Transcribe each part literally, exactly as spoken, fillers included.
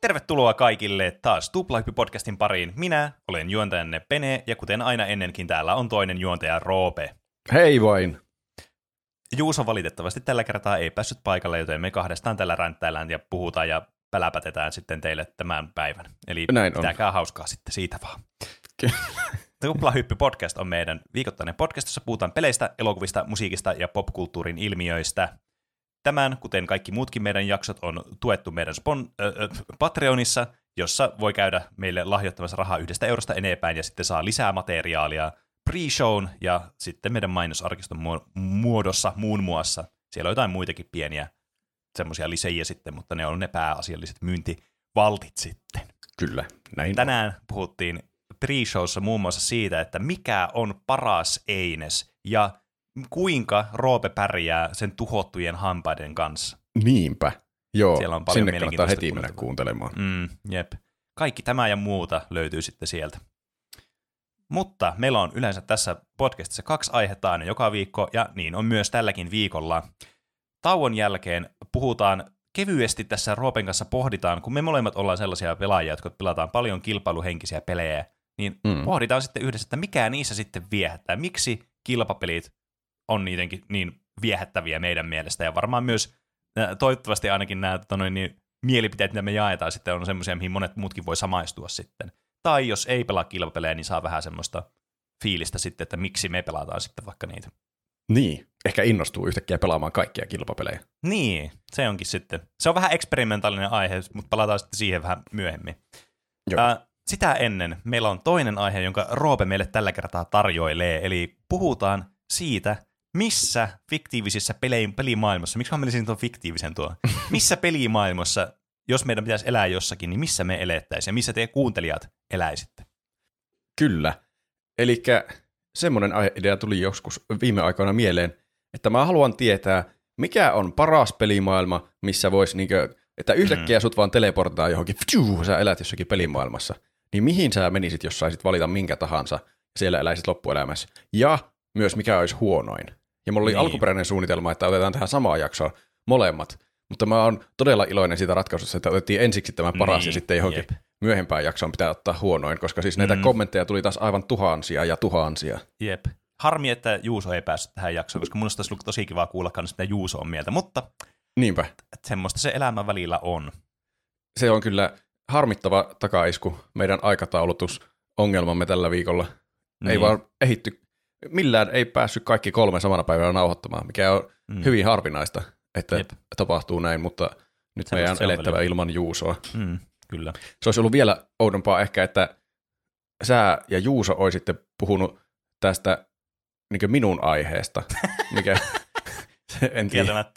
Tervetuloa kaikille taas Tuplahyppy-podcastin pariin. Minä olen juontajanne Pene, ja kuten aina ennenkin täällä on toinen juontaja Roope. Hei vain! Juuso valitettavasti tällä kertaa ei päässyt paikalle, joten me kahdestaan tällä ränttäillään ja puhutaan ja päläpätetään sitten teille tämän päivän. Eli Näin pitäkää on. hauskaa sitten siitä vaan. Tuplahyppy-podcast on meidän viikoittainen podcast, jossa puhutaan peleistä, elokuvista, musiikista ja popkulttuurin ilmiöistä. Tämän, kuten kaikki muutkin meidän jaksot, on tuettu meidän spon- äh, Patreonissa, jossa voi käydä meille lahjoittamassa rahaa yhdestä eurosta enempään ja sitten saa lisää materiaalia pre-shown ja sitten meidän mainosarkiston muodossa muun muassa. Siellä on jotain muitakin pieniä semmoisia lisejä sitten, mutta ne on ne pääasialliset myyntivaltit sitten. Kyllä, näin Tänään on. Puhuttiin pre-showssa muun muassa siitä, että mikä on paras Eines ja kuinka Roope pärjää sen tuhottujen hampaiden kanssa. Niinpä. Joo, Siellä on paljon sinne kannattaa heti mennä kuuntelemaan. Mm, jep. Kaikki tämä ja muuta löytyy sitten sieltä. Mutta meillä on yleensä tässä podcastissa kaksi aihetta aina joka viikko, ja niin on myös tälläkin viikolla. Tauon jälkeen puhutaan kevyesti tässä Roopen kanssa pohditaan, kun me molemmat ollaan sellaisia pelaajia, jotka pelataan paljon kilpailuhenkisiä pelejä, niin mm. pohditaan sitten yhdessä, että mikä niissä sitten viehättää. Miksi kilpapelit on niidenkin niin viehättäviä meidän mielestä, ja varmaan myös toivottavasti ainakin nämä noin, niin, mielipiteet, mitä me jaetaan, sitten on semmoisia, mihin monet muutkin voi samaistua sitten. Tai jos ei pelaa kilpapelejä, niin saa vähän semmoista fiilistä sitten, että miksi me pelataan sitten vaikka niitä. Niin, ehkä innostuu yhtäkkiä pelaamaan kaikkia kilpapelejä. Niin, se onkin sitten. Se on vähän eksperimentaalinen aihe, mutta palataan sitten siihen vähän myöhemmin. Joo. Äh, sitä ennen meillä on toinen aihe, jonka Roope meille tällä kertaa tarjoilee, eli puhutaan siitä, missä fiktiivisissä pele- pelimaailmassa, miksi mä menisin tuon fiktiivisen tuo, missä pelimaailmassa, jos meidän pitäisi elää jossakin, niin missä me elettäisiin ja missä te kuuntelijat eläisitte? Kyllä. Elikkä semmoinen idea tuli joskus viime aikoina mieleen, että mä haluan tietää, mikä on paras pelimaailma, missä voisi, niinkö, että yhtäkkiä mm. sut vaan teleportaa johonkin, pfiuh, sä elät jossakin pelimaailmassa. Niin mihin sä menisit, jos saisit valita minkä tahansa, siellä eläisit loppuelämässä? Ja myös mikä olisi huonoin. Ja mulla oli niin. alkuperäinen suunnitelma, että otetaan tähän samaan jaksoon molemmat, mutta mä oon todella iloinen siitä ratkaisusta, että otettiin ensiksi tämä paras niin. ja sitten johonkin Jep. myöhempään jaksoon pitää ottaa huonoin, koska siis näitä mm. kommentteja tuli taas aivan tuhansia ja tuhansia. Jep. Harmi, että Juuso ei päässyt tähän jaksoon, koska mun olisi ollut tosi kiva kuulla myös, mitä Juuso on mieltä, mutta niinpä. Semmoista se elämän välillä on. Se on kyllä harmittava takaisku meidän aikataulutusongelmamme tällä viikolla. Niin. Ei vaan ehitty, millään ei päässyt kaikki kolme samana päivänä nauhoittamaan, mikä on mm. hyvin harvinaista, että Jep. tapahtuu näin, mutta nyt Sellaista meidän on elettävä välillä. Ilman Juusoa. Mm, kyllä. Se olisi ollut vielä oudompaa ehkä, että sä ja Juuso olisitte puhunut tästä niin minun aiheesta, mikä en tiedä.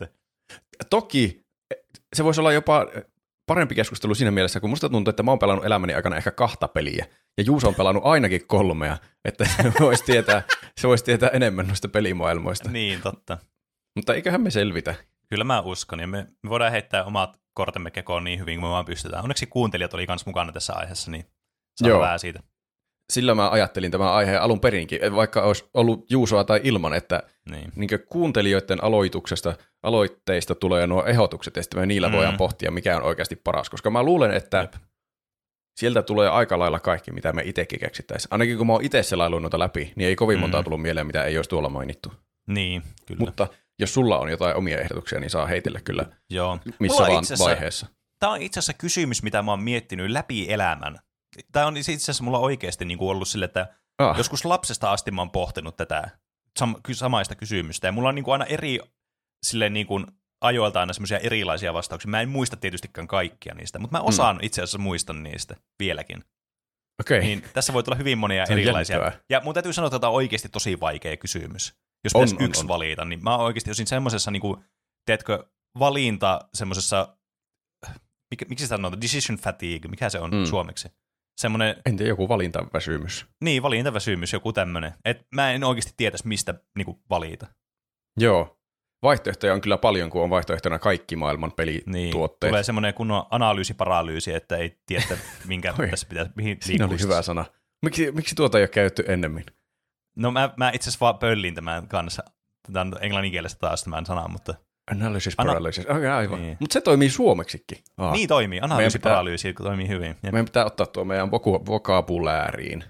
Toki se voisi olla jopa parempi keskustelu siinä mielessä, kun musta tuntuu, että mä oon pelannut elämäni aikana ehkä kahta peliä, ja Juuso on pelannut ainakin kolmea, että se voisi tietää, se voisi tietää enemmän noista pelimaailmoista. Niin, totta. Mutta eiköhän me selvitä. Kyllä mä uskon, ja me, me voidaan heittää omat kortemme kekoon niin hyvin kuin me vaan pystytään. Onneksi kuuntelijat oli myös mukana tässä aiheessa, niin saa vähän siitä. Sillä mä ajattelin tämän aiheen alun perinkin, vaikka olisi ollut Juusoa tai ilman, että niin. Niin kuuntelijoiden aloituksesta, aloitteista tulee nuo ehdotukset, ja sitten me niillä mm. voidaan pohtia, mikä on oikeasti paras. Koska mä luulen, että Jep. sieltä tulee aika lailla kaikki, mitä me itsekin keksittäisiin. Ainakin kun mä oon itse selailuun noita läpi, niin ei kovin montaa mm. tullut mieleen, mitä ei olisi tuolla mainittu. Niin, kyllä. Mutta jos sulla on jotain omia ehdotuksia, niin saa heitellä kyllä Joo. missä vaan vaiheessa. Tämä on itse asiassa kysymys, mitä mä oon miettinyt läpi elämän. Tämä on itse asiassa mulla oikeasti niin kuin ollut sille, että ah. joskus lapsesta asti mä oon pohtinut tätä sam- samaista kysymystä, ja mulla on niin kuin aina eri silleen niin kuin ajoilta aina semmoisia erilaisia vastauksia. Mä en muista tietystikään kaikkia niistä, mutta mä osaan mm. itse asiassa muistan niistä vieläkin. Okay. Niin tässä voi tulla hyvin monia erilaisia. Jännittävää. Ja mun täytyy sanoa, että tämä on oikeasti tosi vaikea kysymys. Jos on, pitäisi on, yksi on. valita, niin mä oikeasti olisin semmoisessa, niin kuin, teetkö, valinta semmoisessa, mik, miksi sitä sanotaan, decision fatigue, mikä se on mm. suomeksi? Semmoinen, en tiedä, joku valintaväsymys. Niin, valintaväsymys, joku tämmöinen. Että mä en oikeasti tietäisi, mistä niin kuin, valita. Joo. Vaihtoehtoja on kyllä paljon, kun on vaihtoehtona kaikki maailman pelituotteet. Niin, tulee semmoinen kunnon analyysiparalyysi, että ei tiedä, minkä tässä pitäisi, mihin Siinä oli hyvä sana. Miksi, miksi tuota ei ole käytetty ennemmin? No mä, mä itse asiassa vaan pöllin tämän kanssa. Tämä on englanninkielistä taas tämän sanan, mutta Analysis Ana- paralysis, okay, aivan. Niin. Mutta se toimii suomeksikin. Aa. Niin toimii, analyysiparalyysi toimii hyvin. Jep. Meidän pitää ottaa tuo meidän voku- vokabulääriin.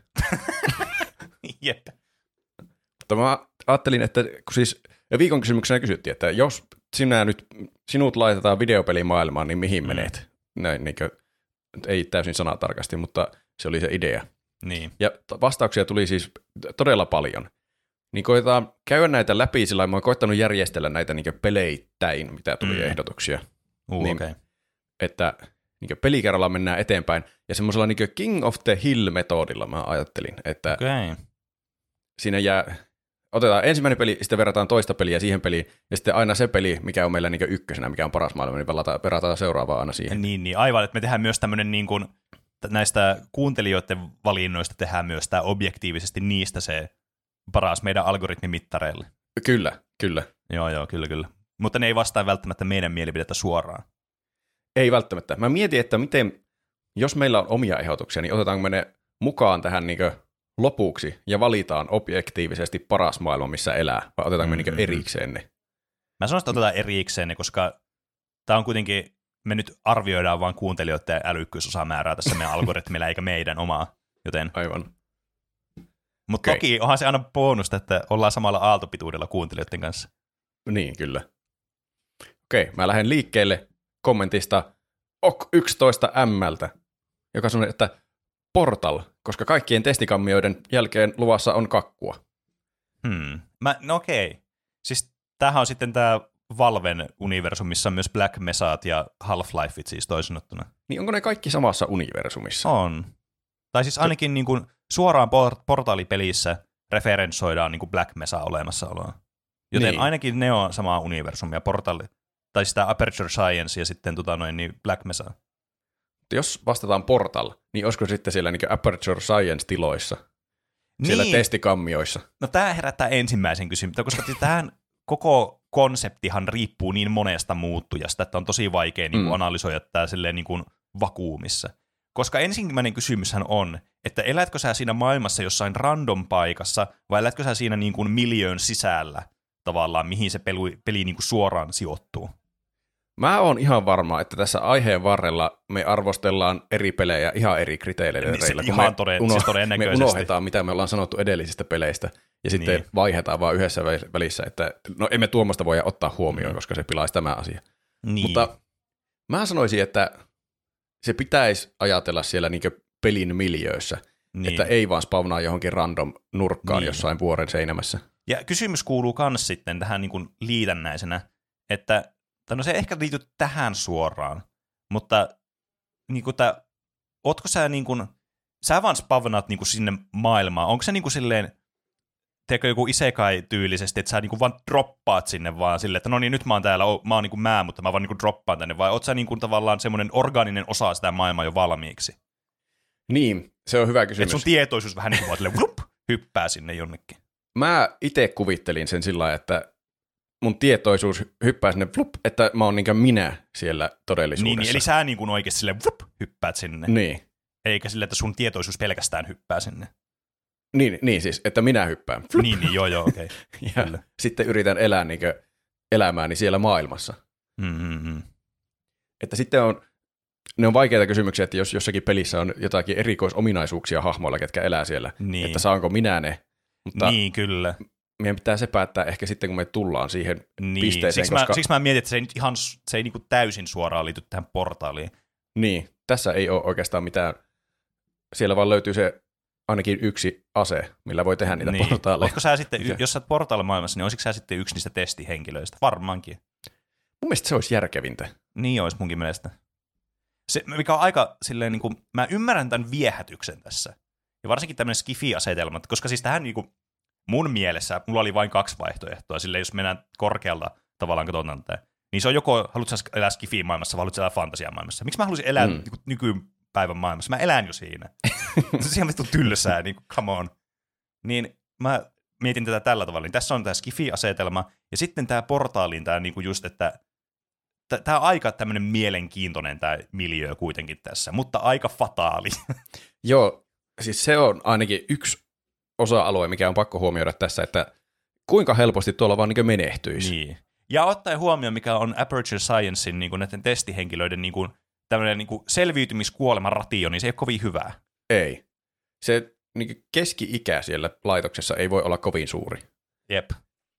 Jep. Mutta mä ajattelin, että kun siis viikon kysymyksenä kysyttiin, että jos sinä nyt, sinut laitetaan videopelimaailmaan, niin mihin mm. menet? Näin, niin kuin, ei täysin sanatarkasti, mutta se oli se idea. Niin. Ja vastauksia tuli siis todella paljon. Niin koetaan käydä näitä läpi, sillä mä oon koettanut järjestellä näitä niin peleittäin, mitä tuli mm. ehdotuksia. Uh, niin, okay. Että niin pelikerralla mennään eteenpäin. Ja semmoisella niin King of the Hill-metodilla mä ajattelin, että okay. siinä jää, otetaan ensimmäinen peli, sitten verrataan toista peliä siihen peliin, ja sitten aina se peli, mikä on meillä niin ykkösenä, mikä on paras maailma, niin verrataan, verrataan seuraavaa aina siihen. Niin, niin, aivan, että me tehdään myös tämmöinen niin kuin, näistä kuuntelijoiden valinnoista tehdään myös tämä objektiivisesti niistä se paras meidän algoritmimittareille. Kyllä, kyllä. Joo, joo, kyllä, kyllä. Mutta ne ei vastaa välttämättä meidän mielipidettä suoraan. Ei välttämättä. Mä mietin, että miten, jos meillä on omia ehdotuksia, niin otetaanko me ne mukaan tähän niin lopuksi ja valitaan objektiivisesti paras maailma, missä elää, vai otetaanko mm-hmm. me niin erikseen ne? Mä sanoisin, että otetaan erikseen ne, koska tämä on kuitenkin, me nyt arvioidaan vaan kuuntelijoiden älykkyysosamäärää tässä meidän algoritmilla, eikä meidän omaa, joten... Aivan. Mutta okay. Toki onhan se aina bonusta, että ollaan samalla aaltopituudella kuuntelijoiden kanssa. Niin, kyllä. Okei, mä lähden liikkeelle kommentista O K yksitoista M:ltä, joka sanoo, että Portal, koska kaikkien testikammioiden jälkeen luvassa on kakkua. Hmm. Mä, no okei. Siis tämähän on sitten tämä Valven universum, missä on myös Black Mesat ja Half-Lifeit siis toisin sanottuna. Niin onko ne kaikki samassa universumissa? On. Tai siis ainakin niin kuin suoraan port- portaalipelissä referenssoidaan niin kuin Black Mesa olemassaoloa. Joten niin. Ainakin ne on samaa universumia, portaali. Tai sitä Aperture Science ja sitten tota noin, niin Black Mesa. Jos vastataan Portal, niin olisiko sitten siellä niin Aperture Science-tiloissa? Siellä niin. Testikammioissa? No tämä herättää ensimmäisen kysymyksen, koska tähän koko konseptihan riippuu niin monesta muuttujasta, että on tosi vaikea niin kuin mm. analysoida tämä silleen niin kuin vakuumissa. Koska ensimmäinen kysymyshän on, että elätkö sä siinä maailmassa jossain random paikassa, vai elätkö sä siinä niin kuin miljöön sisällä tavallaan, mihin se peli, peli niin kuin suoraan sijoittuu? Mä oon ihan varma, että tässä aiheen varrella me arvostellaan eri pelejä ihan eri kriteereillä. Niin, kun ihan me, toden, uno- siis todennäköisesti. Me unohdetaan, mitä me ollaan sanottu edellisistä peleistä, ja sitten niin. Vaihdetaan vaan yhdessä välissä, että no emme tuommoista voi ottaa huomioon, mm. koska se pilaisi tämä asia. Niin. Mutta mä sanoisin, että se pitäisi ajatella siellä niin pelin miljöössä, niin. Että ei vaan spawnaa johonkin random nurkkaan niin. Jossain vuoren seinämässä. Ja kysymys kuuluu myös sitten tähän niin kuin liitännäisenä, että no se ei ehkä liity tähän suoraan, mutta niin kuin tää, ootko sä niin kuin, sä vaan spavnaat niin kuin sinne maailmaan, onko se niin kuin silleen, teekö joku isekai-tyylisesti, että sä niin kuin vaan droppaat sinne vaan silleen, että no niin, nyt mä oon täällä, mä oon niin kuin mä, mutta mä vaan niin kuin droppaan tänne, vai oot sä niin kuin tavallaan semmoinen orgaaninen osa sitä maailmaa jo valmiiksi? Niin, se on hyvä kysymys. Että sun tietoisuus vähän niin kuin vaan silleen, vup, hyppää sinne jonnekin. Mä itse kuvittelin sen sillä lailla, että mun tietoisuus hyppää sinne, flup, että mä oon niinkö minä siellä todellisuudessa. Niin, eli sä niin kuin oikeasti silleen, vup, hyppäät sinne. Niin. Eikä sille, että sun tietoisuus pelkästään hyppää sinne. Niin, niin siis, että minä hyppään. Flup. Niin, niin, joo, joo, okei. Okay. Ja kyllä. Sitten yritän elää niinkö elämääni siellä maailmassa. Mm-hmm. Että sitten on, ne on vaikeita kysymyksiä, että jos jossakin pelissä on jotakin erikoisominaisuuksia hahmoilla, ketkä elää siellä, niin. Että saanko minä ne. Mutta niin, kyllä. Meidän pitää se päättää ehkä sitten, kun me tullaan siihen niin. pisteeseen. Siksi, koska... mä, siksi mä mietin, että se ei, nyt ihan, se ei niinku täysin suoraan liity tähän portaaliin. Niin, tässä ei ole oikeastaan mitään. Siellä vaan löytyy se ainakin yksi ase, millä voi tehdä niitä niin. Portaaleja. Oletko sä sitten, Mikä? Jos sä oot portaalimaailmassa, niin olisiko sä sitten yksi niistä testihenkilöistä? Varmaankin. Mun mielestä se olisi järkevintä. Niin olisi munkin mielestä. Se, mikä on aika silleen, niin kuin, mä ymmärrän tämän viehätyksen tässä. Ja varsinkin tämmöinen skifi-asetelma, koska siis tähän niin kuin, mun mielessä, mulla oli vain kaksi vaihtoehtoa, silleen jos mennään korkealta tavallaan katsotaan tätä, niin se on joko, haluatko sä elää skifi-maailmassa vai haluatko sä elää fantasiamaailmassa. Miksi mä haluaisin elää mm. niin nykypäivän maailmassa? Mä elän jo siinä. Se on ihan vittu tylsää, niin kuin, come on. Niin mä mietin tätä tällä tavalla, niin tässä on tämä skifi-asetelma, ja sitten tämä portaaliin tämä niin kuin just, että tämä on aika tämmöinen mielenkiintoinen tämä miljöö kuitenkin tässä, mutta aika fataali. Joo, siis se on ainakin yksi osa-alue, mikä on pakko huomioida tässä, että kuinka helposti tuolla vaan niin menehtyisi. Niin. Ja ottaen huomioon, mikä on Aperture Sciencein niin kuin näiden testihenkilöiden niin kuin, tämmöinen niin kuin selviytymiskuoleman ratio, niin se ei ole kovin hyvää. Ei. Se niin keski-ikä siellä laitoksessa ei voi olla kovin suuri. Jep.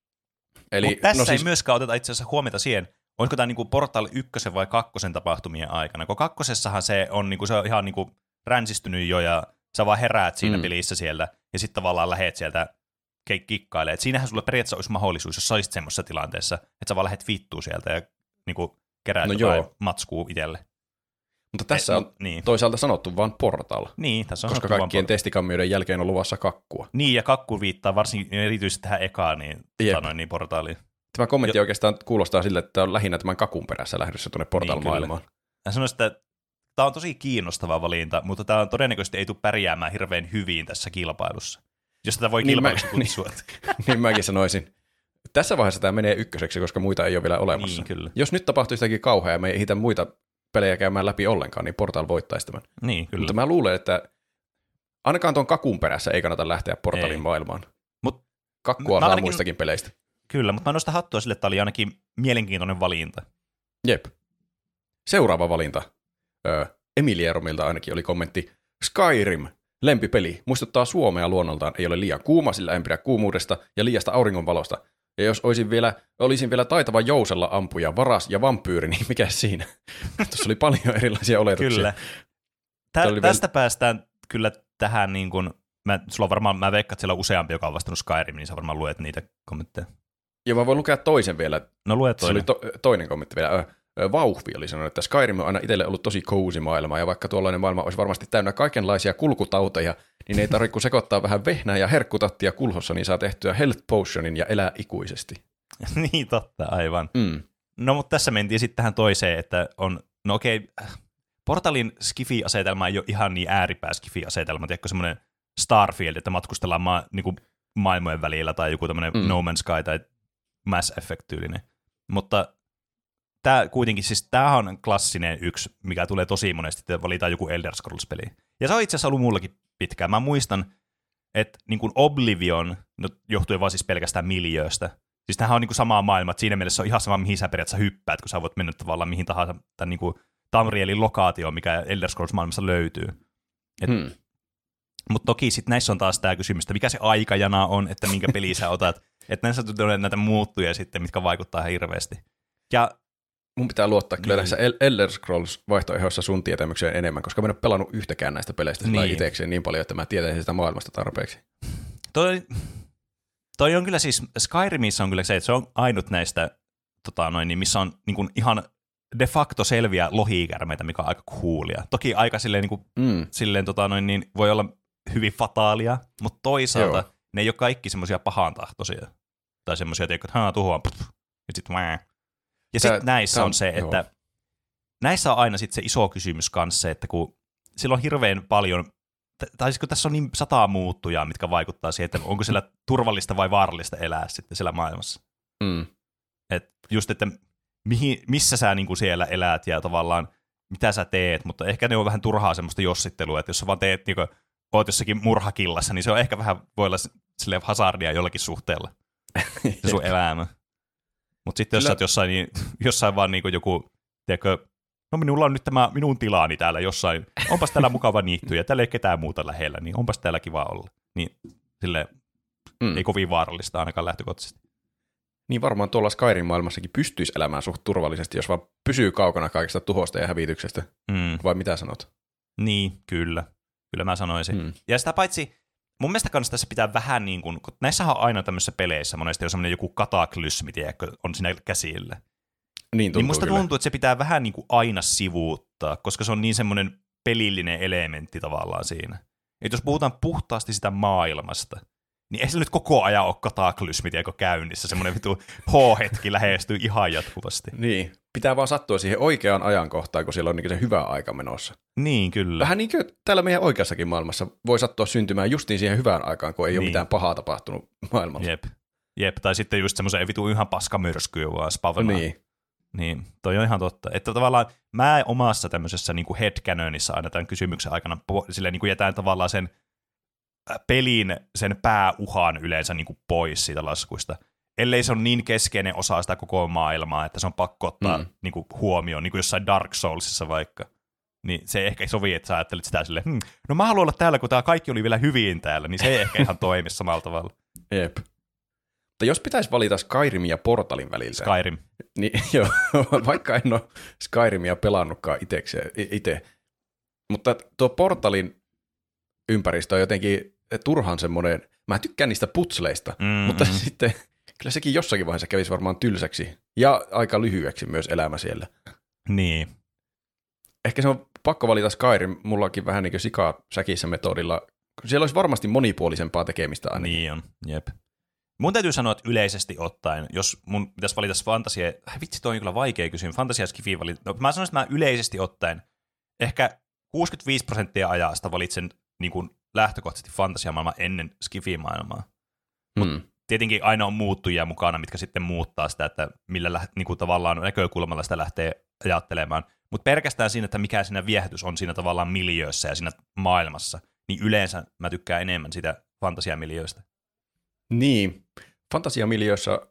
Eli, Mutta tässä no siis... siis... ei myöskään oteta itse asiassa huomiota siihen, olisiko tämä niinku Portal ykkösen vai kakkosen tapahtumien aikana, kun kakkosessahan se on, niinku, se on ihan niinku ränsistynyt jo, ja sä vaan heräät siinä mm. pelissä sieltä, ja sitten tavallaan lähet sieltä kikkailemaan. Et siinähän sulla periaatteessa olisi mahdollisuus, jos sä olisit semmoisessa tilanteessa, että sä vaan lähet vittuun sieltä ja niinku keräät no jotain joo. matskua itselle. Mutta tässä Et, on niin. toisaalta sanottu vaan Portal, niin, tässä on koska kaikkien testikammioiden jälkeen on luvassa kakkua. Niin, ja kakku viittaa varsin erityisesti tähän ekaan niin, tota niin, portaaliin. Tämä kommentti jo. oikeastaan kuulostaa sille, että on lähinnä tämän kakun perässä lähdössä tuonne Portal-maailmaan. Niin, mä sanoisin, että tämä on tosi kiinnostava valinta, mutta tämä on todennäköisesti ei tule pärjäämään hirveän hyvin tässä kilpailussa, jos tätä voi kilpailuksi niin kutsua. Niin, niin mäkin sanoisin. Tässä vaiheessa tämä menee ykköseksi, koska muita ei ole vielä olemassa. Niin, kyllä. Jos nyt tapahtuu sitäkin kauheaa ja me ei ehditä muita pelejä käymään läpi ollenkaan, niin Portal voittaisi tämän. Niin, kyllä. Mutta mä luulen, että ainakaan tuon kakun perässä ei kannata lähteä Portalin ei. maailmaan. Mut Kakkua saa ainakin... muistakin peleistä. Kyllä, mutta mä nostan hattua sille, että tämä oli ainakin mielenkiintoinen valinta. Jep. Seuraava valinta. Öö, Emilieromilta ainakin oli kommentti. Skyrim, lempipeli, muistuttaa Suomea luonnoltaan, ei ole liian kuuma, sillä en pidä kuumuudesta ja liiasta auringonvalosta. Ja jos olisin vielä, olisin vielä taitava jousella ampuja, varas ja vampyyri, niin mikä siinä? Tuossa oli paljon erilaisia oletuksia. Kyllä. Tä, tästä vielä... päästään kyllä tähän, niin kuin, mä, sulla on varmaan, mä veikkaan, että siellä on useampi, joka on vastannut Skyrim, niin sä varmaan luet niitä kommentteja. Ja mä voin lukea toisen vielä. No lue toinen. Se oli to, toinen kommentti vielä. Vauhvi oli sanonut, että Skyrim on aina itselle ollut tosi cozy maailma, ja vaikka tuollainen maailma olisi varmasti täynnä kaikenlaisia kulkutauteja, niin ei tarvitse kun sekoittaa vähän vehnää ja herkkutattia kulhossa, niin saa tehtyä health potionin ja elää ikuisesti. Niin totta, aivan. Mm. No mutta tässä mentiin sitten tähän toiseen, että on, no okei, Portalin skifi-asetelma ei ole ihan niin ääripää skifi-asetelma, tiedätkö semmoinen Starfield, että matkustellaan maa, niin kuin maailmojen välillä, tai joku tämmöinen mm. No Man's Sky tai Mass Effect-tyylinen. Mutta tämä kuitenkin, siis tämähän on klassinen yksi, mikä tulee tosi monesti, että valitaan joku Elder Scrolls-peli. Ja se on itse asiassa ollut mullakin pitkään. Mä muistan, että niin kuin Oblivion, no johtui vaan siis pelkästään miljööstä. Siis tämähän on niin kuin sama maailma, että siinä mielessä on ihan sama, mihin sä periaatteessa hyppäät, kun sä voit mennä tavallaan mihin tahansa tämän niin kuin Tamrielin lokaatioon, mikä Elder Scrolls-maailmassa löytyy. Hmm. Mutta toki sitten näissä on taas tämä kysymys, että mikä se aikajana on, että minkä peli sä otat. Että näissä on näitä muuttuja sitten, mitkä vaikuttaa ihan hirveästi. Ja mun pitää luottaa kyllä niin. Tässä Elder Scrolls-vaihtoehdossa sun tietämykseen enemmän, koska mä en ole pelannut yhtäkään näistä peleistä niin. itsekseen niin paljon, että mä tietäisin sitä maailmasta tarpeeksi. Toi, toi on kyllä siis, Skyrimissa on kyllä se, että se on ainut näistä, tota noin, missä on niin kuin ihan de facto selviä lohikärmeitä, mikä on aika coolia. Toki aika silleen, niin kuin, mm. silleen tota noin, niin voi olla hyvin fataalia, mutta toisaalta Joo. ne ei ole kaikki semmoisia pahantahtoisia. Tai semmoisia, että haa, tuhoan, pff, ja sitten vää. Ja sitten näissä on, on se, että joo. näissä on aina sit se iso kysymys kanssa se, että kun sillä on hirveän paljon, tai siis kun tässä on niin sataa muuttujaa, mitkä vaikuttaa siihen, että onko siellä turvallista vai vaarallista elää sitten siellä maailmassa. Mm. Et just, että mihin, missä sä niinku siellä elät ja tavallaan mitä sä teet, mutta ehkä ne on vähän turhaa semmoista jossittelua, että jos sä vaan teet, niinku, oot jossakin murhakillassa, niin se on ehkä vähän, voi olla silleen hazardia jollakin suhteella, se sun elämä. Mutta sitten jos Kyllä. sä oot jossain, niin, jossain vaan niin joku, tiedätkö, no minulla on nyt tämä minun tilaani täällä jossain, onpas täällä mukava niitty ja täällä ei ketään muuta lähellä, niin onpas täällä kiva olla. Niin silleen mm. ei kovin vaarallista ainakaan lähtökohtaisesti. Niin varmaan tuolla Skyrim-maailmassakin pystyisi elämään suht turvallisesti, jos vaan pysyy kaukana kaikista tuhosta ja hävityksestä. Mm. Vai mitä sanot? Niin, kyllä. Kyllä mä sanoisin. Mm. Ja sitä paitsi, mun mielestä kanssa tässä pitää vähän niin kuin, kun näissähän on aina tämmöisissä peleissä monesti on semmoinen joku kataklysmi, tiedätkö, on siinä käsillä. Niin tuntuu Niin musta kyllä. tuntuu, että se pitää vähän niin kuin aina sivuuttaa, koska se on niin semmoinen pelillinen elementti tavallaan siinä. Että jos puhutaan puhtaasti sitä maailmasta, niin ei se nyt koko ajan ole kataklysmi, tiedätkö, käynnissä. Semmoinen vitu H-hetki lähestyy ihan jatkuvasti. Niin, pitää vaan sattua siihen oikeaan ajankohtaan, kun siellä on niin se hyvä aika menossa. Niin, kyllä. Vähän niin kuin täällä meidän oikeassakin maailmassa voi sattua syntymään justiin siihen hyvään aikaan, kun ei niin. ole mitään pahaa tapahtunut maailmalla. Jep. Jep, tai sitten just semmoisen vitu ihan paskamyrskyä vaan spavnaa. Niin. Niin, toi on ihan totta. Että tavallaan mä omassa tämmöisessä niin kuin headcanonissa aina tämän kysymyksen aikana silleen niin kuin jätän tavallaan sen pelin, sen pääuhan yleensä niin kuin pois siitä laskuista. ellei se on niin keskeinen osa sitä koko maailmaa, että se on pakko ottaa mm. niin kuin, huomioon, niin kuin jossain Dark Soulsissa vaikka. Niin se ei ehkä sovi, että sä ajattelet sitä silleen, hm, no mä haluan olla täällä, kun tää kaikki oli vielä hyvin täällä, niin se ei ehkä ihan toimi samalla tavalla. Jep. Mutta jos pitäisi valita Skyrim ja Portalin välillä. Skyrim. Niin, joo, vaikka en ole Skyrimia pelannutkaan itse. Mutta tuo Portalin ympäristö on jotenkin turhan semmoinen, mä tykkään niistä putsleista, mm-hmm. mutta sitten kyllä sekin jossakin vaiheessa kävisi varmaan tylsäksi ja aika lyhyeksi myös elämä siellä. Niin. Ehkä se on pakko valita Skyrim, mullakin vähän niin kuin sikaa säkissä metodilla. Siellä olisi varmasti monipuolisempaa tekemistä ainakin. Niin on, jep. Mun täytyy sanoa, että yleisesti ottaen, jos mun pitäisi valita fantasia, vitsi toi on kyllä vaikea kysymys, fantasia ja skifi valita. No, mä sanoisin, että mä yleisesti ottaen ehkä kuusikymmentäviisi prosenttia ajasta valitsen niin kuin lähtökohtaisesti fantasiamaailmaa ennen skifi-maailmaa. Mutta hmm. tietenkin aina on muuttujia mukana, mitkä sitten muuttaa sitä, että millä lä- niin kuin tavallaan näkökulmalla sitä lähtee ajattelemaan. Mutta pelkästään siinä, että mikä siinä viehätys on siinä tavallaan miljöössä ja siinä maailmassa, niin yleensä mä tykkään enemmän sitä fantasiamiljööstä. Niin, fantasiamiljöössä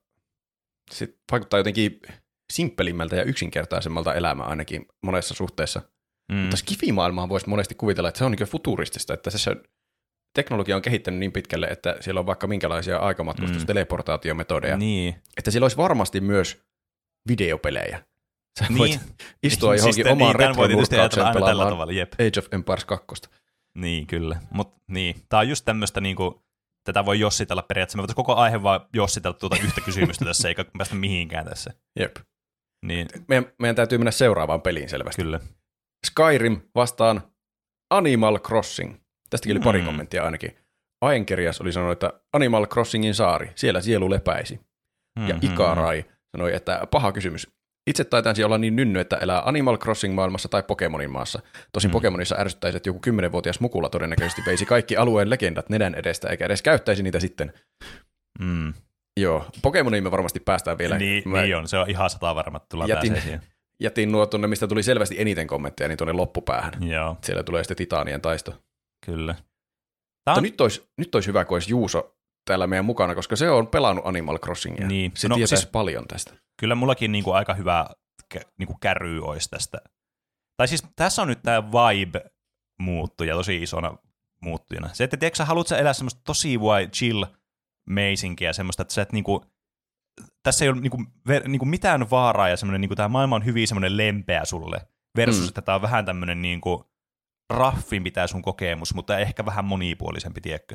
se vaikuttaa jotenkin simppelimmältä ja yksinkertaisemmalta elämää ainakin monessa suhteessa. Mm. Mutta skifi-maailmaa voisi monesti kuvitella, että se on niin futuristista, että se teknologia on kehittänyt niin pitkälle, että siellä on vaikka minkälaisia aikamatkustus- mm. teleportaatiometodeja, niin. Että siellä olisi varmasti myös videopelejä. Sä niin. voit istua johonkin siis omaan niin, retronurkkaukseen pelaamaan Age of Empires kaksi. Niin, kyllä. Mut, niin. Tämä on just tämmöistä, niinku, tätä voi jossitella periaatteessa. Me voitaisiin koko aihe vaan jossitella tuota yhtä kysymystä tässä, eikä päästä mihinkään tässä. Jep. Niin. Meidän, meidän täytyy mennä seuraavaan peliin selvästi. Kyllä. Skyrim vastaan Animal Crossing. Tästäkin oli pari mm. kommenttia ainakin. Aenkerias oli sanonut, että Animal Crossingin saari, siellä sielu lepäisi. Mm-hmm. Ja Ikarai sanoi, että paha kysymys. Itse taitaisi olla niin nynny, että elää Animal Crossing-maailmassa tai Pokemonin maassa. Tosin mm. Pokemonissa ärsyttäisi, että joku kymmenvuotias mukula todennäköisesti veisi kaikki alueen legendat nenän edestä, eikä edes käyttäisi niitä sitten. Mm. Joo, Pokemoniin me varmasti päästään vielä. Niin, niin on, se on ihan sata varma, että tullaan jätin, pääsee siihen. Jätin nuo tuonne, mistä tuli selvästi eniten kommentteja, niin tuonne loppupäähän. Joo. Siellä tulee sitten Titaanien taisto. Kyllä. On... nyt, olisi, nyt olisi hyvä, kun olisi Juuso täällä meidän mukana, koska se on pelannut Animal Crossingia. Niin. Se no, tietää siis, paljon tästä. Kyllä mullakin niinku aika hyvä niinku kärry olisi tästä. Tai siis tässä on nyt tämä vibe muuttuja tosi isona muuttujana. Se, että tiedätkö sä, haluat sä elää semmoista tosi chill meisinkiä, semmoista, että sä et niinku, tässä ei ole niinku, ver, niinku mitään vaaraa ja semmoinen, niinku, tämä maailma on hyvin semmoinen lempeä sulle, versus, mm. että tämä on vähän tämmöinen niinku, raffimpi tää sun kokemus, mutta ehkä vähän monipuolisempi, tiedätkö?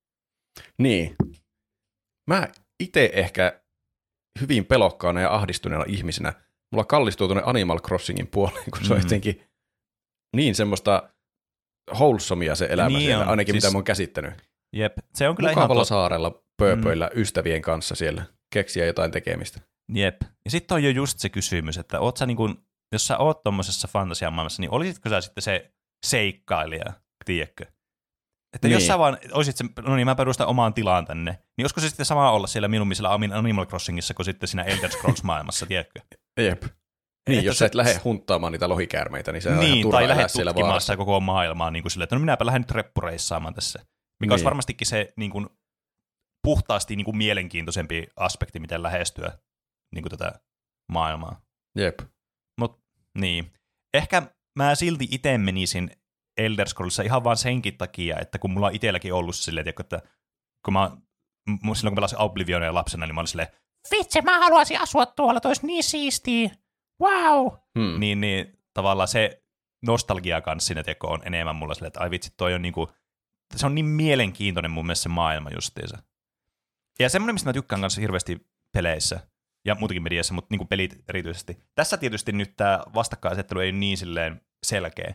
Niin. Mä itse ehkä hyvin pelokkaana ja ahdistuneena ihmisenä, mulla kallistuu tuonne Animal Crossingin puoleen, kun se mm. on jotenkin niin semmoista wholesomea se elämä niin siellä, on, ainakin siis, mitä mä oon käsittänyt. Jep, se on kyllä mukavalla ihan tot... saarella pööpöillä mm. ystävien kanssa siellä, keksiä jotain tekemistä. Jep, ja sitten on jo just se kysymys, että oot sä niin kun, jos sä oot tommosessa fantasiamaailmassa, niin olisitko sä sitten se seikkailija, tiedätkö? Että niin. Jos sä vaan olisit se, no niin mä perustan omaan tilaan tänne, niin olisiko se sitten sama olla siellä minun mielestä Animal Crossingissa kuin sitten siinä Elder Scrolls-maailmassa, tiedätkö? Jep. Niin, että jos sä et lähde hunttaamaan niitä lohikäärmeitä, niin se on niin, ihan turha elää tai siellä vaarassa. lähde tutkimaan sitä koko maailmaa niin kuin sille, että no minäpä lähden nyt reppureissaamaan tässä. Mikä niin. olisi varmastikin se niin kuin, puhtaasti niin kuin mielenkiintoisempi aspekti, miten lähestyä niin kuin tätä maailmaa. Jep. Mut niin. Ehkä mä silti itse menisin Elder Scrollsissa ihan vaan senkin takia, että kun mulla on itselläkin ollut silleen, että kun mä, silloin kun pelasin Oblivionia lapsena, niin mä olin silleen, vitsi, mä haluaisin asua tuolla, toi olisi niin siistiä, wow! Hmm. Niin, niin tavallaan se nostalgia kanssa siinä teko on enemmän mulla silleen, että ai vitsi, toi on niinku, se on niin mielenkiintoinen mun mielestä se maailma justiinsa. Ja semmoinen, mistä mä tykkään kanssa hirveästi peleissä, ja muutenkin mediassa, mutta niinku pelit erityisesti. Tässä tietysti nyt tää vastakkainasettelu ei ole niin silleen selkeä.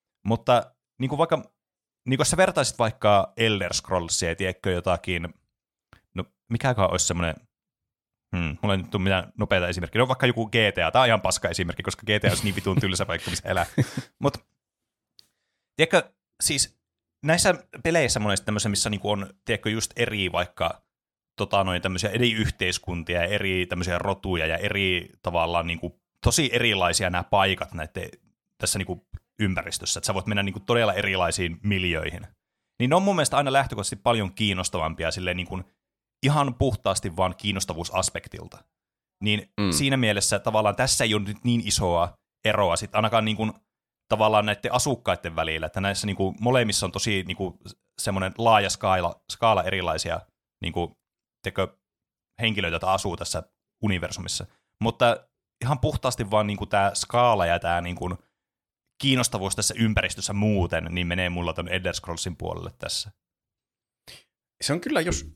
Mutta niin kuin vaikka, niin kuin sä vertaisit vaikka Elder Scrollsia, tiedätkö jotakin, no mikäkään olisi semmoinen, hmm, mulla ei nyt tule mitään nopeita esimerkkiä, no vaikka joku G T A, tämä on ihan paska esimerkki, koska G T A olisi niin vitun tylsä paikka, missä elää. Mutta tiedätkö, siis näissä peleissä monesti tämmöisiä, missä niin on, tiedätkö, just eri vaikka tota, noin tämmöisiä eri yhteiskuntia ja eri tämmöisiä rotuja ja eri tavallaan niin kuin, tosi erilaisia nämä paikat näiden tässä niin kuin ympäristössä, että sä voit mennä niin kuin todella erilaisiin miljöihin. Niin ne on mun mielestä aina lähtökohtaisesti paljon kiinnostavampia silleen niin kuin ihan puhtaasti vaan kiinnostavuusaspektilta. Niin mm. siinä mielessä tavallaan tässä ei ole nyt niin isoa eroa sit ainakaan niin kuin, tavallaan näiden asukkaiden välillä, että näissä niin kuin, molemmissa on tosi niin kuin, semmoinen laaja skaala, skaala erilaisia niin kuin, tekö, henkilöitä, joita asuu tässä universumissa. Mutta ihan puhtaasti vaan niin kuin, tämä skaala ja tämä niin kuin, kiinnostavuus tässä ympäristössä muuten, niin menee mulla ton Elder Scrollsin puolelle tässä. Se on kyllä, jos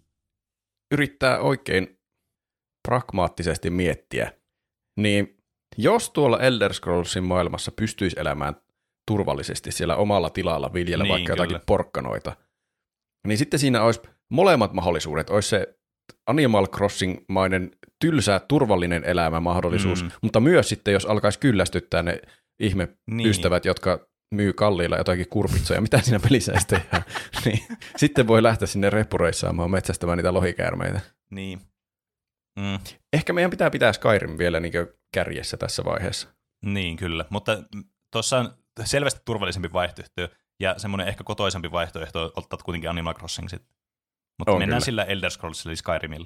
yrittää oikein pragmaattisesti miettiä, niin jos tuolla Elder Scrollsin maailmassa pystyisi elämään turvallisesti siellä omalla tilalla viljellä niin, vaikka kyllä. jotakin porkkanoita, niin sitten siinä olisi molemmat mahdollisuudet. Olisi se Animal Crossing-mainen tylsä, turvallinen elämämahdollisuus, mm. mutta myös sitten, jos alkaisi kyllästyttää ne ihme-ystävät, niin. jotka myy kalliilla jotakin kurpitsoja, mitä siinä pelissä ei tehdä, niin sitten voi lähteä sinne reppureissaamaan metsästämään niitä lohikäärmeitä. Niin. Mm. Ehkä meidän pitää pitää Skyrim vielä niin kärjessä tässä vaiheessa. Niin, kyllä. Mutta tuossa on selvästi turvallisempi vaihtoehto ja semmoinen ehkä kotoisempi vaihtoehto ottaa kuitenkin Animal Crossing sitten. Mutta on mennään kyllä. sillä Elder Scrollsilla eli Skyrimillä.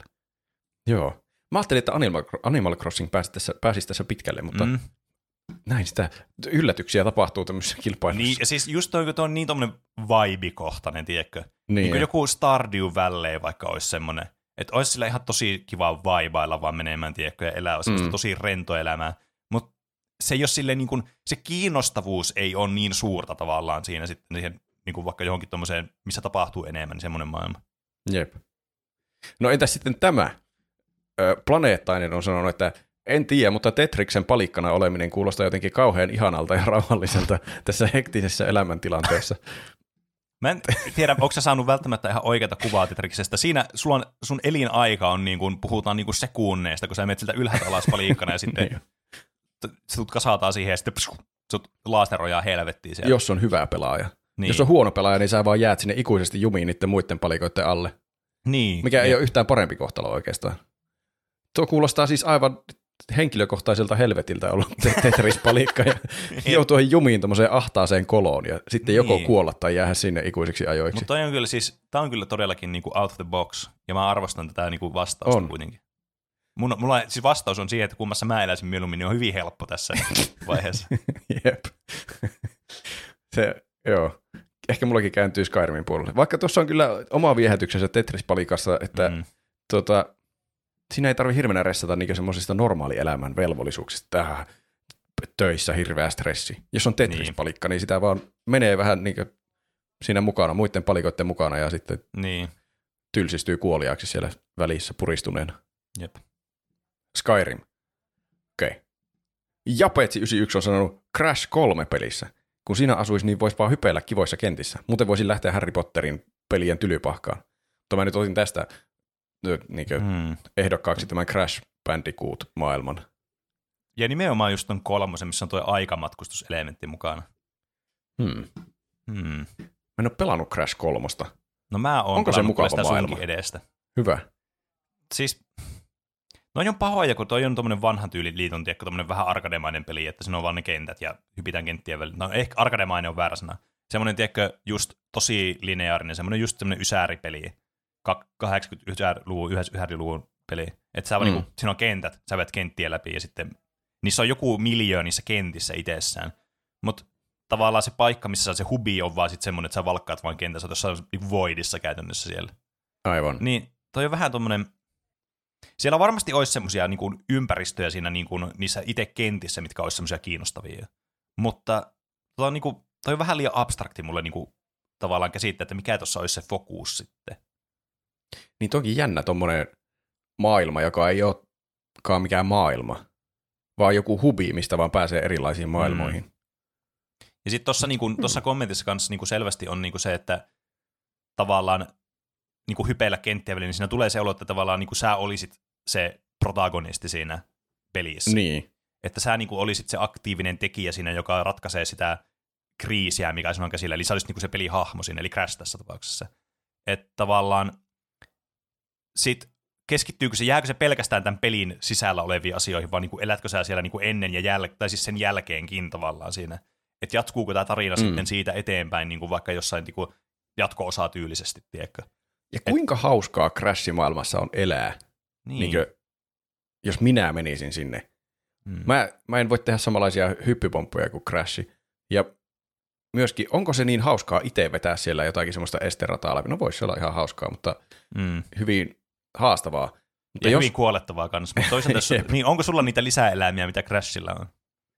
Joo. Mä ajattelin, että Animal, Animal Crossing pääsi tässä, pääsisi tässä pitkälle, mutta mm. näin sitä yllätyksiä tapahtuu tämmöisessä kilpailussa. Niin, ja siis just toi, toi on niin tommoinen vibe-kohtainen, tiedätkö? Niin. Niin kuin joku Stardew Valley vaikka olisi semmoinen, että olisi sillä ihan tosi kiva vaibailla vaan menemään, tiedätkö, ja elää mm. tosi rento elämää. Mutta se ei ole silleen niin kuin, se kiinnostavuus ei ole niin suurta tavallaan siinä sitten siihen, niin kuin vaikka johonkin tommoseen, missä tapahtuu enemmän, niin semmoinen maailma. Jep. No entäs sitten tämä? Ö, Planeettainen on sanonut, että en tiedä, mutta Tetriksen palikkana oleminen kuulostaa jotenkin kauhean ihanalta ja rauhalliselta tässä hektisessä elämäntilanteessa. Mä en tiedä, onko sä saanut välttämättä ihan oikeata kuvaa Tetriksestä. Siinä sulla on, sun elinaika on, niin kuin, puhutaan niin kuin sekunneista, kun sä menet siltä ylhäältä alas palikkana ja sitten niin. sut kasataan siihen ja sitten pshu, sut laasterojaa helvettiin siellä. Jos on hyvä pelaaja. Niin. Jos on huono pelaaja, niin sä vaan jäät sinne ikuisesti jumiin niiden muiden palikoiden alle. Niin. Mikä ei ja. ole yhtään parempi kohtalo oikeastaan. Tuo kuulostaa siis aivan henkilökohtaiselta helvetiltä olla Tetris-palikka ja joutua jumiin tommoseen ahtaaseen koloon ja sitten niin. joko kuolla tai jäädä sinne ikuisiksi ajoiksi. Mutta on kyllä siis, tää on kyllä todellakin niinku out of the box ja mä arvostan tätä niinku vastausta on. kuitenkin. Mun, mulla siis vastaus on siihen, että kummassa mä eläisin mieluummin, niin on hyvin helppo tässä vaiheessa. Jep. Se, joo. Ehkä mullakin kääntyy Skyrimin puolelle. Vaikka tuossa on kyllä oma viehätyksensä Tetris-palikassa, että mm. tuota, siinä ei tarvitse hirveänä ressata niin semmoisista normaalielämän velvollisuuksista. Tähän töissä hirveä stressi. Jos on Tetris-palikka, niin. niin sitä vaan menee vähän niin siinä mukana, muiden palikoiden mukana ja sitten niin. tylsistyy kuoliaaksi siellä välissä puristuneena. Jep. Skyrim. Okei. Okay. Japetsi yhdeksänkymmentäyksi on sanonut Crash kolme pelissä. Kun siinä asuisi, niin voisi vaan hypeillä kivoissa kentissä. Muuten voisin lähteä Harry Potterin pelien tylypahkaan. Mutta mä nyt otin tästä niin hmm. ehdokkaaksi tämän Crash Bandicoot-maailman. Ja nimenomaan just ton kolmosen, missä on tuo aikamatkustuselementti mukana. Hmm. Hmm. Mä en ole pelannut Crash kolmosta. No mä oon Onko se mukava maailma? Edestä. Hyvä. Siis, no on pahoja, kun toi on tommonen vanhan tyylin liiton, tiedätkö, tommonen vähän arkademainen peli, että siinä on vaan ne kentät ja hypitään kenttien välillä. No ehkä arkademainen on väärä sana. Semmoinen, tiedätkö, just tosi lineaarinen, semmoinen just semmoinen ysääripeli. kahdeksankymmentäluvun, yhdeksänkymmentäluvun peli. Että sä mm. niinku, siinä on kentät, sä vet kenttien läpi ja sitten niissä on joku miljöö niissä kentissä itsessään. Mutta tavallaan se paikka, missä se hubi on vaan sitten semmoinen, että sä valkkaat vaan kentässä, että jossain voidissa käytännössä siellä. Aivan. Niin toi on vähän tommonen, siellä varmasti olisi semmoisia niin kuin ympäristöjä siinä niin kuin niissä itse kentissä, mitkä olisi semmoisia kiinnostavia. Mutta toi on, niin kuin, toi on vähän liian abstrakti mulle niin kuin, tavallaan käsittää, että mikä tuossa olisi se fokus sitten. Niin toki jännä tommonen maailma, joka ei olekaan mikään maailma, vaan joku hubi, mistä vaan pääsee erilaisiin maailmoihin. Mm. Ja sitten tuossa niin kuin, kommentissa kanssa niin kuin selvästi on niin kuin se, että tavallaan niin kuin hypeillä kenttiä välillä, niin siinä tulee se olo, että tavallaan niin kuin sä olisit se protagonisti siinä pelissä. Niin. Että sä niin kuin olisit se aktiivinen tekijä siinä, joka ratkaisee sitä kriisiä, mikä sinun on käsillä. Eli sä olisit niin kuin se pelihahmo siinä, eli Crash tässä tapauksessa. Että tavallaan sit keskittyykö se, jääkö se pelkästään tämän pelin sisällä oleviin asioihin, vaan niin kuin elätkö sä siellä niin kuin ennen ja jäl- tai siis sen jälkeenkin tavallaan siinä. Että jatkuuko tämä tarina mm. sitten siitä eteenpäin, niin kuin vaikka jossain niin kuin jatko-osaa tyylisesti, tiedätkö? Ja kuinka Et... hauskaa Crash-maailmassa on elää, Niin. niin kuin, jos minä menisin sinne. Hmm. Mä, mä en voi tehdä samanlaisia hyppypomppuja kuin Crash. Ja myöskin, onko se niin hauskaa itse vetää siellä jotakin semmoista esterataa läpi? No voisi olla ihan hauskaa, mutta hmm. hyvin haastavaa. Mutta ja jos... hyvin kuolettavaa kanssa. Mutta toisaalta, jos, niin onko sulla niitä lisäeläimiä, mitä Crashilla on?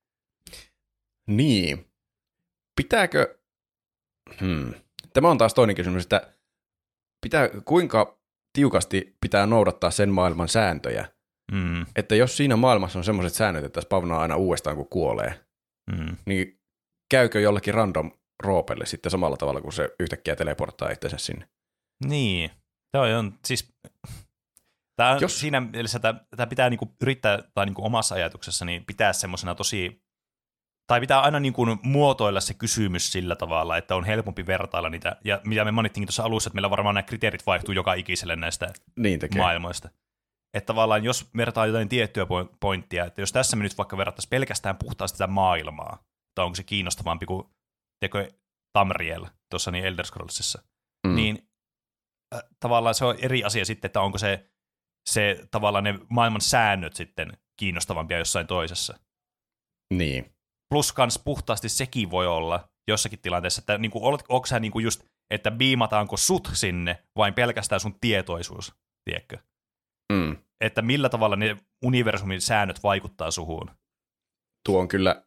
Niin. Pitääkö... Hmm. Tämä on taas toinen kysymys, että pitää, kuinka tiukasti pitää noudattaa sen maailman sääntöjä. Hmm. Että jos siinä maailmassa on semmoiset säännöt, että spawnaa aina uudestaan, kun kuolee, hmm. niin käykö jollekin random roopelle sitten samalla tavalla, kun se yhtäkkiä teleporttaa itsensä sinne? Niin. Toi on siis... Tämä on Jos... siinä mielessä, että tämä pitää niinku yrittää, tai niinku omassa ajatuksessa, niin pitää semmoisena tosi, tai pitää aina niinku muotoilla se kysymys sillä tavalla, että on helpompi vertailla niitä, ja mitä me mainittiinkin tuossa alussa, että meillä varmaan nämä kriteerit vaihtuu joka ikiselle näistä niin maailmoista. Että tavallaan jos vertaa jotain tiettyä pointtia, että jos tässä me nyt vaikka verrattaisiin pelkästään puhtaasti sitä maailmaa, tai onko se kiinnostavampi kuin teko Tamriel tuossa niin Elder Scrollsissa, mm. niin äh, tavallaan se on eri asia sitten, että onko se se tavallaan ne maailman säännöt sitten kiinnostavampia jossain toisessa. Niin. Plus kans puhtaasti sekin voi olla jossakin tilanteessa, että niinku, onko sä niinku just, että biimataanko sut sinne vain pelkästään sun tietoisuus, tiedätkö? Mm. Että millä tavalla ne universumin säännöt vaikuttaa suhun. Tuo on kyllä,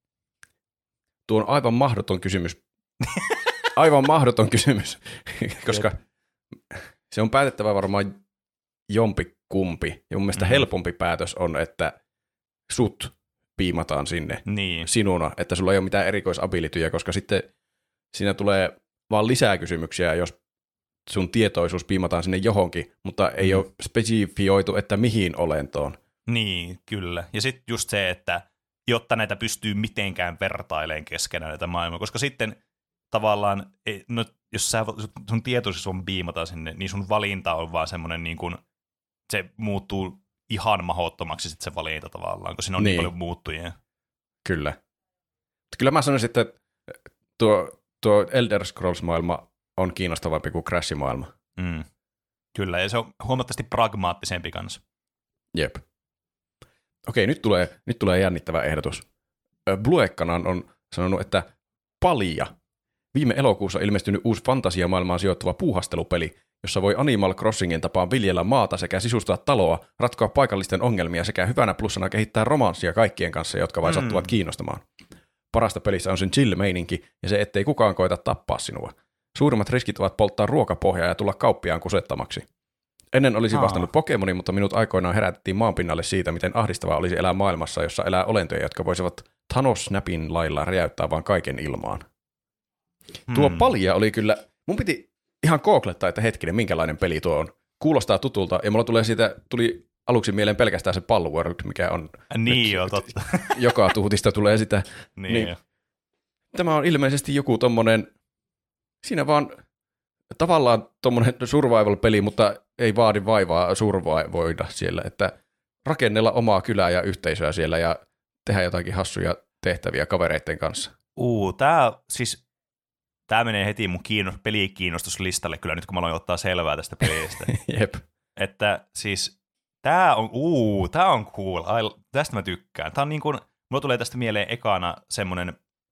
tuo on aivan mahdoton kysymys. Aivan mahdoton kysymys, koska se on päätettävä varmaan jompi kumpi. Ja mun mielestä mm-hmm. helpompi päätös on, että sut piimataan sinne niin. sinuna, että sulla ei ole mitään erikoisabilityjä, koska sitten siinä tulee vaan lisää kysymyksiä, jos sun tietoisuus piimataan sinne johonkin, mutta ei mm. ole spesifioitu, että mihin olentoon. Niin, kyllä. Ja sitten just se, että jotta näitä pystyy mitenkään vertailemaan keskenään näitä maailmaa, koska sitten tavallaan, no, jos sä, sun tietoisuus on biimata sinne, niin sun valinta on vaan semmoinen niin kuin, se muuttuu ihan mahdottomaksi sitten se valinta tavallaan, kun siinä on niin, niin paljon muuttujia. Kyllä. Kyllä mä sanoisin, että tuo, tuo Elder Scrolls-maailma on kiinnostavampi kuin Crash-maailma. Mm. Kyllä, ja se on huomattavasti pragmaattisempi kanssa. Jep. Okei, nyt tulee, nyt tulee jännittävä ehdotus. Bluekanan on sanonut, että Palia. Viime elokuussa ilmestynyt uusi fantasiamaailmaan sijoittuva puuhastelupeli, jossa voi Animal Crossingin tapaan viljellä maata sekä sisustaa taloa, ratkoa paikallisten ongelmia sekä hyvänä plussana kehittää romanssia kaikkien kanssa, jotka vain mm. sattuvat kiinnostamaan. Parasta pelissä on sen chill-meininki ja se, ettei kukaan koeta tappaa sinua. Suurimmat riskit ovat polttaa ruokapohjaa ja tulla kauppiaan kusettamaksi. Ennen olisin vastannut Pokemoni, mutta minut aikoinaan herätettiin maanpinnalle siitä, miten ahdistavaa olisi elää maailmassa, jossa elää olentoja, jotka voisivat Thanos Snapin lailla räjäyttää vaan kaiken ilmaan. Hmm. Tuo Palia oli kyllä, mun piti ihan googlettaa, että hetkinen, minkälainen peli tuo on. Kuulostaa tutulta, ja mulla tulee siitä, tuli aluksi mieleen pelkästään se Palworld, mikä on niin jo, totta. Joka tuutista tulee sitä. niin niin, tämä on ilmeisesti joku tommonen, siinä vaan tavallaan tommonen survival-peli, mutta ei vaadi vaivaa survivoida siellä, että rakennella omaa kylää ja yhteisöä siellä ja tehdä jotakin hassuja tehtäviä kavereiden kanssa. Uu, tää siis Tämä menee heti mun kiinno, pelikiinnostuslistalle kyllä nyt, kun mä aloin ottaa selvää tästä pelistä. Jep. Että siis tää on, uu, tää on cool, I, tästä mä tykkään. Tää on niin kuin, mulla tulee tästä mieleen ekana semmonen,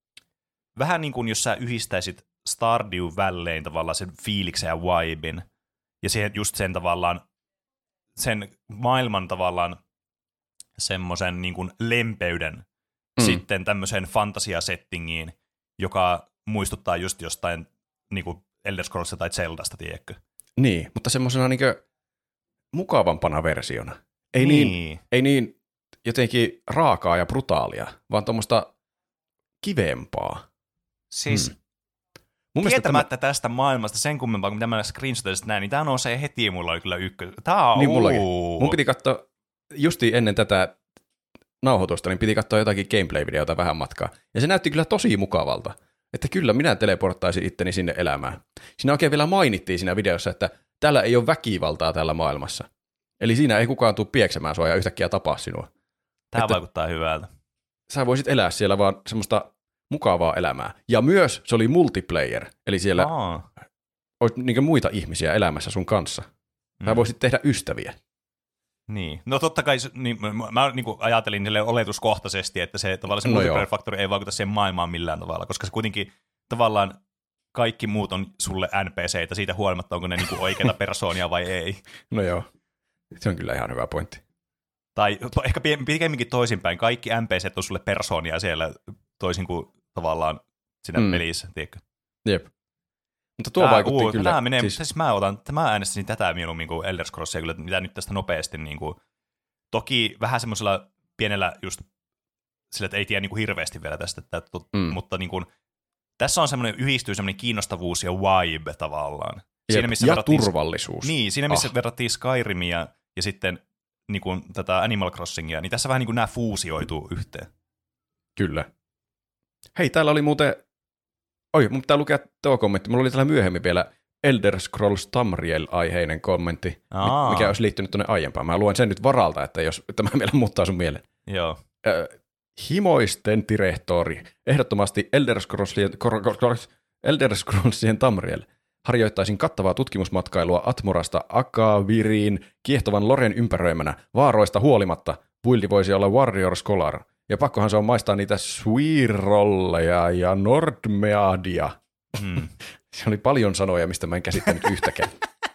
vähän niin kuin jos sä yhdistäisit Stardew Valleyn tavallaan sen fiiliksen ja vibin, ja siihen just sen tavallaan, sen maailman tavallaan semmoisen niin kuin lempeyden mm. sitten tämmöiseen fantasiasettingiin, joka muistuttaa just jostain niin kuin Elder Scrollsista tai Zeldasta, tiedätkö? Niin, mutta semmoisena niin mukavampana versiona. Ei niin. Niin, ei niin jotenkin raakaa ja brutaalia, vaan tuommoista kivempaa. Siis hmm. tietämättä tämä tästä maailmasta sen kummempaa, kuin mitä mä screenshotista näin, niin tämä nousee heti mulla oli kyllä ykkö. Tämä on niin mullakin. Mun piti katsoa, justiin ennen tätä nauhoitusta, niin piti katsoa jotakin gameplay-videota vähän matkaa. Ja se näytti kyllä tosi mukavalta. Että kyllä minä teleporttaisin itteni sinne elämään. Siinä oikein vielä mainittiin siinä videossa, että täällä ei ole väkivaltaa täällä maailmassa. Eli siinä ei kukaan tule pieksemään sua ja yhtäkkiä tapaa sinua. Tämä että vaikuttaa hyvältä. Sä voisit elää siellä vaan semmoista mukavaa elämää. Ja myös se oli multiplayer. Eli siellä Aa. olisi niin muita ihmisiä elämässä sun kanssa. Sä mm. voisit tehdä ystäviä. Niin. No totta kai, niin, mä, mä niin kuin ajattelin niille oletuskohtaisesti, että se tavallaan se no multiplayer-faktori ei vaikuta siihen maailmaan millään tavalla, koska se kuitenkin tavallaan kaikki muut on sulle N P C:itä siitä huolimatta, onko ne niin kuin oikeita persoonia vai ei. No joo, se on kyllä ihan hyvä pointti. Tai to, ehkä pikemminkin toisinpäin, kaikki N P C:t on sulle persoonia siellä toisin kuin tavallaan siinä mm. pelissä, tiedätkö? Jep. Mutta tuo Tää, vaikutti uu, kyllä. Tämä menee, siis... siis mä, otan, mä äänestäsin tätä mieluummin kuin Elder Scrollsia, kyllä, mitä nyt tästä nopeasti. Niin kuin, toki vähän semmoisella pienellä just sillä, että ei tiedä niin kuin hirveästi vielä tästä, että, mm. mutta niin kuin, tässä on semmoinen yhdistyy semmoinen kiinnostavuus ja vibe tavallaan. Siinä, missä ja turvallisuus. Niin, siinä missä ah. verrattiin Skyrimia ja sitten niin kuin, tätä Animal Crossingia, niin tässä vähän niin kuin nämä fuusioituu yhteen. Kyllä. Hei, täällä oli muuten... Oi, mun pitää lukea tuo kommentti. Mulla oli täällä myöhemmin vielä Elder Scrolls Tamriel-aiheinen kommentti, Aa. mikä olisi liittynyt tuonne aiempaan. Mä luen sen nyt varalta, että jos tämä vielä muuttaa sun mieleen. Joo. Äh, himoisten direhtori. Ehdottomasti Elder Scrollsien, Elder Scrollsien Tamriel. Harjoittaisin kattavaa tutkimusmatkailua Atmorasta Akaviriin kiehtovan Loren ympäröimänä. Vaaroista huolimatta buildi voisi olla Warrior Scholar. Ja pakkohan se on maistaa niitä Swirolleja ja Nordmeadia. Hmm. Se oli paljon sanoja, mistä mä en käsittänyt yhtäkään.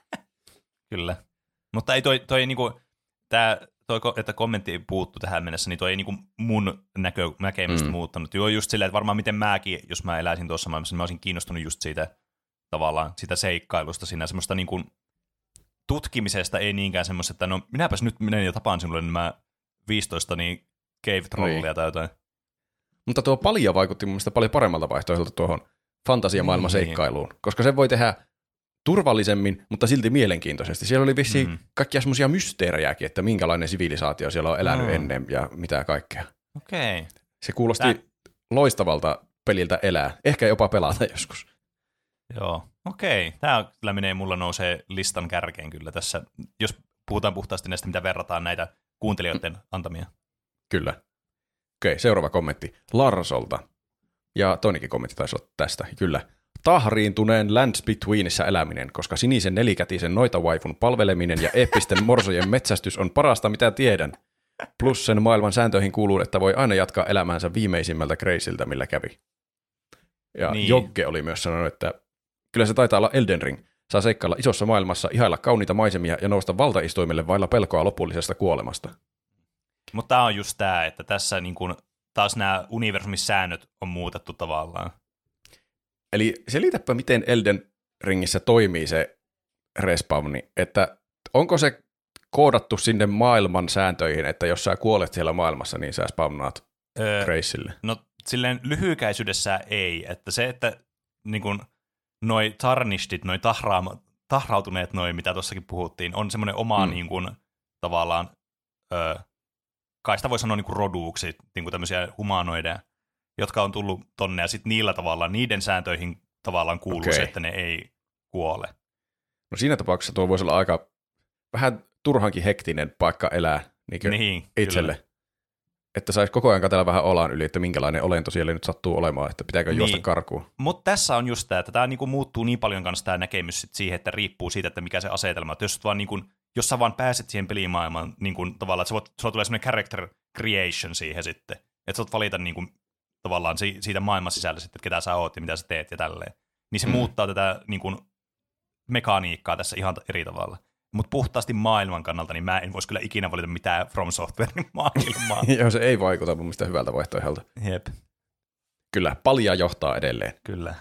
Kyllä. Mutta ei toi, toi niinku, tää, toi, että kommentti puuttu tähän mennessä, niin toi ei niinku mun näkö, näkemystä mm. muuttanut. Joo, just silleen, että varmaan miten mäkin, jos mä eläisin tuossa maailmassa, niin mä olisin kiinnostunut just siitä tavallaan, sitä seikkailusta siinä, semmoista niinku tutkimisesta, ei niinkään semmoista, että no minäpäs nyt menen ja tapaan sinulle nämä viisitoista niin cave-trollia tai jotain. Mutta tuo palja vaikutti mun mielestä paljon paremmalta vaihtoehdolta tuohon fantasiamaailman niin. seikkailuun, koska se voi tehdä turvallisemmin, mutta silti mielenkiintoisesti. Siellä oli vissiin mm. kaikkia semmoisia mysteerejäkin, että minkälainen sivilisaatio siellä on elänyt oh. ennen ja mitä kaikkea. Okei. Okay. Se kuulosti Tän... loistavalta peliltä elää. Ehkä jopa pelata joskus. Joo, okei. Okay. Tämä kyllä menee, mulla nousee listan kärkeen kyllä tässä, jos puhutaan puhtaasti näistä, mitä verrataan näitä kuuntelijoiden antamia. Kyllä. Okei, seuraava kommentti. Larsolta. Ja toinenkin kommentti taisi olla tästä. Kyllä. Tahriintuneen Lands Betweenissä eläminen, koska sinisen nelikätisen noitawaifun palveleminen ja eeppisten morsojen metsästys on parasta, mitä tiedän. Plus sen maailman sääntöihin kuuluu, että voi aina jatkaa elämäänsä viimeisimmältä kreisiltä, millä kävi. Ja niin. Jogge oli myös sanonut, että kyllä se taitaa olla Elden Ring. Saa seikkailla isossa maailmassa, ihailla kauniita maisemia ja nousta valtaistuimelle vailla pelkoa lopullisesta kuolemasta. Mutta tämä on just tämä, että tässä niin kun, taas nämä universumissäännöt on muutettu tavallaan. Eli selitäpä, miten Elden Ringissä toimii se respawni, että onko se koodattu sinne maailman sääntöihin, että jos sä kuolet siellä maailmassa, niin sä spawnaat öö, reissille? No silleen lyhykäisyydessä ei, että se, että niin kun, noi tarnishtit, noi tahraama, tahrautuneet, noi mitä tuossakin puhuttiin, on semmoinen oma mm. niin kun, tavallaan, öö, kai sitä voi sanoa niin kuin roduuksi, niin kuin tämmöisiä humanoideja, jotka on tullut tonne, ja sitten niillä tavalla, niiden sääntöihin tavallaan kuuluu okay. se, että ne ei kuole. No siinä tapauksessa tuo voisi olla aika vähän turhankin hektinen paikka elää niin niin, itselle. Kyllä. Että saisi koko ajan katsella vähän olan yli, että minkälainen olento siellä nyt sattuu olemaan, että pitääkö niin. juosta karkuun. Mutta tässä on just tämä, että tämä niinku muuttuu niin paljon kanssa tämä näkemys sit siihen, että riippuu siitä, että mikä se asetelma. Että jos, vaan niinku, jos sä vaan pääset siihen pelimaailmaan niinku, tavallaan, että sä voit, sulla tulee semmoinen character creation siihen sitten. Että sä voit valita niinku, tavallaan siitä maailman sisällä sitten, että ketä sä oot ja mitä sä teet ja tälleen. Niin se mm. muuttaa tätä niinku, mekaniikkaa tässä ihan eri tavalla. Mutta puhtaasti maailman kannalta, niin mä en voisi kyllä ikinä valita mitään From Softwarein maailmaa. Joo, se ei vaikuta mun mielestä hyvältä vaihtoehdolta. Jep. Kyllä, palja johtaa edelleen. Kyllä.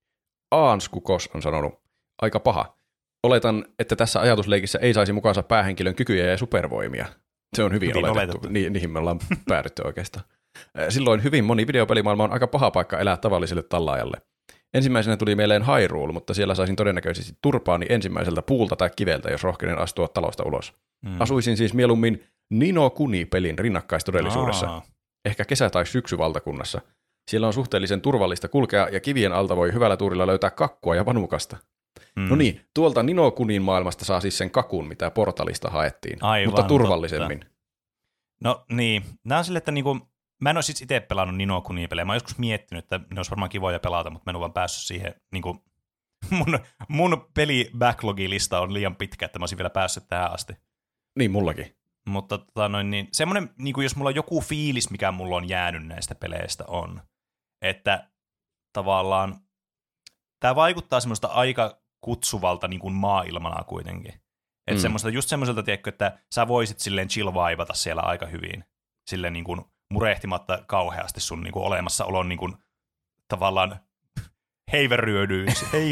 Aanskukos on sanonut, aika paha. Oletan, että tässä ajatusleikissä ei saisi mukaansa päähenkilön kykyjä ja supervoimia. Se on hyvin, hyvin oletettu. oletettu. Ni- niihin me ollaan päädytty oikeastaan. Silloin hyvin moni videopelimaailma on aika paha paikka elää tavalliselle tallaajalle. Ensimmäisenä tuli mieleen Hyrule, mutta siellä saisin todennäköisesti turpaani ensimmäiseltä puulta tai kiveltä, jos rohkenen astua talosta ulos. Mm. Asuisin siis mieluummin Nino Kuni-pelin rinnakkaistodellisuudessa. Aa. Ehkä kesä- tai syksyvaltakunnassa. Siellä on suhteellisen turvallista kulkea ja kivien alta voi hyvällä tuurilla löytää kakkua ja vanukasta. Mm. No niin, tuolta Nino Kunin maailmasta saa siis sen kakun, mitä portalista haettiin, aivan, mutta turvallisemmin. Totta. No niin, nämä on sille, että niinku, mä en ole siis itse pelannut Nino Kuni-pelejä. Mä oon joskus miettinyt, että ne olisi varmaan kivoja pelata, mutta mä en ole vaan päässyt siihen niinku, mun, mun peli-backlogilista on liian pitkä, että mä olisin vielä päässyt tähän asti. Niin, mullakin. Mutta tota noin, niin, semmoinen, niin kuin jos mulla on joku fiilis, mikä mulla on jäänyt näistä peleistä on, että tavallaan tämä vaikuttaa semmoista aika kutsuvalta niin kuin maailmana kuitenkin. Että mm. semmoista, just semmoiselta, tiedätkö, että sä voisit silleen chill-vaivata siellä aika hyvin. Silleen niin kuin murehtimatta kauheasti sun niin kuin olemassaolon niin kuin tavallaan heiveröidy,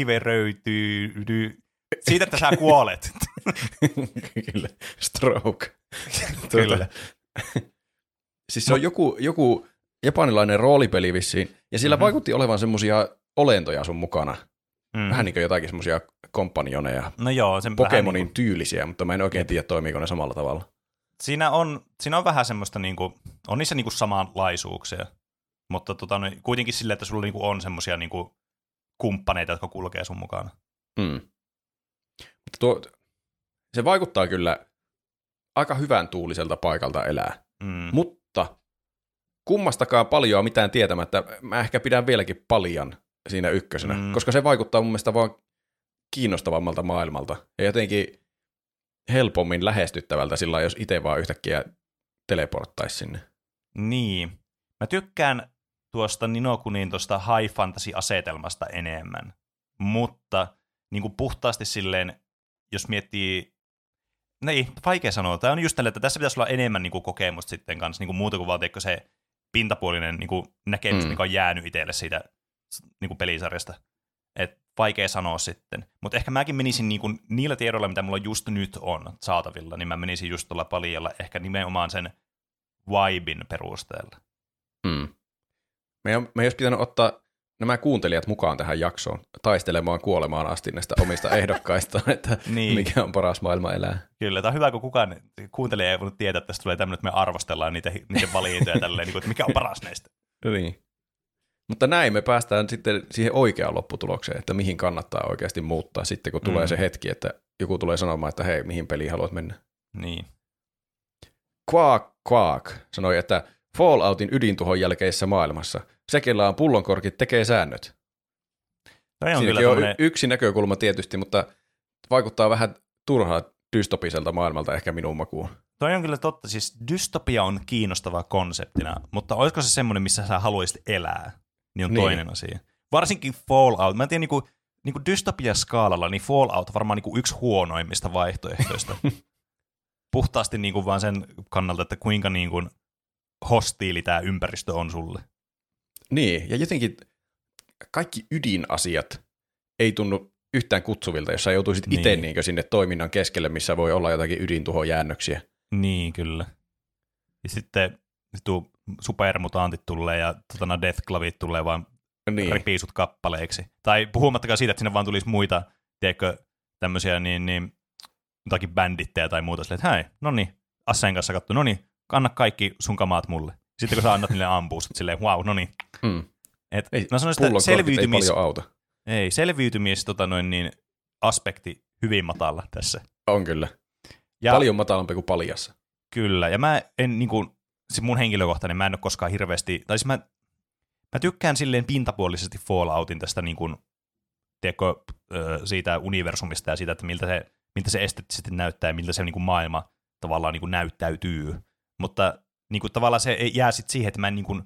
heiveröityy siitä, että sä kuolet. Kyllä, stroke. Kyllä. Siis se on joku, joku japanilainen roolipeli vissiin, ja sillä mm-hmm. vaikutti olevan semmosia olentoja sun mukana. Mm. Vähän niin kuin jotakin semmosia kompanjoneja. No joo, sen Pokemonin niin kuin tyylisiä, mutta mä en oikein tiedä, toimiiko ne samalla tavalla. Siinä on, siinä on vähän semmoista, niin kuin, on niissä niin kuin samanlaisuuksia, mutta tota, kuitenkin silleen, että sulla niin kuin on semmoisia niin kuin kumppaneita, jotka kulkee sun mukana. Mm. Mutta tuo, se vaikuttaa kyllä aika hyvän tuuliselta paikalta elää, Mm. mutta kummastakaan paljoa mitään tietämättä, mä ehkä pidän vieläkin paljan siinä ykkösenä, Mm. koska se vaikuttaa mun mielestä vaan kiinnostavammalta maailmalta ja jotenkin helpommin lähestyttävältä sillä jos itse vaan yhtäkkiä teleporttaisi sinne. Niin. Mä tykkään tuosta Ninokunin tuosta high fantasy-asetelmasta enemmän, mutta niin kuin puhtaasti silleen, jos miettii, no ei, vaikea sanoa, tämä on just tällä, että tässä pitäisi olla enemmän niin kuin kokemusta sitten kanssa, niin kuin muuta kuin vaan teikö se pintapuolinen niin kuin näkemys, mm. mikä on jäänyt itselle siitä niin kuin pelisarjasta. Et vaikea sanoa sitten. Mutta ehkä mäkin menisin niinku niillä tiedoilla, mitä mulla just nyt on saatavilla, niin mä menisin just tuolla paljalla ehkä nimenomaan sen vibin perusteella. Mm. Me, on, me ei olisi pitänyt ottaa nämä kuuntelijat mukaan tähän jaksoon taistelemaan kuolemaan asti näistä omista ehdokkaista, että niin. Mikä on paras maailma elää. Kyllä, tämä on hyvä, kun kukaan kuuntelija ei voinut tietää, että tästä tulee tämmöinen, että me arvostellaan niitä, niiden valintoja tälleen, että mikä on paras näistä. Niin. Mutta näin me päästään sitten siihen oikeaan lopputulokseen, että mihin kannattaa oikeasti muuttaa sitten, kun tulee mm. se hetki, että joku tulee sanomaan, että hei, mihin peliin haluat mennä. Niin. Quack Quack sanoi, että Falloutin ydintuhon jälkeisessä maailmassa se, kellä on pullonkorkit, tekee säännöt. On Siinäkin kyllä on tommonen yksi näkökulma tietysti, mutta vaikuttaa vähän turhaa dystopiselta maailmalta ehkä minun makuun. Toi on kyllä totta, siis dystopia on kiinnostava konseptina, mutta olisiko se semmoinen, missä sä haluaisit elää, niin on niin. Toinen asia. Varsinkin Fallout, mä en tiedä, niinku, niinku dystopia-skaalalla, niin Fallout on varmaan niinku yksi huonoimmista vaihtoehtoista. Puhtaasti niinku vaan sen kannalta, että kuinka niinku hostiili tämä ympäristö on sulle. Niin, ja jotenkin kaikki ydinasiat ei tunnu yhtään kutsuvilta, jos sä joutuisit niin. itse niin sinne toiminnan keskelle, missä voi olla jotakin ydintuhojäännöksiä. Niin, kyllä. Ja sitten tuu supermutantit tulee ja totana deathclavit tulee vaan niin. repii sut kappaleiksi. Tai puhumattakaan siitä, että sinne vaan tulisi muita, tiedätkö, tämmöisiä niin, niin jotakin bändittejä tai muuta. Silleen, että hei, no niin, asseen kanssa katso, no niin, anna kaikki sun kamaat mulle. Sitten kun sä annat niille ampuu, sut silleen, wow, no niin. Mm. Et, ei, mä sanoisin, että selviytymis... ei paljon auta. Ei, selviytymis tota noin, niin, aspekti hyvin matala tässä. On kyllä. Ja, paljon matalampi kuin paljassa. Kyllä, ja mä en niin kuin, siis mun henkilökohtainen, mä en ole koskaan hirveästi, tai siis mä, mä tykkään silleen pintapuolisesti Falloutin tästä niin kuin, tiedätkö, siitä universumista ja siitä, että miltä se, miltä se esteettisesti näyttää ja miltä se niin kuin maailma tavallaan niin kuin näyttäytyy. Mutta niin kuin, tavallaan se ei jää sitten siihen, että mä en niin kuin,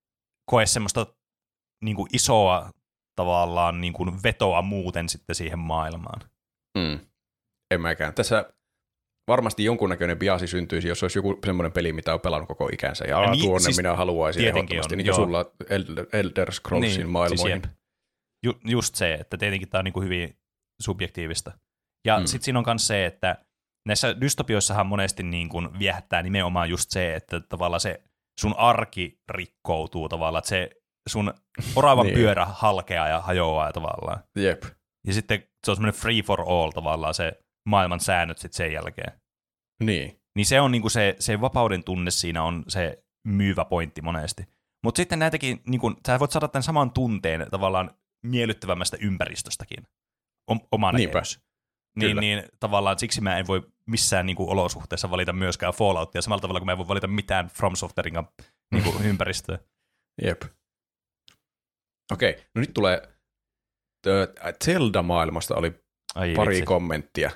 koe semmoista niin kuin isoa tavallaan niin kuin vetoa muuten sitten siihen maailmaan. Mm. En mäkään. Tässä varmasti jonkunnäköinen biasi syntyisi, jos olisi joku semmoinen peli, mitä on pelannut koko ikänsä. Ja, ja niin, tuonne siis minä haluaisin ehdottomasti, niin kuin sulla Elder Scrollsin niin, maailmoihin. Siis Ju, just se, että tietenkin tämä on niin kuin hyvin subjektiivista. Ja mm. sitten siinä on myös se, että näissä dystopioissahan monesti niin kuin viehättää nimenomaan just se, että tavallaan se sun arki rikkoutuu tavallaan, että se sun oravan niin. pyörä halkeaa ja hajoaa tavallaan. Jep. Ja sitten se on semmoinen free for all tavallaan se maailman säännöt sitten sen jälkeen. Niin. Niin se on niinku se, se vapauden tunne siinä on se myyvä pointti monesti. Mutta sitten näitäkin, niinku, sä voit saada tämän saman tunteen tavallaan miellyttävämmästä ympäristöstäkin. O- oma näkemys. Niin, niin tavallaan siksi mä en voi missään niinku olosuhteessa valita myöskään Falloutia, samalla tavalla kuin mä en voi valita mitään From Softwarein niinku ympäristöä. Jep. Okei, no nyt tulee Zelda-maailmasta oli Ai pari vitsi. kommenttia.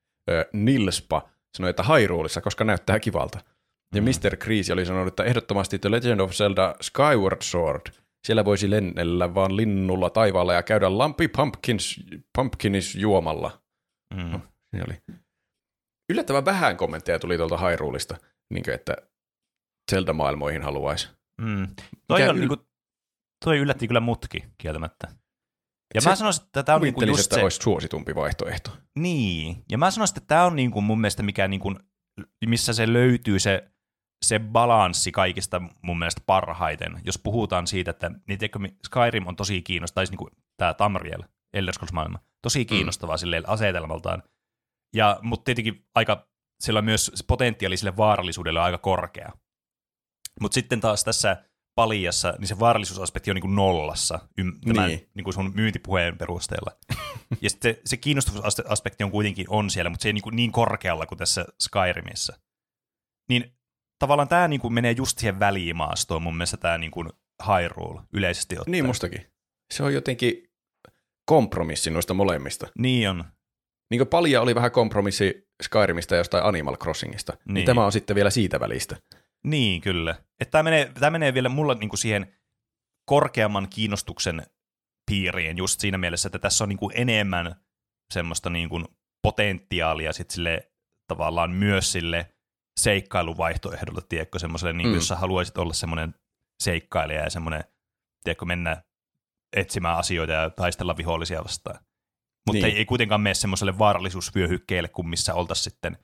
Nilspa sanoi, että Hyruleissa, koska näyttää kivalta. Ja Mm. mister Kreese oli sanonut, että ehdottomasti The Legend of Zelda Skyward Sword. Siellä voisi lennellä vaan linnulla taivaalla ja käydä lampi pumpkins, pumpkinis juomalla. Mm. No, siinä oli. Yllättävän vähän kommentteja tuli tuolta Hyrulesta, niin kuin, että Zelda-maailmoihin haluaisi. Mm. Toi, Mikä on, yl- niinku, toi yllätti kyllä mutki kieltämättä. Ja mä sanoisin, että tämä on niinku Kuvittelisin, just että se... olisi suositumpi vaihtoehto. Niin, ja mä sanoisin, että tämä on niinku mun mielestä mikä niinku, missä se löytyy se, se balanssi kaikista mun mielestä parhaiten. Jos puhutaan siitä, että niin teikö, Skyrim on tosi kiinnostava, tai niinku tämä Tamriel, Elder Scrolls-maailma, tosi kiinnostavaa mm. silleen asetelmaltaan. Ja, mutta tietenkin aika, sillä on myös potentiaali sille vaarallisuudelle aika korkea. Mutta sitten taas tässä Paljassa, niin se vaarallisuusaspekti on niin kuin nollassa ym, tämän Niin. niin kuin sun myyntipuheen perusteella. Ja sitten se, se kiinnostavuusaspekti on kuitenkin on siellä, mutta se ei niin, kuin niin korkealla kuin tässä Skyrimissä. Niin tavallaan tämä niin kuin menee just siihen välimaastoon mun mielestä tämä niin kuin Hyrule yleisesti ottaen. Niin mustakin. Se on jotenkin kompromissi noista molemmista. Niin on. Niin kuin Palja oli vähän kompromissi Skyrimistä ja jostain Animal Crossingista, niin, Niin. niin tämä on sitten vielä siitä välistä. Niin, kyllä. Että tämä menee, tämä menee vielä mulla niinku siihen korkeamman kiinnostuksen piiriin just siinä mielessä, että tässä on niinku enemmän semmoista niinku potentiaalia sit sille, tavallaan myös sille seikkailuvaihtoehdolle, tiedätkö, semmoiselle, niinku, Mm. jos sä haluaisit olla semmoinen seikkailija ja semmoinen, tiedätkö, mennä etsimään asioita ja taistella vihollisia vastaan. Mutta Niin. ei, ei kuitenkaan mene semmoiselle vaarallisuusvyöhykkeelle, kuin missä oltaisiin sitten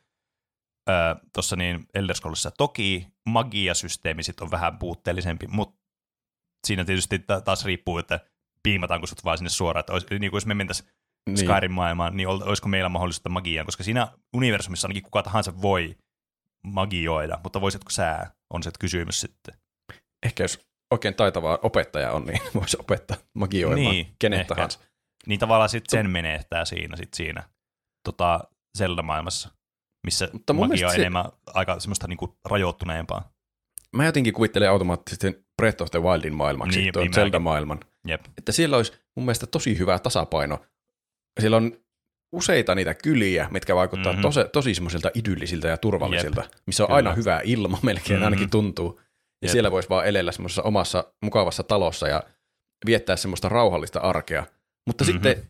tuossa niin Elder Scrollsissa. Toki magiasysteemi sit on vähän puutteellisempi, mutta siinä tietysti taas riippuu, että piimataanko sut vaan sinne suoraan. Että olisi, niin kuin jos me mentäisiin Niin. Skyrim-maailmaan, niin olisiko meillä mahdollisuutta magiaan, koska siinä universumissa ainakin kuka tahansa voi magioida, mutta voisitko sä, on se kysymys sitten. Ehkä jos oikein taitava opettaja on, niin voisi opettaa magioimaan Niin, kenet ehkä. tahansa. Niin tavallaan sitten sen menettää siinä, sit siinä tota Zelda-maailmassa, missä Mutta mun magia on mielestä se- enemmän aika semmoista niinku rajoittuneempaa. Mä jotenkin kuvittelen automaattisesti Breath of the Wildin maailmaksi, Niin, niin, tuon niin Zelda-maailman. Jep. Että siellä olisi mun mielestä tosi hyvä tasapaino. Siellä on useita niitä kyliä, mitkä vaikuttaa Mhm. mm-hmm. tosi, tosi semmoisilta idyllisiltä ja turvallisilta, Jep. missä on Kyllä. aina hyvä ilma melkein, Mhm. ainakin tuntuu. Ja Jep. siellä voisi vaan elellä semmoisessa omassa mukavassa talossa ja viettää semmoista rauhallista arkea. Mutta Mhm. sitten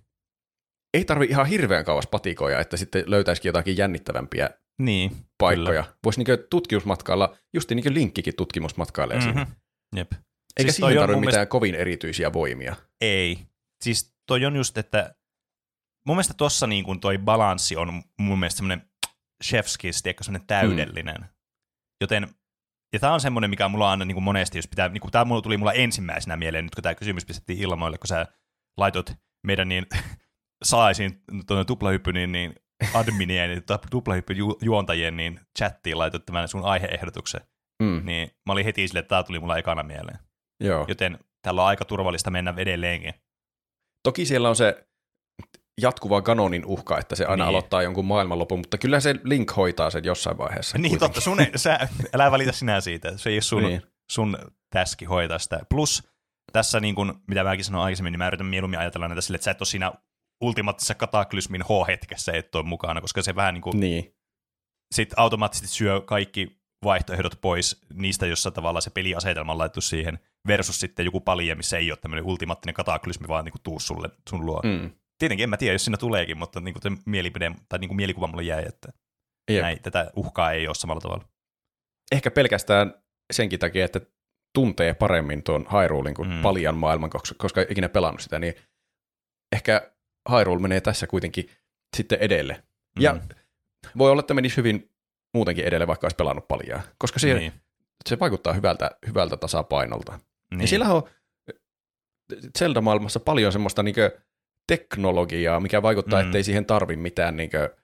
ei tarvi ihan hirveän kauas patikoja, että sitten löytäisikin jotakin jännittävämpiä Niin, paikkoja. Voisi niinku tutkimusmatkailla, justi niin kuin Linkkikin tutkimusmatkailee Mhm. siinä. Jep. Eikä Siis toi siihen on tarvitse mun mitään mielestä- kovin erityisiä voimia. Ei. Siis toi on just, että mun mielestä tossa niin kuin toi balanssi on mun mielestä semmoinen chef's kiss, tiedätkö, semmoinen täydellinen. Mm. Joten, ja tää on semmoinen, mikä mulla on aina niin kuin monesti, jos pitää, niin kuin tää mulla tuli mulla ensimmäisenä mieleen, nyt kun tää kysymys pistettiin ilmoille, kun sä laitoit meidän niin salaisin tuonne tuplahyppy, niin, niin adminien ja tuplahyppy ju- juontajien niin chattiin laitoit tämän sun aiheehdotuksen, Mm. niin mä olin heti sille, että tää tuli mulla ekana mieleen. Joo. Joten tällä on aika turvallista mennä edelleenkin. Toki siellä on se jatkuva kanonin uhka, että se aina Niin. aloittaa jonkun maailmanlopun, mutta kyllä se Link hoitaa sen jossain vaiheessa. Niin kuitenkin. totta, sun ei, sä, älä välitä sinä siitä, se ei ole sun, Niin. sun täski hoitaa sitä. Plus tässä, niin kun, mitä mäkin sanoin aikaisemmin, niin mä yritän mieluummin ajatella näitä sille, että sä et ole siinä ultimaattisessa kataklysmin H-hetkessä et ole mukana, koska se vähän niin kuin Niin. sit automaattisesti syö kaikki vaihtoehdot pois niistä, jossa tavallaan se peliasetelma on laittu siihen, versus sitten joku palje, missä ei ole tämmöinen ultimaattinen kataklysmi, vaan niin kuin tuu sulle, sun luo. Mm. Tietenkin en mä tiedä, jos siinä tuleekin, mutta niin kuin mielipide, tai niin kuin mielikuva mulle jäi, että Jep. näin, tätä uhkaa ei ole samalla tavalla. Ehkä pelkästään senkin takia, että tuntee paremmin tuon Hyrulein kuin Mm. mm. Paljan maailman, koska, koska ei ikinä pelannut sitä, niin ehkä Hyrule menee tässä kuitenkin sitten edelle. Ja Mm. voi olla, että menisi hyvin muutenkin edelle, vaikka olisi pelannut Paljaa, koska se, Niin. se vaikuttaa hyvältä, hyvältä tasapainolta. Niin. Ja siellä on Zelda-maailmassa paljon semmoista niinkö teknologiaa, mikä vaikuttaa, Mm. mm. ettei siihen tarvi mitään niinkö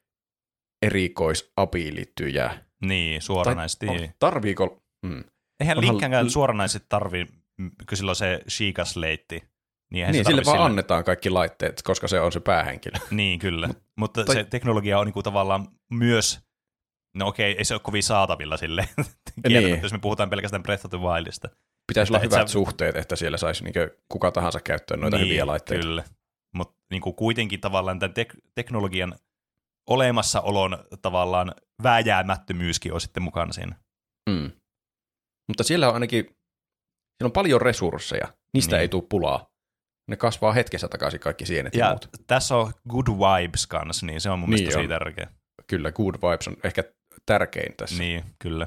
erikoisabilityjä. Niin, suoranaisesti. Tai on- tarviiko? Mm. Eihän onhan- Linkkäänkään suoranaisesti tarvii, kun sillä on se Sheikah-sleitti. Niin, eihän Niin, se sille tarvi vaan sillä... annetaan kaikki laitteet, koska se on se päähenkilö. Niin, kyllä. Mutta tai- se teknologia on niinku tavallaan myös, no okei, ei se ole kovin saatavilla sille, Niin. jos me puhutaan pelkästään Breath of the Wildista. Pitäisi olla Että et hyvät sä- suhteet, että siellä saisi niinkö kuka tahansa käyttöön noita niin, hyviä laitteita. Kyllä, mutta niin kuin kuitenkin tavallaan tämän tek- teknologian olemassaolon tavallaan vääjäämättömyyskin on sitten mukana siinä. Mm. Mutta siellä on ainakin, siellä on paljon resursseja, niistä niin. ei tule pulaa. Ne kasvaa hetkessä takaisin kaikki sienet ja, ja muut. Tässä on good vibes kanssa, niin se on mun niin mielestä tosi tärkeä. Kyllä, good vibes on ehkä tärkein tässä. Niin, kyllä.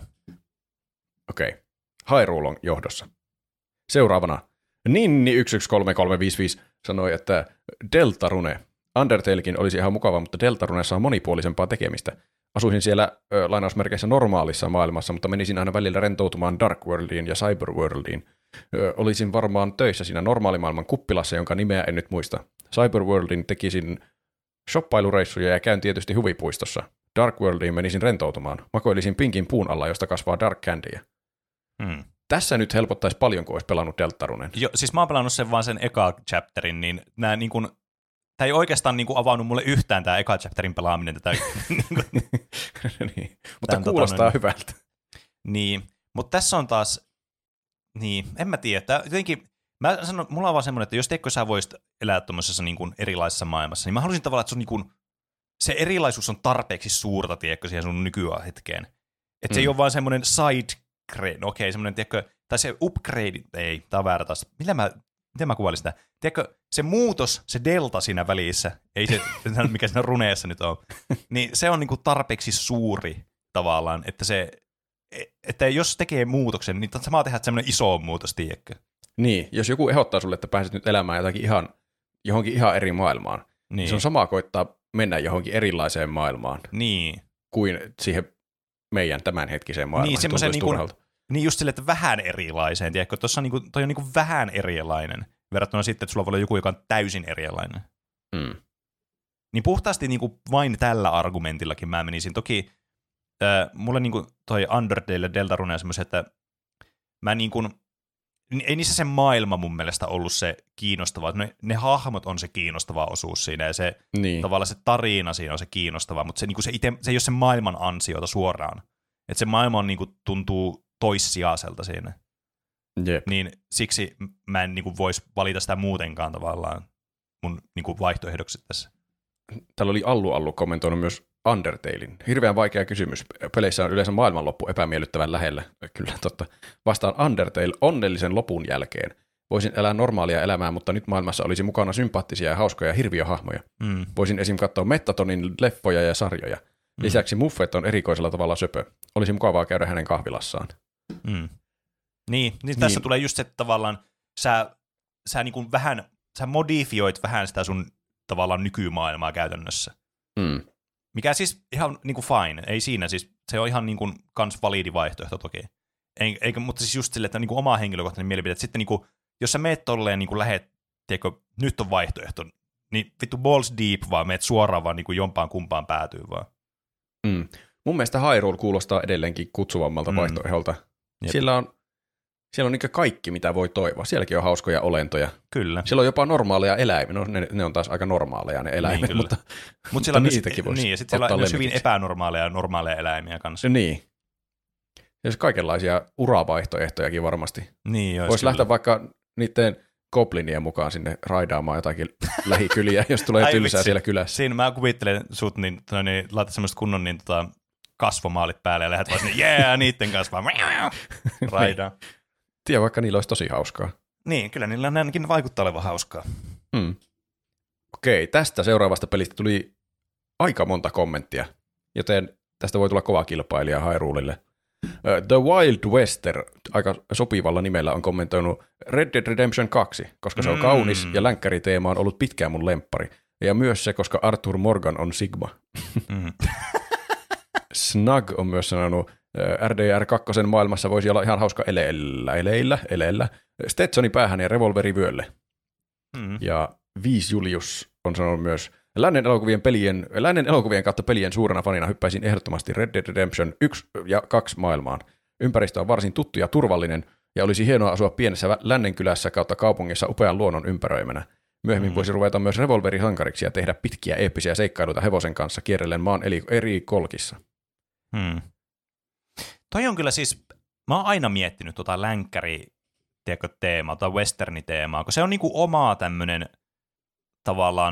Okei, okay. Hyrule on johdossa. Seuraavana Ninni yksi yksi kolme kolme viisi viisi sanoi, että Deltarune. Undertalekin olisi ihan mukava, mutta Deltaruneessa on monipuolisempaa tekemistä. Asuisin siellä ö, lainausmerkeissä normaalissa maailmassa, mutta menisin aina välillä rentoutumaan Dark Worldiin ja Cyberworldiin. Ö, olisin varmaan töissä siinä normaalimaailman kuppilassa, jonka nimeä en nyt muista. Cyberworldin tekisin shoppailureissuja ja käyn tietysti huvipuistossa. Dark Worldiin menisin rentoutumaan. Makoilisin pinkin puun alla, josta kasvaa Dark Candyä. Hmm. Tässä nyt helpottaisi paljon, kun olisi pelannut Deltarunen. Jo, siis mä oon pelannut sen vaan sen eka chapterin, niin nämä niin kuin tämä ei oikeastaan niin kuin avannut mulle yhtään tämä eka chapterin pelaaminen. Tätä, niin kuin, niin. Mutta kuulostaa tota, hyvältä. Niin, mutta tässä on taas, niin, en mä tiedä. Tää, jotenkin, mä sanon, mulla on vaan semmoinen, että jos teikö sä voisit elää tuommoisessa niin kuin erilaisessa maailmassa, niin mä haluaisin tavallaan, että sun, niin kuin, se erilaisuus on tarpeeksi suurta, tiedätkö, siihen sun nykyään hetkeen. Että mm. se ei ole vaan semmoinen side, no okei, okay, semmoinen, tiedätkö, tai se upgrade, ei, tää on väärä taas. Millä mä, miten mä kuvailin sitä? Tiedätkö, se muutos, se delta siinä välissä, ei se, mikä siinä runeessa nyt on, niin se on niinku tarpeeksi suuri tavallaan, että se, että jos tekee muutoksen, niin samaa tehdä semmoinen iso muutos, tiedätkö? Niin, jos joku ehdottaa sulle, että pääset nyt elämään jotakin ihan, johonkin ihan eri maailmaan, niin se on sama koittaa mennä johonkin erilaiseen maailmaan niin. kuin siihen meidän tämänhetkiseen maailmaan. Niin, semmoisen niin, niin just sille, että vähän erilaiseen, tiedätkö? Tuossa on, niin kuin, toi on niin kuin vähän erilainen, verrattuna sitten, että sulla voi olla joku, joka on täysin erilainen. Mm. Niin puhtaasti niin kuin vain tällä argumentillakin mä menisin. Toki äh, mulle niin kuin toi Undertale ja Deltarune on semmoisen, että mä niin kuin, ei niissä se maailma mun mielestä ollut se kiinnostava. Ne, ne hahmot on se kiinnostava osuus siinä ja se niin. tavallaan se tarina siinä on se kiinnostava, mutta se, niin kuin se, ite, se ei ole se maailman ansiota suoraan. Että se maailma on, niin kuin, tuntuu toissijaiselta siinä. Jep. Niin siksi mä en niin kuin, voisi valita sitä muutenkaan tavallaan mun niin kuin, vaihtoehdoksi tässä. Täällä oli Allu Allu kommentoinut myös Undertalein. Hirveän vaikea kysymys. Peleissä on yleensä maailmanloppu epämiellyttävän lähellä. Kyllä, totta. Vastaan Undertale onnellisen lopun jälkeen. Voisin elää normaalia elämää, mutta nyt maailmassa olisi mukana sympaattisia ja hauskoja hirviöhahmoja. Mm. Voisin esim. Katsoa Metatonin leffoja ja sarjoja. Mm. Lisäksi Muffet on erikoisella tavalla söpö. Olisi mukavaa käydä hänen kahvilassaan. Mm. Niin, niin tässä niin. tulee just se, että tavallaan sä, sä, niin kuin vähän, sä modifioit vähän sitä sun tavallaan nykymaailmaa käytännössä. Mm. Mikä siis ihan niin kuin fine, ei siinä siis, se on ihan niin kuin kans validi vaihtoehto toki. Eikä, mutta siis just silleen, että niin kuin oma henkilökohtainen mielipide, että sitten niin kuin, jos sä meet tolleen niin kuin lähet, tiedätkö, nyt on vaihtoehto, niin vittu balls deep vaan, meet suoraan vaan niin kuin jompaan kumpaan päätyy vaan. Mm. Mun mielestä Hyrule kuulostaa edelleenkin kutsuvammalta mm. vaihtoehdolta. Jep. Siellä on, siellä on niin kaikki, mitä voi toivoa. Sielläkin on hauskoja olentoja. Kyllä. Siellä on jopa normaaleja eläimiä. No ne, ne on taas aika normaaleja ne eläimet, niin, mutta, Mut siellä mutta niitäkin voisi Niin, ja sitten siellä on myös hyvin epänormaaleja ja normaaleja eläimiä kanssa. Niin. Ja kaikenlaisia uravaihtoehtojakin varmasti. Niin, joo. Voisi lähteä vaikka niiden goblinien mukaan sinne raidaamaan jotakin lähikyliä, jos tulee tylsää vitsi. Siellä kylässä. Siinä mä kuvittelen sut, niin, niin laitat semmoista kunnon niin, tota, kasvomaalit päälle ja lähdet vaan sinne, jee, yeah, niitten kanssa vaan raidaan. Tiedä, vaikka niillä olisi tosi hauskaa. Niin, kyllä niillä ainakin vaikuttaa olevan hauskaa. Hmm. Okei, tästä seuraavasta pelistä tuli aika monta kommenttia, joten tästä voi tulla kova kilpailija Hyrulelle. The Wild Wester, aika sopivalla nimellä, on kommentoinut Red Dead Redemption kaksi, koska se on mm. kaunis ja länkkäriteema on ollut pitkään mun lemppari. Ja myös se, koska Arthur Morgan on Sigma. Mm. Snug on myös sanonut, R D R kaksi maailmassa voisi olla ihan hauska eleillä, eleillä, eleillä, Stetsoni päähän ja revolveri vyölle. Mm. Ja Viis Julius on sanonut myös, Lännen elokuvien, pelien, lännen elokuvien kautta pelien suurena fanina hyppäisin ehdottomasti Red Dead Redemption yksi ja kaksi maailmaan. Ympäristö on varsin tuttu ja turvallinen, ja olisi hienoa asua pienessä lännen kylässä kautta kaupungissa upean luonnon ympäröimänä. Myöhemmin mm. voisi ruveta myös revolverisankariksi ja tehdä pitkiä eeppisiä seikkailuita hevosen kanssa kierrellen maan eri kolkissa. Hmm. Toi on kyllä siis, mä oon aina miettinyt tota länkkäri teemaa tai westerniteemaa, kun se on niinku omaa tämmönen tavallaan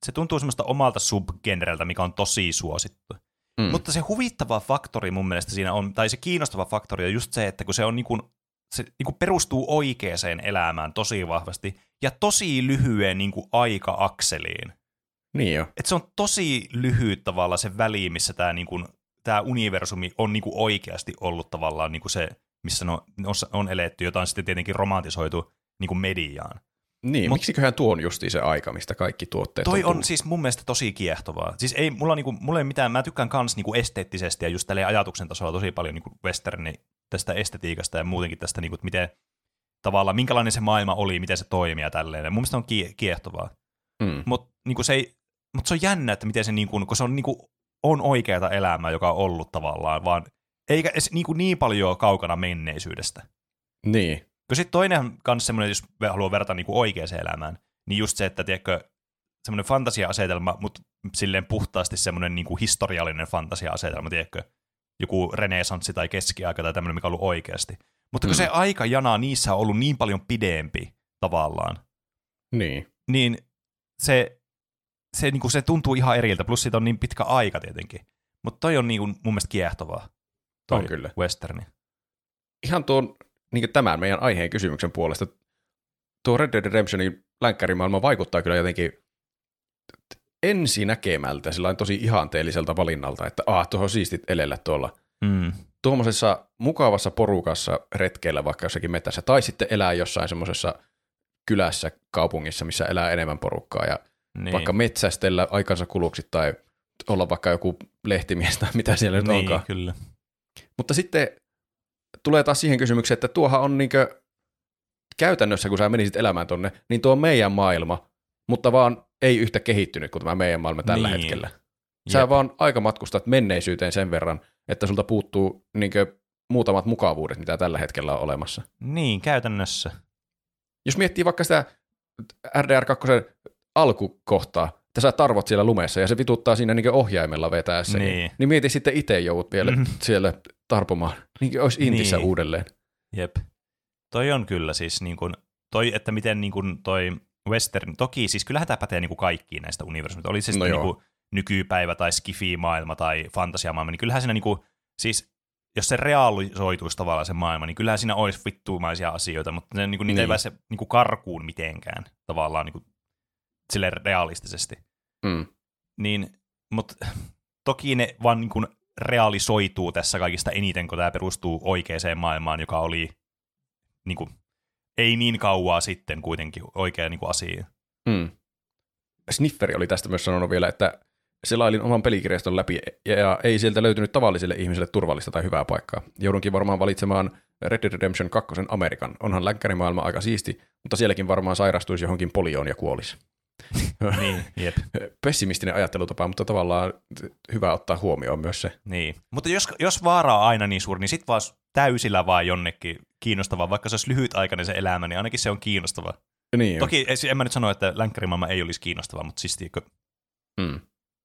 se tuntuu semmoista omalta subgenreltä, mikä on tosi suosittu. Mm. Mutta se huvittava faktori mun mielestä siinä on, tai se kiinnostava faktori on just se, että kun se on niin kuin, se niin kuin perustuu oikeaan elämään tosi vahvasti ja tosi lyhyen niin kuin aika-akseliin. Niin jo. Et se on tosi lyhyt tavalla se väli, missä tämä niin kuin, tämä universumi on niin kuin oikeasti ollut tavallaan niin kuin se, missä on, on eletty, jota on sitten tietenkin romantisoitu niin kuin mediaan. Niin, Mut, miksiköhän tuo on justiin se aika, mistä kaikki tuotteet toi on on siis mun mielestä tosi kiehtovaa. Siis ei, mulla, niinku, mulla ei mitään, mä tykkään kans niinku esteettisesti ja just tälleen ajatuksen tasolla tosi paljon niinku westerni tästä estetiikasta ja muutenkin tästä, niinku, että miten tavallaan, minkälainen se maailma oli, miten se toimii ja tälleen. Ja mun mielestä on kie, kiehtovaa. Mm. Mutta niinku se, mut se on jännä, että miten se, niinku, kun se on, niinku, on oikeata elämää, joka on ollut tavallaan, vaan eikä edes niinku niin paljon kaukana menneisyydestä. Niin. Kun sitten toinen kanssa semmoinen, jos haluaa verrata niinku oikeaan elämään, niin just se, että tiedätkö, semmoinen fantasia-asetelma, mutta silleen puhtaasti semmoinen niinku historiallinen fantasia-asetelma, tiedätkö, joku renesanssi tai keskiaika tai tämmöinen, mikä on ollut oikeasti. Mutta kun mm. se aikajana niissä on ollut niin paljon pidempi tavallaan, niin, niin se, se, niinku, se tuntuu ihan eriltä, plus siitä on niin pitkä aika tietenkin. Mutta toi on niinku mun mielestä kiehtovaa, toi on kyllä. westerni. Ihan tuon niin tämän meidän aiheen kysymyksen puolesta, tuo Red Dead Redemptionin länkkärimaailma vaikuttaa kyllä jotenkin ensinäkemältä sellainen tosi ihanteelliselta valinnalta, että aah, tuohon siistit elellä tuolla. Mm. Tuommoisessa mukavassa porukassa retkeillä vaikka jossakin metässä, tai sitten elää jossain semmoisessa kylässä, kaupungissa, missä elää enemmän porukkaa, ja niin. vaikka metsästellä aikansa kuluksi, tai olla vaikka joku lehtimies tai mitä siellä nyt niin, onkaan. Kyllä. Mutta sitten tulee taas siihen kysymykseen, että tuohan on niinkö käytännössä, kun sä menisit elämään tonne, niin tuo on meidän maailma, mutta vaan ei yhtä kehittynyt kuin tämä meidän maailma tällä niin. hetkellä. Sä Jep. vaan aikamatkustat menneisyyteen sen verran, että sulta puuttuu niinkö muutamat mukavuudet, mitä tällä hetkellä on olemassa. Niin, käytännössä. Jos miettii vaikka sitä R D R kaksi alkukohtaa, että sä tarvot siellä lumessa ja se vituttaa siinä niinkö ohjaimella vetäessä, niin, niin, niin mieti sitten itse joudut vielä mm. siellä tarpomaan, niin kuin olisi intissä niin. uudelleen. Jep. Toi on kyllä siis, niin kuin, toi, että miten niin kuin toi western, toki siis kyllähän tämä pätee niin kuin kaikkiin näistä universumista, oli se sitten no niin kuin nykypäivä tai skifi-maailma tai fantasiamaailma, niin kyllähän siinä niin kuin, siis jos se realisoituisi tavallaan se maailma, niin kyllähän siinä olisi vittuumaisia asioita, mutta se, niin kuin, niitä niin. ei pääse niin kuin karkuun mitenkään tavallaan niin kuin, silleen realistisesti. Mm. Niin, mutta toki ne vaan niin kuin realisoituu tässä kaikista eniten, kun tämä perustuu oikeaan maailmaan, joka oli niin kuin, ei niin kauaa sitten kuitenkin oikea niin kuin asia. Mm. Snifferi oli tästä myös sanonut vielä, että selailin oman pelikirjaston läpi ja ei sieltä löytynyt tavallisille ihmisille turvallista tai hyvää paikkaa. Joudunkin varmaan valitsemaan Red Dead Redemption kaksi Amerikan. Onhan länkkärimaailma aika siisti, mutta sielläkin varmaan sairastuisi johonkin polioon ja kuolisi. Niin, jep. Pessimistinen ajattelutapa, mutta tavallaan hyvä ottaa huomioon myös se. Niin, mutta jos, jos vaara on aina niin suuri, niin sitten vaan täysillä vaan jonnekin kiinnostavaa, vaikka se olisi lyhytaikainen se elämä, niin ainakin se on kiinnostavaa. Niin Toki en mä nyt sano, että länkkärimaailma ei olisi kiinnostavaa, mutta siis tiedätkö. Hmm.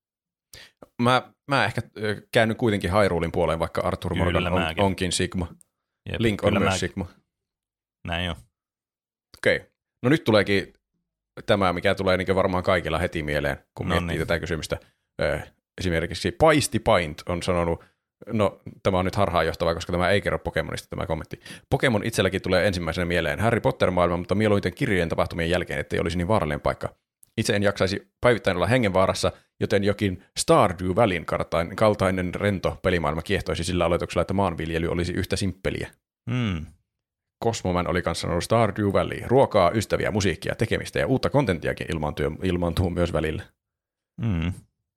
Mä, mä ehkä käännyn kuitenkin Hyrulein puoleen, vaikka Arthur Morgan on, onkin Sigma. Jep, Link on myös mäkin. Sigma. Näin on. Okei, okay. No nyt tuleekin tämä, mikä tulee niin varmaan kaikilla heti mieleen, kun no miettii niin. tätä kysymystä. Esimerkiksi Paisti Paint on sanonut, no tämä on nyt harhaanjohtavaa, koska tämä ei kerro Pokemonista tämä kommentti. Pokemon itselläkin tulee ensimmäisenä mieleen Harry Potter-maailma, mutta mieluiten kirjojen tapahtumien jälkeen, ettei olisi niin vaarallinen paikka. Itse en jaksaisi päivittäin olla hengenvaarassa, joten jokin Stardew Valleyn kaltainen rento pelimaailma kiehtoisi sillä oletuksella, että maanviljely olisi yhtä simppeliä. Mm. Cosmoman oli kanssa sanonut Stardew Valley. Ruokaa, ystäviä, musiikkia, tekemistä ja uutta kontenttiakin ilmaantuu, ilmaantuu myös välillä. Mm.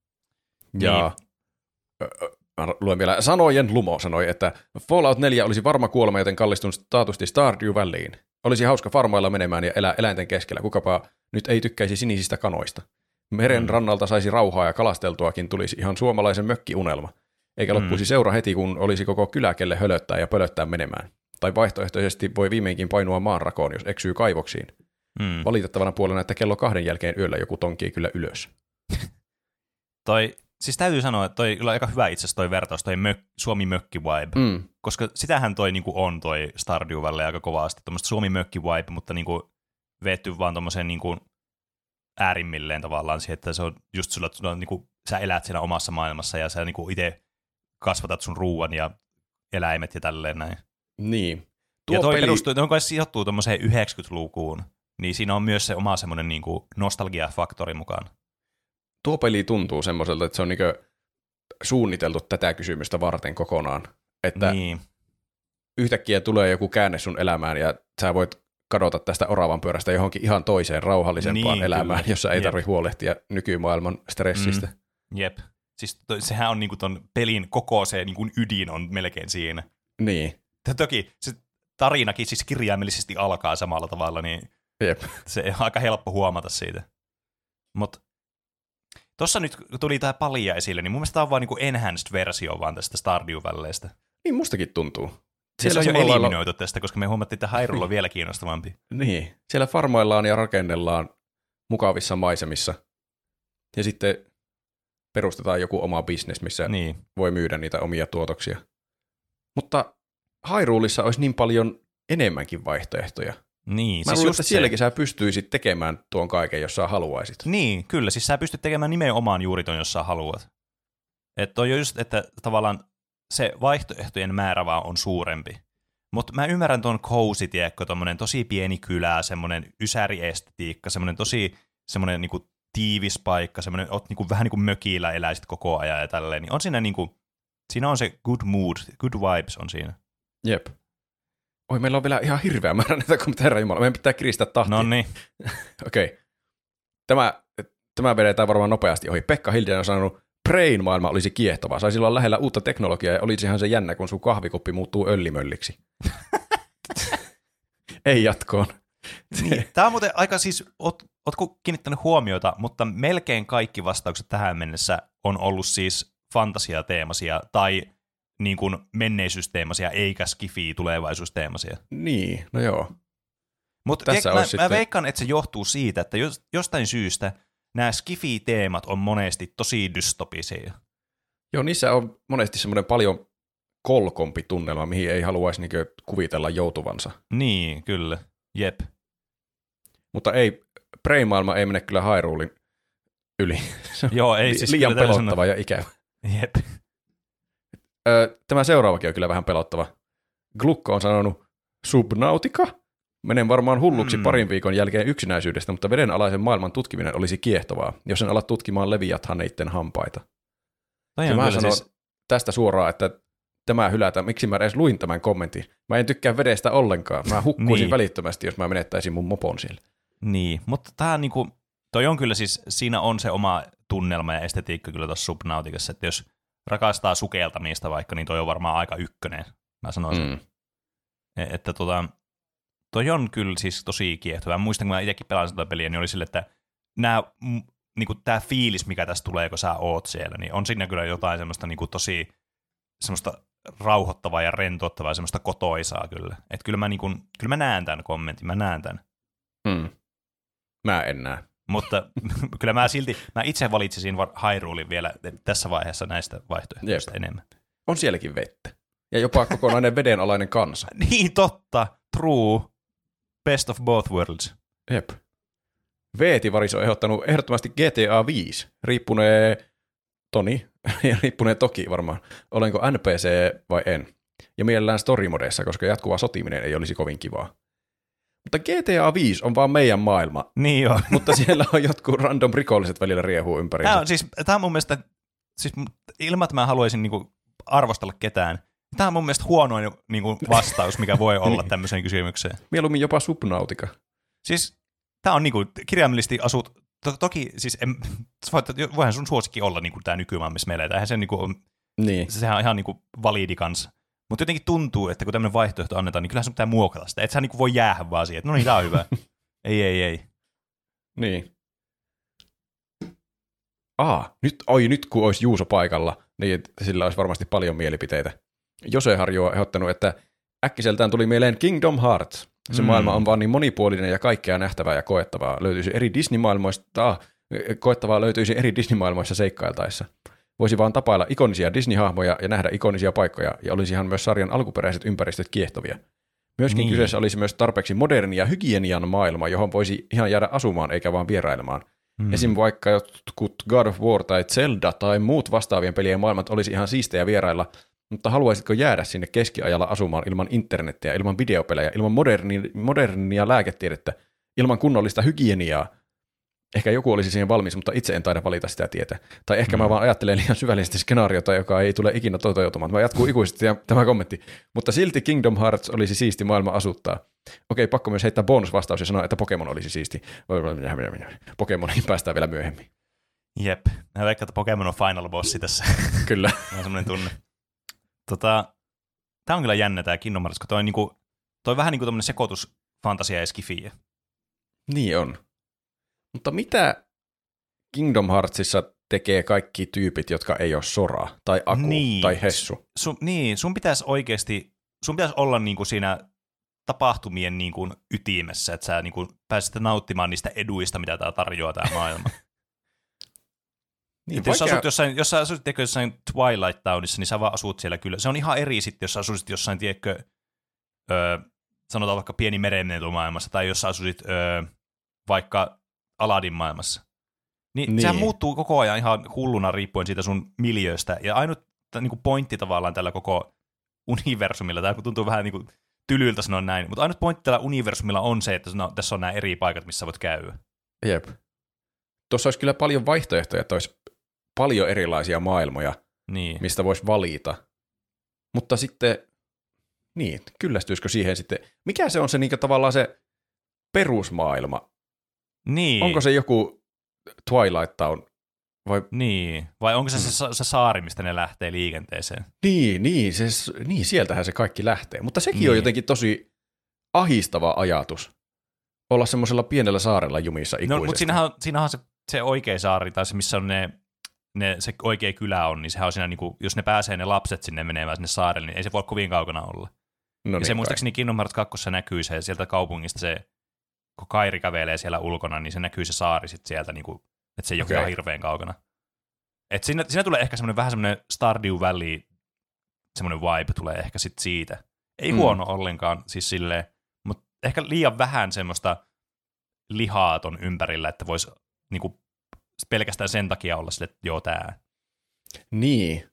Ja niin. Luen vielä. Sanojen Lumo sanoi, että Fallout neljä olisi varma kuolema, joten kallistun taatusti Stardew Valleyin. Olisi hauska farmailla menemään ja elää eläinten keskellä. Kukapa nyt ei tykkäisi sinisistä kanoista. Meren mm. rannalta saisi rauhaa ja kalasteltuakin tulisi ihan suomalaisen mökkiunelma. Eikä loppuisi mm. seura heti, kun olisi koko kylä, kelle hölöttää ja pölöttää menemään. Tai vaihtoehtoisesti voi viimeinkin painua maanrakoon, jos eksyy kaivoksiin. Mm. Valitettavana puolena, että kello kahden jälkeen yöllä joku tonkii kyllä ylös. toi, siis täytyy sanoa, että toi kyllä aika hyvä itse asiassa toi vertaus, toi mök, Suomi-mökki-vibe. Mm. Koska sitähän toi niinku on toi Stardew Valley aika kovasti, tommoista Suomi-mökki-vibe, mutta niinku veetty vaan tommoseen niinku äärimmilleen tavallaan siihen, että se on just sulla, että sulla on, niin kuin, sä elät siinä omassa maailmassa ja sä niin kuin itse kasvatat sun ruuan ja eläimet ja tälleen näin. Niin. Tuo ja toi peli... perustuu, toi kai sijoittuu tuommoiseen yhdeksänkymmentälukuun, niin siinä on myös se oma semmoinen niin kuin nostalgia-faktori mukaan. Tuo peli tuntuu semmoiselta, että se on niin kuin suunniteltu tätä kysymystä varten kokonaan. Että niin. Yhtäkkiä tulee joku käänne sun elämään ja sä voit kadota tästä oravan pyörästä johonkin ihan toiseen rauhallisempaan niin, elämään, kyllä. Jossa ei tarvitse huolehtia nykymaailman stressistä. Mm. Jep. Siis to, sehän on niinku ton pelin koko se niinku ydin on melkein siinä. Niin. Ja toki se tarinakin siis kirjaimellisesti alkaa samalla tavalla, niin Jep. Se on aika helppo huomata siitä. Mutta tuossa nyt tuli tää palja esille, niin mun mielestä tää on vaan niinku enhanced-versio vaan tästä Stardew Valleystä. Niin mustakin tuntuu. Siellä se on jo eliminoitu lailla... tästä, koska me huomattiin, että Hyrule on vielä kiinnostavampi. Niin, siellä farmoillaan ja rakennellaan mukavissa maisemissa. Ja sitten perustetaan joku oma bisnes, missä niin. voi myydä niitä omia tuotoksia. Mutta Hyrulessa olisi niin paljon enemmänkin vaihtoehtoja. Niin, Mä siis luulen, että sielläkin sä pystyisit tekemään tuon kaiken, jos sä haluaisit. Niin, kyllä. Siis sä pystyt tekemään nimenomaan juuri ton, jos sä haluat. Että on just, että tavallaan se vaihtoehtojen määrä vaan on suurempi. Mutta mä ymmärrän ton cozy, tiedätkö, tommonen tosi pieni kylä, semmonen ysäriestetiikka, semmonen tosi semmonen niinku tiivis paikka, semmonen, oot niinku, vähän niin kuin mökillä eläisit koko ajan ja tälleen, niin on siinä niinku, siinä on se good mood, good vibes on siinä. Jep. Oi, meillä on vielä ihan hirveä määrä näitä, kun herra jumala, meidän pitää kiristää tahtia. No niin. Okei. Okay. Tämä, tämä vedetään varmaan nopeasti ohi. Pekka Hildinen on sanonut, Brain-maailma olisi kiehtova. Saisi olla lähellä uutta teknologiaa ja olisihan se jännä, kun sun kahvikuppi muuttuu öllimölliksi. Ei jatkoon. Niin, tämä on muuten aika siis, oot, ootko kiinnittänyt huomiota, mutta melkein kaikki vastaukset tähän mennessä on ollut siis fantasiateemaisia tai niin kuin menneisyysteemaisia, eikä skifi tulevaisuusteemaisia. Niin, no joo. Mutta mä, mä sitten... veikkaan, että se johtuu siitä, että jostain syystä nämä skifi-teemat on monesti tosi dystopisia. Joo, niissä on monesti semmoinen paljon kolkompi tunnelma, mihin ei haluaisi niinku kuvitella joutuvansa. Niin, kyllä. Jep. Mutta ei, Brain-maailma ei mene kyllä Hyrulein yli. Joo, ei siis liian pelottava sano... ja ikävä. Jep. Tämä seuraavakin on kyllä vähän pelottava. Glukko on sanonut, Subnautica? Menen varmaan hulluksi mm. parin viikon jälkeen yksinäisyydestä, mutta vedenalaisen maailman tutkiminen olisi kiehtovaa, jos en ala tutkimaan leviathaneitten hampaita. Ja mä sanon siis... tästä suoraan, että tämä hylätään. Miksi mä edes luin tämän kommentin? Mä en tykkää vedestä ollenkaan. Mä hukkuisin niin. välittömästi, jos mä menettäisin mun mopon siellä. Niin, mutta tää niinku, toi on kyllä siis, siinä on se oma tunnelma ja estetiikka kyllä tuossa Subnauticassa, että jos rakastaa sukeltamista vaikka, niin toi on varmaan aika ykkönen, mä sanoisin. Mm. Että tota, toi on kyllä siis tosi kiehtovaa. Muistan, kun mä itsekin pelasin tätä peliä, niin oli sille, että nää, niinku tää fiilis, mikä tässä tulee, kun sä oot siellä, niin on siinä kyllä jotain semmoista niinku tosi semmoista rauhoittavaa ja rentouttavaa, semmoista kotoisaa kyllä. Että kyllä mä, niinku, kyllä mä näen tämän kommentin, mä näen tämän. Mm. Mä en näe. Mutta kyllä mä silti, mä itse valitsisin Hyrulein vielä tässä vaiheessa näistä vaihtoehtoista Jep. enemmän. On sielläkin vettä. Ja jopa kokonainen vedenalainen kansa. Niin totta, true, best of both worlds. Jep. Veetivaris on ehdottanut ehdottomasti G T A viisi, riippunee Toni, ja riippunee toki varmaan, olenko N P C vai en. Ja mielellään story-modeissa, koska jatkuva sotiminen ei olisi kovin kivaa. Mutta G T A viisi on vaan meidän maailma. Niin on. Mutta siellä on jotkut random rikolliset välillä riehuu ympäri. Tämä on, siis, tämä on mun mielestä, siis ilman, että mä haluaisin niinku arvostella ketään, tämä on mun mielestä huonoin niinku vastaus, mikä voi olla tämmöiseen kysymykseen. Mieluummin jopa Subnautica. Siis tämä on niinku kirjaimellisesti asut, to, toki siis en, voihan sun suosikki olla niinku tämä nykymaailma, missä me eletään. Eihän se niinku, niin. Sehän on ihan niinku validi kanssa. Mutta jotenkin tuntuu, että kun tämmöinen vaihtoehto annetaan, niin kyllähän sun pitää muokata sitä. Et sä niinku voi jäädä vaan siihen, että no niin, tää on hyvä. ei, ei, ei. Niin. Aa, nyt, oi, nyt kun olisi Juuso paikalla, niin sillä olisi varmasti paljon mielipiteitä. Jose Harjo on ehdottanut, että äkkiseltään tuli mieleen Kingdom Hearts. Se mm. maailma on vaan niin monipuolinen ja kaikkea nähtävää ja koettavaa. Löytyisi eri Disney-maailmoista, ah, koettavaa löytyisi eri Disney-maailmoissa seikkailtaessa. Voisi vaan tapailla ikonisia Disney-hahmoja ja nähdä ikonisia paikkoja, ja olisihan myös sarjan alkuperäiset ympäristöt kiehtovia. Myöskin niin. Kyseessä olisi myös tarpeeksi moderni ja hygienian maailma, johon voisi ihan jäädä asumaan eikä vaan vierailemaan. Hmm. Esim. Vaikka jotkut God of War tai Zelda tai muut vastaavien pelien maailmat olisi ihan siistejä vierailla, mutta haluaisitko jäädä sinne keskiajalla asumaan ilman internettiä, ilman videopelejä, ilman modernia, modernia lääketiedettä, ilman kunnollista hygieniaa? Ehkä joku olisi siihen valmis, mutta itse en taida valita sitä tietä. Tai ehkä hmm. mä vaan ajattelen liian syvällisesti skenaariota, joka ei tule ikinä toteutumaan. Mä jatkuu ikuisesti tämä kommentti. Mutta silti Kingdom Hearts olisi siisti maailma asuttaa. Okei, pakko myös heittää bonusvastaus ja sanoa, että Pokemon olisi siisti. Pokemoniin päästään vielä myöhemmin. Jep. Mä veikkaan, että Pokemon on final bossi tässä. Kyllä. On semmoinen tunne. Tota, tää on kyllä jännä tää Kingdom Hearts, kun toi on, niinku, toi on vähän niin kuin tommoinen sekoitus fantasia ja skifiä. Niin on. Mutta mitä Kingdom Heartsissa tekee kaikki tyypit, jotka ei ole Sora tai Aku niin. tai Hessu? Sun, niin, sun pitäisi oikeasti, sun pitäisi olla niinku siinä tapahtumien niinku ytimessä, että sä niinku pääsit nauttimaan niistä eduista, mitä tää tarjoaa tää maailma. niin, jos, asut jossain, jos sä asut tiedätkö, jossain Twilight Townissa, niin sä vaan asut siellä kyllä. Se on ihan eri sitten, jos sä asusit jossain, tiedätkö, öö, sanotaan vaikka pieni merenneitymaailmassa, tai jos sä asusit öö, vaikka Aladin maailmassa. Niin, niin. Sehän muuttuu koko ajan ihan hulluna riippuen siitä sun miljööstä. Ja ainut niin kuin pointti tavallaan tällä koko universumilla, tämä tuntuu vähän niin kuin tylyltä sanoa näin, mutta ainut pointti tällä universumilla on se, että no, tässä on nämä eri paikat, missä voit käydä. Jep. Tuossa olisi kyllä paljon vaihtoehtoja, että olisi paljon erilaisia maailmoja, niin. mistä voisi valita. Mutta sitten, niin, kyllästyisikö siihen sitten, mikä se on se niin kuin tavallaan se perusmaailma? Niin. Onko se joku Twilight Town? Vai, niin. Vai onko se, mm. se se saari, mistä ne lähtee liikenteeseen? Niin, niin, se, niin sieltähän se kaikki lähtee. Mutta sekin niin. on jotenkin tosi ahistava ajatus. Olla semmoisella pienellä saarella jumissa ikuisesti. No, mutta siinähän, siinähän on se, se oikea saari, tai se missä on ne, ne, se oikea kylä on, niin sehän on siinä, niin kuin, jos ne pääsee ne lapset sinne menemään sinne saarelle, niin ei se voi kovin kaukana olla. No ja niin se muistaakseni Kingdom Hearts kaksi näkyy se, sieltä kaupungista se, kun Kairi kävelee siellä ulkona, niin se näkyy se saari sitten sieltä, niin kuin, että se ei okay. ole hirveän kaukana. Et siinä, siinä tulee ehkä semmoinen vähän semmoinen Stardew Valley, semmoinen vibe tulee ehkä sitten siitä. Ei mm. huono ollenkaan, siis silleen, mutta ehkä liian vähän semmoista lihaa ton ympärillä, että voisi niinku pelkästään sen takia olla sille, että joo tää. Niin.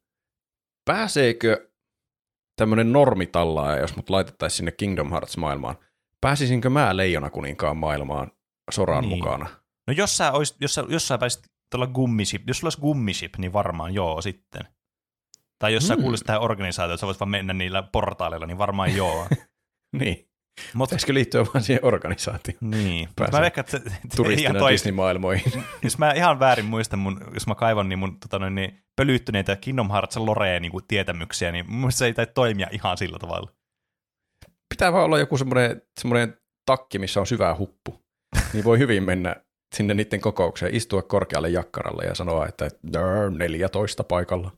Pääseekö tämmöinen normitallaaja, jos mut laitettaisiin sinne Kingdom Hearts-maailmaan, pääsisinkö mä Leijonakuninkaan maailmaan Soran niin. mukana? No jos sä, ois, jos sä, jos sä pääsit tuolla gummiship, jos sulla olisi gummiship, niin varmaan joo sitten. Tai jos mm. sä kuulisit tähän organisaatioon, että sä voisit vaan mennä niillä portaaleilla, niin varmaan joo. niin. Mut, pitäisikö liittyä vaan siihen organisaatioon? Niin. Mä veikkaan, että turistina toi... Disney-maailmoihin. Jos mä ihan väärin muistan, mun, jos mä kaivan niin mun tota noin, niin pölyttyneitä Kingdom Hearts Loreen niin tietämyksiä, niin mun mielestä se ei tai toimia ihan sillä tavalla. Pitää vaan olla joku semmoinen, semmoinen takki, missä on syvä huppu. Niin voi hyvin mennä sinne niiden kokoukseen, istua korkealle jakkaralle ja sanoa, että neljätoista paikalla.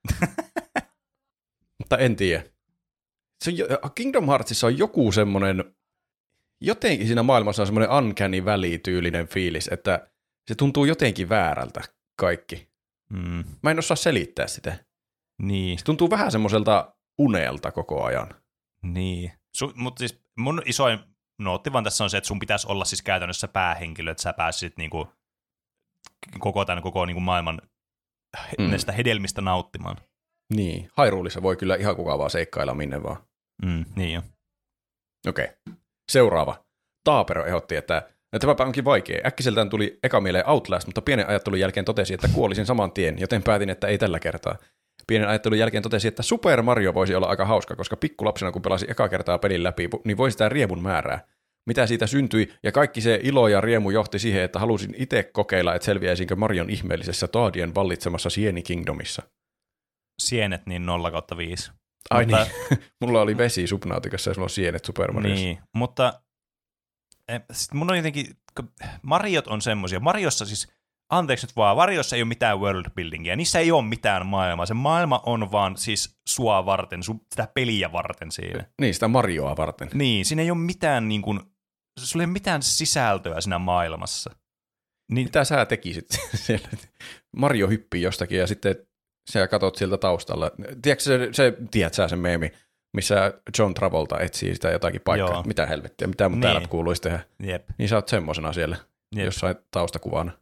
Mutta en tiedä. Se on, Kingdom Heartsissa on joku semmoinen, jotenkin siinä maailmassa on semmoinen uncanny valley-tyylinen fiilis, että se tuntuu jotenkin väärältä kaikki. Mm. Mä en osaa selittää sitä. Niin. Se tuntuu vähän semmoiselta unelta koko ajan. Niin. Mutta siis mun isoin nootti vaan tässä on se, että sun pitäisi olla siis käytännössä päähenkilö, että sä pääsisit niinku koko tämän koko niinku maailman mm. näistä hedelmistä nauttimaan. Niin, Hyruleissa voi kyllä ihan kukaan vaan seikkailla minne vaan. Mm, niin jo. Okei, okay. Seuraava. Taapero ehdotti, että tämäpä onkin vaikea. Äkkiseltään tuli eka mieleen Outlast, mutta pienen ajattelun jälkeen totesi, että kuolisin saman tien, joten päätin, että ei tällä kertaa. Pienen ajattelun jälkeen totesi, että Super Mario voisi olla aika hauska, koska pikkulapsena kun pelasi eka kertaa pelin läpi, niin voisi sitä riemun määrää. Mitä siitä syntyi, ja kaikki se ilo ja riemu johti siihen, että halusin itse kokeilla, että selviäisinkö Marion ihmeellisessä Toadien vallitsemassa Sieni Kingdomissa. Sienet niin nolla kautta viisi. Ai mutta... niin, mulla oli vesi Subnauticassa ja sulla on sienet Super Mariossa. Niin, mutta sit mun on jotenkin, Mariot on semmosia, Mariossa siis, anteeksi nyt vaan, Mariossa ei ole mitään worldbuildingia, niissä ei ole mitään maailmaa, se maailma on vaan siis sua varten, sitä peliä varten siinä. Niin, sitä Marioa varten. Niin, siinä ei ole mitään niin kuin, sulla ei ole mitään sisältöä siinä maailmassa. Niin, mitä sä tekisit siellä? Mario hyppii jostakin ja sitten sä katot sieltä taustalla. Tiedätkö se, se tiedät sä sen meemi, missä John Travolta etsii sitä jotakin paikkaa. Joo. Mitä helvettiä, mitä mun niin. täällä kuuluisi tehdä. Jep. Niin sä oot semmosena siellä Jep. jossain taustakuvana.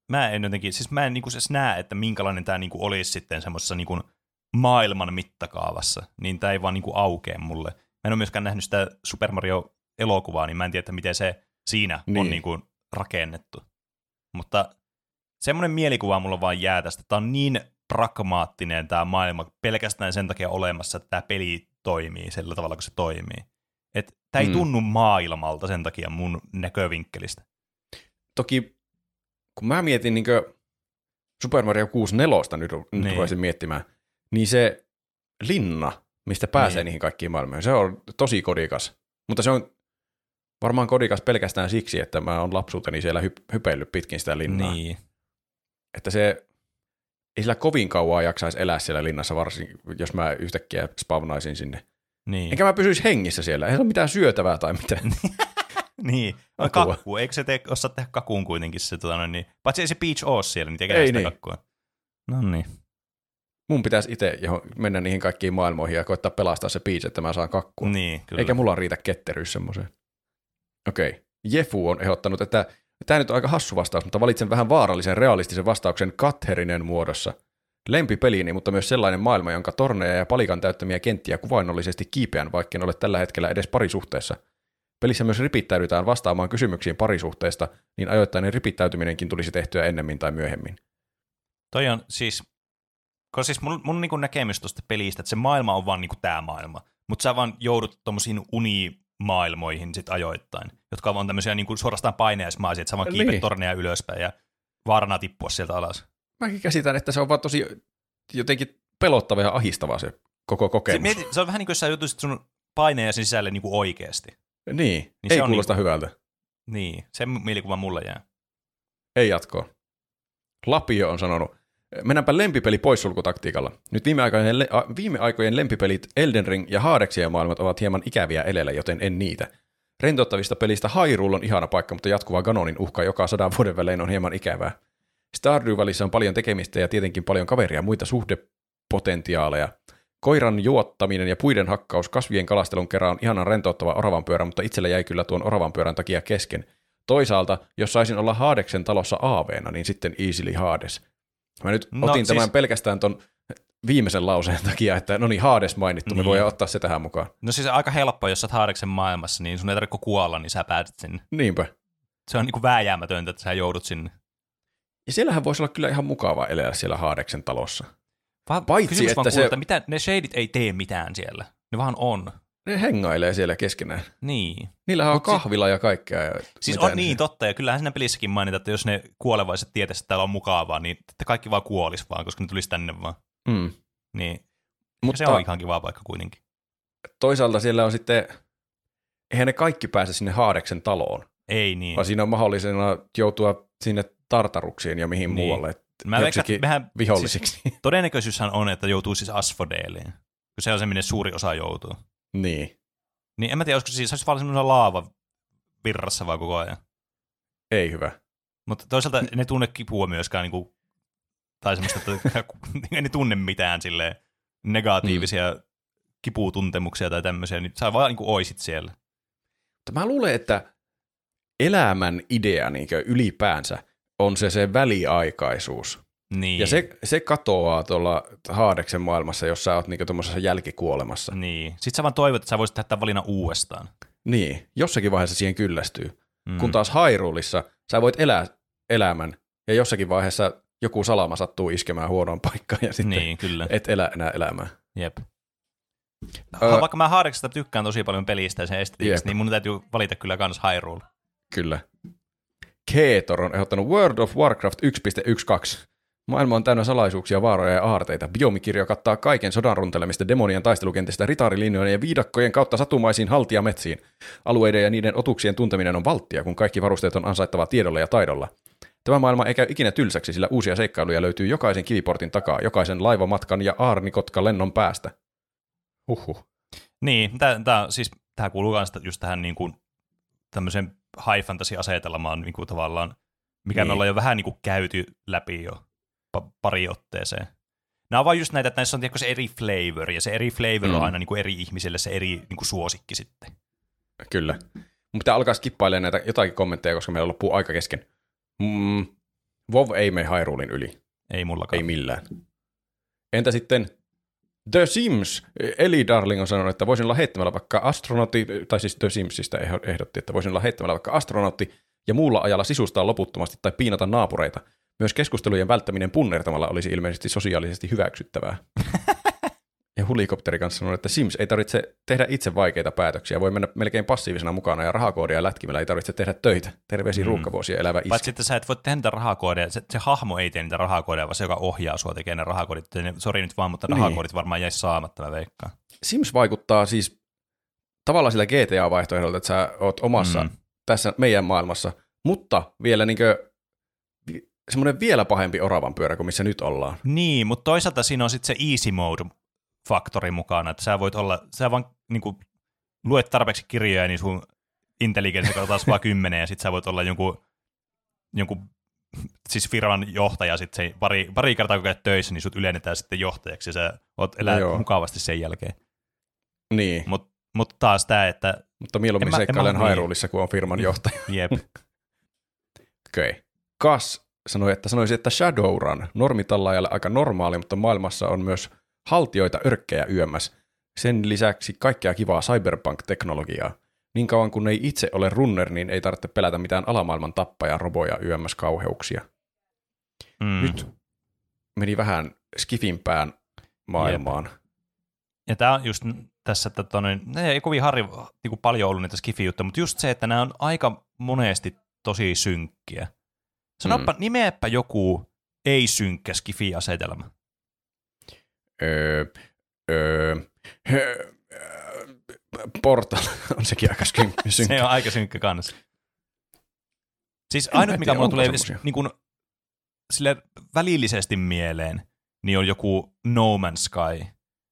mä en jotenkin, siis mä en niinku siis näe, että minkälainen tämä niinku olisi sitten semmoisessa niinku maailman mittakaavassa, niin tämä ei vaan niinku aukea mulle. Mä en ole myöskään nähnyt sitä Super Mario-elokuvaa, niin mä en tiedä, että miten se siinä niin. on niinku rakennettu. Mutta semmoinen mielikuva mulla vaan jää tästä, että tämä on niin pragmaattinen tämä maailma pelkästään sen takia olemassa, että tämä peli toimii sillä tavalla, kun se toimii. Että tämä ei mm. tunnu maailmalta sen takia mun näkövinkkelistä. Toki, kun mä mietin niin Super Mario kuusikymmentäneljä nyt, nyt niin. voisin miettimään, niin se linna, mistä pääsee niin. niihin kaikkiin maailmoihin, se on tosi kodikas. Mutta se on varmaan kodikas pelkästään siksi, että mä oon lapsuuteni siellä hyp- hypeillyt pitkin sitä linnaa. Niin. Että se ei sillä kovin kauaa jaksaisi elää siellä linnassa, varsinkin jos mä yhtäkkiä spawnaisin sinne. Niin. Enkä mä pysyisi hengissä siellä. Ei se ole mitään syötävää tai mitään. Niin. No, kakku. Eikö se te, osaa tehdä kakuun kuitenkin se? Tuota, niin. Paitsi ei se Peach ole siellä, niin tekee sitä niin. kakkua. No niin. Mun pitäisi itse mennä niihin kaikkiin maailmoihin ja koittaa pelastaa se Peach, että mä saan kakkua. Niin, kyllä. Eikä mulla riitä ketteryys semmoiseen. Okei. Okay. Jefu on ehdottanut, että tämä nyt on aika hassu vastaus, mutta valitsen vähän vaarallisen realistisen vastauksen Katherinen muodossa. Lempipeliini, mutta myös sellainen maailma, jonka torneja ja palikan täyttämiä kenttiä kuvainnollisesti kiipeän, vaikka en ole tällä hetkellä edes parisuhteessa. Pelissä myös ripittäydytään vastaamaan kysymyksiin parisuhteesta, niin ajoittainen ripittäytyminenkin tulisi tehtyä ennemmin tai myöhemmin. Toi on siis, koska siis mun, mun niin näkemys tuosta pelistä, että se maailma on vaan niin tämä maailma, mutta sä vaan joudut tommosiin unimaailmoihin sit ajoittain, jotka on tämmöisiä niin suorastaan paineismaisia, että sä vaan kiipet niin. torneja ylöspäin ja vaarana tippua sieltä alas. Mäkin käsitän, että se on vaan tosi jotenkin pelottava ja ahistava se koko kokemus. Se, mieti, se on vähän niin kuin jos sä joutuisit sun paineen sisälle niin kuin oikeasti. Niin, niin ei kuulosta niin, hyvältä. Niin, se mielikuva mulle jää. Ei jatkoa. Lapio on sanonut, mennäänpä lempipeli poissulkutaktiikalla. Nyt viime aikojen, viime aikojen lempipelit Elden Ring ja Hadexien maailmat ovat hieman ikäviä elellä, joten en niitä. Rentouttavista pelistä Hyrule on ihana paikka, mutta jatkuva Ganonin uhka joka sadan vuoden välein on hieman ikävää. Stardew-välissä on paljon tekemistä ja tietenkin paljon kaveria ja muita suhdepotentiaaleja. Koiran juottaminen ja puiden hakkaus kasvien kalastelun kerran on ihanan rentouttava oravanpyörä, mutta itsellä jäi kyllä tuon oravanpyörän takia kesken. Toisaalta, jos saisin olla Hadeksen talossa aaveena, niin sitten easily Hades. Mä nyt no, otin siis tämän pelkästään ton viimeisen lauseen takia, että no niin, Hades mainittu, niin. Me voidaan ottaa se tähän mukaan. No siis aika helppo, jos sä oot Hadeksen maailmassa, niin sun ei tarvitse kuolla, niin sä pääset sinne. Niinpä. Se on niin kuin vääjäämätöntä, että sä joudut sinne. Ja siellähän voisi olla kyllä ihan mukavaa elää siellä Hadeksen talossa. Vaan paitsi, että se... Kuulta, mitä, ne shadit ei tee mitään siellä. Ne vaan on. Ne hengailee siellä keskenään. Niin. Niillähän on kahvila si- ja kaikkea. Ja siis on niin, totta. Ja kyllähän siinä pelissäkin mainitaan, että jos ne kuolevaiset tietäisi, että täällä on mukavaa, niin että kaikki vaan kuolis vaan, koska ne tulisi tänne vaan. Mm. Niin. Mutta se on ihan kiva paikka kuitenkin. Toisaalta siellä on sitten, eihän ne kaikki pääse sinne Hadeksen taloon. Ei niin. Vaan siinä on mahdollisena joutua sinne Tartaruksiin ja mihin niin. muualle. Mä joksikin mehän, vihollisiksi. Siis, todennäköisyyshän on, että joutuu siis Asphodeleen, kun se on se, minne suuri osa joutuu. Niin. Niin en mä tiedä, olisiko siis olisi vaan semmoinen laava virrassa vaan koko ajan. Ei hyvä. Mutta toisaalta ne tunne kipua myöskään, niin kuin, tai semmoista, että ne tunne mitään silleen negatiivisia mm. kiputuntemuksia tai tämmöisiä, niin sä vaan niin kuin oisit siellä. Mutta mä luulen, että elämän idea niin ylipäänsä on se se väliaikaisuus. Niin. Ja se, se katoaa tuolla Hadeksen maailmassa, jos sä oot niinku tuommoisessa jälkikuolemassa. Niin. Sitten sä vaan toivot, että sä voisit tehdä tämän valinnan uudestaan. Niin. Jossakin vaiheessa siihen kyllästyy. Mm. Kun taas Hyrulessa sä voit elää elämän, ja jossakin vaiheessa joku salama sattuu iskemään huonoon paikkaan, ja sitten niin, kyllä. et elä enää elämää. Jep. Öö, Vaikka mä Hadeksesta tykkään tosi paljon pelistä ja sen estetiikasta, niin mun täytyy valita kyllä kans Hyrule. Kyllä. Keetor on ehdottanut World of Warcraft yksi piste yksitoista. Maailma on täynnä salaisuuksia, vaaroja ja aarteita. Biomikirjo kattaa kaiken sodan runtelemista demonien taistelukentistä ritarilinjojen ja viidakkojen kautta satumaisiin haltijametsiin. Alueiden ja niiden otuksien tunteminen on valttia, kun kaikki varusteet on ansaittava tiedolla ja taidolla. Tämä maailma ei käy ikinä tylsäksi, sillä uusia seikkailuja löytyy jokaisen kiviportin takaa, jokaisen laivamatkan ja aarnikotka lennon päästä. Huhhuh. Niin, tämä siis, kuuluu myös just tähän niin kuin, tämmöisen high fantasy-asetelmaan niin kuin tavallaan, mikä niin. me ollaan jo vähän niin kuin käyty läpi jo pa- pari otteeseen. Nämä on vaan just näitä, että näissä on tiedätkö, se eri flavor, ja se eri flavor mm. on aina niin kuin eri ihmisille se eri niin kuin suosikki sitten. Kyllä. Mun pitää alkaa skippailemaan näitä jotakin kommentteja, koska meillä loppuu aika kesken. Mm. WoW ei mene Hyrulein yli. Ei mullakaan. Ei millään. Entä sitten The Sims? Eli Darling on sanonut, että voisin olla heittämällä vaikka astronautti, tai siis The Simsistä ehdotti, että voisin olla heittämällä vaikka astronautti ja muulla ajalla sisustaa loputtomasti tai piinata naapureita. Myös keskustelujen välttäminen punnertamalla olisi ilmeisesti sosiaalisesti hyväksyttävää. Ja Hulikopteri kanssa sanoi, että Sims ei tarvitse tehdä itse vaikeita päätöksiä, voi mennä melkein passiivisena mukana ja rahakoodia lätkimällä ei tarvitse tehdä töitä. Terveisiä mm. ruuhkavuosia elävä iskä. Paitsi, että sä et voi tehdä niitä rahakoodia, se, se hahmo ei tee niitä rahakoodia, vaan se, joka ohjaa sua tekee ne rahakoodit. Sori nyt vaan, mutta rahakoodit niin. varmaan jäisi saamatta, mä veikkaan. Sims vaikuttaa siis tavallaan sillä G T A-vaihtoehdolta, että sä oot omassa mm. tässä meidän maailmassa, mutta vielä niinkö semmoinen vielä pahempi oravan pyörä kuin missä nyt ollaan. Niin, mutta toisaalta siinä on sitten se easy mode-faktori mukana, että sä voit olla, sä vaan niinku luet tarpeeksi kirjoja, niin sun intelligenssi katsotaan vaan kymmenen, ja sit sä voit olla jonkun, jonkun siis firman johtaja, sit se pari, pari kertaa kun käyt töissä, niin sut ylennetään sitten johtajaksi, ja sä oot elää no mukavasti sen jälkeen. Niin. Mutta mut taas tää, että mutta mieluummin seikkailen Hyrulessa, kun on firman johtaja. Jep. Okei. Okay. Kas sanoi, että sanoisi, että Shadowrun, normitallaajalle aika normaali, mutta maailmassa on myös haltioita örkkejä yömmäs. Sen lisäksi kaikkea kivaa cyberpunk-teknologiaa. Niin kauan kun ei itse ole runner, niin ei tarvitse pelätä mitään alamaailman tappaja, roboja, yömmäs kauheuksia. Mm. Nyt meni vähän skifimpään maailmaan. Jep. Ja tämä on just tässä, että tonne, ne ei kovin harri, niin paljon ollut niitä skifi-juttuja, mutta just se, että nämä on aika monesti tosi synkkiä. Sanoppa, mm. nimeäpä joku ei-synkkä skifi-asetelma. Öö, öö, öö, Portal on sekin aika synkkä. Se on aika synkkä kanssa. Siis en ainut, mikä mulla tulee niin kuin, sille välillisesti mieleen, niin on joku No Man's Sky.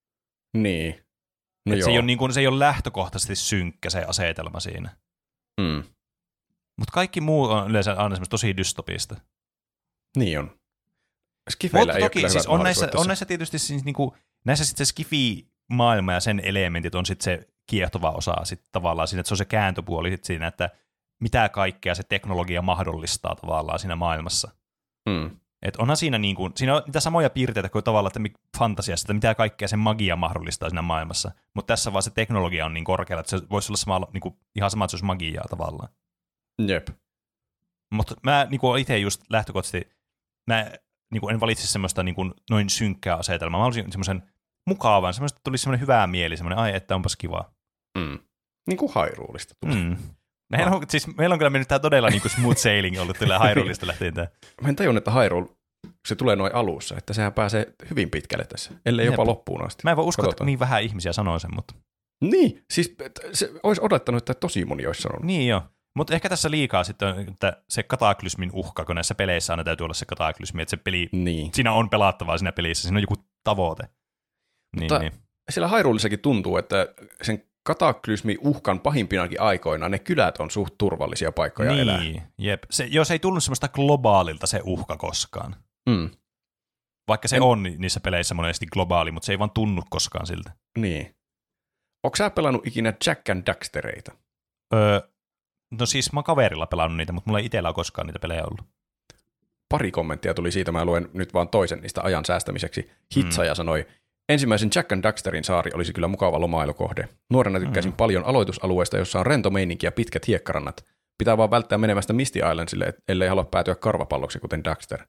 Niin. No se, ei ole, niin kuin, se ei ole lähtökohtaisesti synkkä se asetelma siinä. Mm. Mutta kaikki muu on yleensä aina semmoista tosi dystopista. Niin on. Skifeillä ei toki, ole siis on, näissä, on näissä tietysti siis niinku, näissä sitten se skifi-maailma ja sen elementit on sitten se kiehtova osa sitten tavallaan siinä, että se on se kääntöpuoli sit siinä, että mitä kaikkea se teknologia mahdollistaa tavallaan siinä maailmassa. Mm. Et onhan siinä, niinku, siinä on niitä samoja piirteitä kuin tavallaan, että fantasiassa, että mitä kaikkea se magia mahdollistaa siinä maailmassa, mutta tässä vaan se teknologia on niin korkealla, että se voisi olla sama, niinku, ihan sama, että se olisi magiaa tavallaan. Jep. Mutta mä niinku, itse just lähtökohtaisesti, mä niinku, en valitse semmoista niinku, noin synkkää asetelmaa, mä olisin semmoisen mukavan, semmoista tuli semmoinen hyvä mieli, semmoinen ai, että onpas kiva. Mm. Niin kuin Hyrulesta tuli. Mm. Meillä on, siis, meillä on kyllä mennyt tää todella niin kuin smooth sailing ollut tulee Hyrulesta lähtien tää. Mä en tajunnut, että Hyrule, se tulee noin alussa, että sehän pääsee hyvin pitkälle tässä, ellei jopa Jep. loppuun asti. Mä en voi uskoa, että niin vähän ihmisiä sanoo sen, mutta... Niin, siis se olisi odottanut, että tosi moni olisi sanonut. Niin joo, mutta ehkä tässä liikaa sitten on, että se kataklysmin uhka, kun näissä peleissä aina täytyy olla se kataklysmi, että se peli, niin. siinä on pelattavaa siinä pelissä, siinä on joku tavoite. Niin, mutta niin. Siellä Hyrulissakin tuntuu, että sen kataklysmi uhkan pahimpinakin aikoina ne kylät on suht turvallisia paikkoja niin, elää. Jep. Se, jos ei tullut semmoista globaalilta se uhka koskaan. Mm. Vaikka se en... on niissä peleissä monesti globaali, mutta se ei vaan tunnu koskaan siltä. Niin. Onko sä pelannut ikinä Jack and Daxtereita? Öö, no siis mä oon kaverilla pelannut niitä, mutta mulla ei itsellä ole koskaan niitä pelejä ollut. Pari kommenttia tuli siitä, mä luen nyt vaan toisen niistä ajan säästämiseksi. Hitsaja mm. sanoi, ensimmäisen Jack and Daxterin saari olisi kyllä mukava lomailukohde. Nuorena tykkäsin mm. paljon aloitusalueesta, jossa on rento meininki ja pitkät hiekkarannat. Pitää vaan välttää menemästä Misty Islandsille, ellei halua päätyä karvapalloksi, kuten Daxter.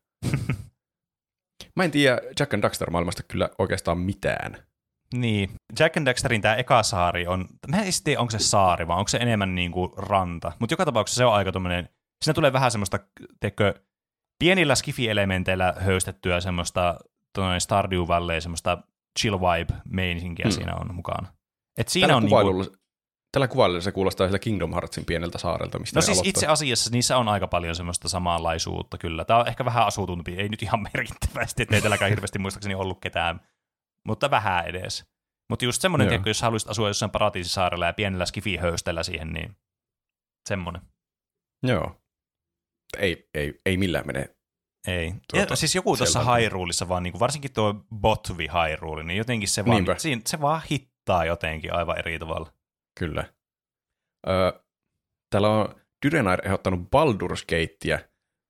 Mä en tiedä Jack and Daxter-maailmasta kyllä oikeastaan mitään. Niin. Jack and Daxterin tämä eka saari on, mä en tiedä, onko se saari, vai onko se enemmän niin kuin ranta. Mutta joka tapauksessa se on aika tommoinen, siinä tulee vähän semmoista, teikö, pienillä skifi-elementeillä höystettyä semmoista Stardew Valley, semmoista chill vibe-meininkiä hmm. siinä on mukana. Et siinä tällä, on kuvailulla, niinku... tällä kuvailulla se kuulostaa sitä Kingdom Heartsin pieneltä saarelta, mistä No siis aloittaa. Itse asiassa niissä on aika paljon semmoista samanlaisuutta kyllä. Tämä on ehkä vähän asutunpi, ei nyt ihan merkittävästi, ettei tälläkään hirveästi muistaakseni ollut ketään, mutta vähän edes. Mutta just semmoinen, tiedä, jos haluaisit asua jossain paratiisisaarella ja pienellä skifi-höystellä siihen, niin semmoinen. Joo. Ei, ei, ei millään mene. Ei. Tuota, ja siis joku tuossa Hyrulessa vaan, niin varsinkin tuo Botvi Hyrule, niin jotenkin se vaan, siinä, se vaan hittaa jotenkin aivan eri tavalla. Kyllä. Öö, täällä on Dyrenair ehdottanut Baldur's Gatea.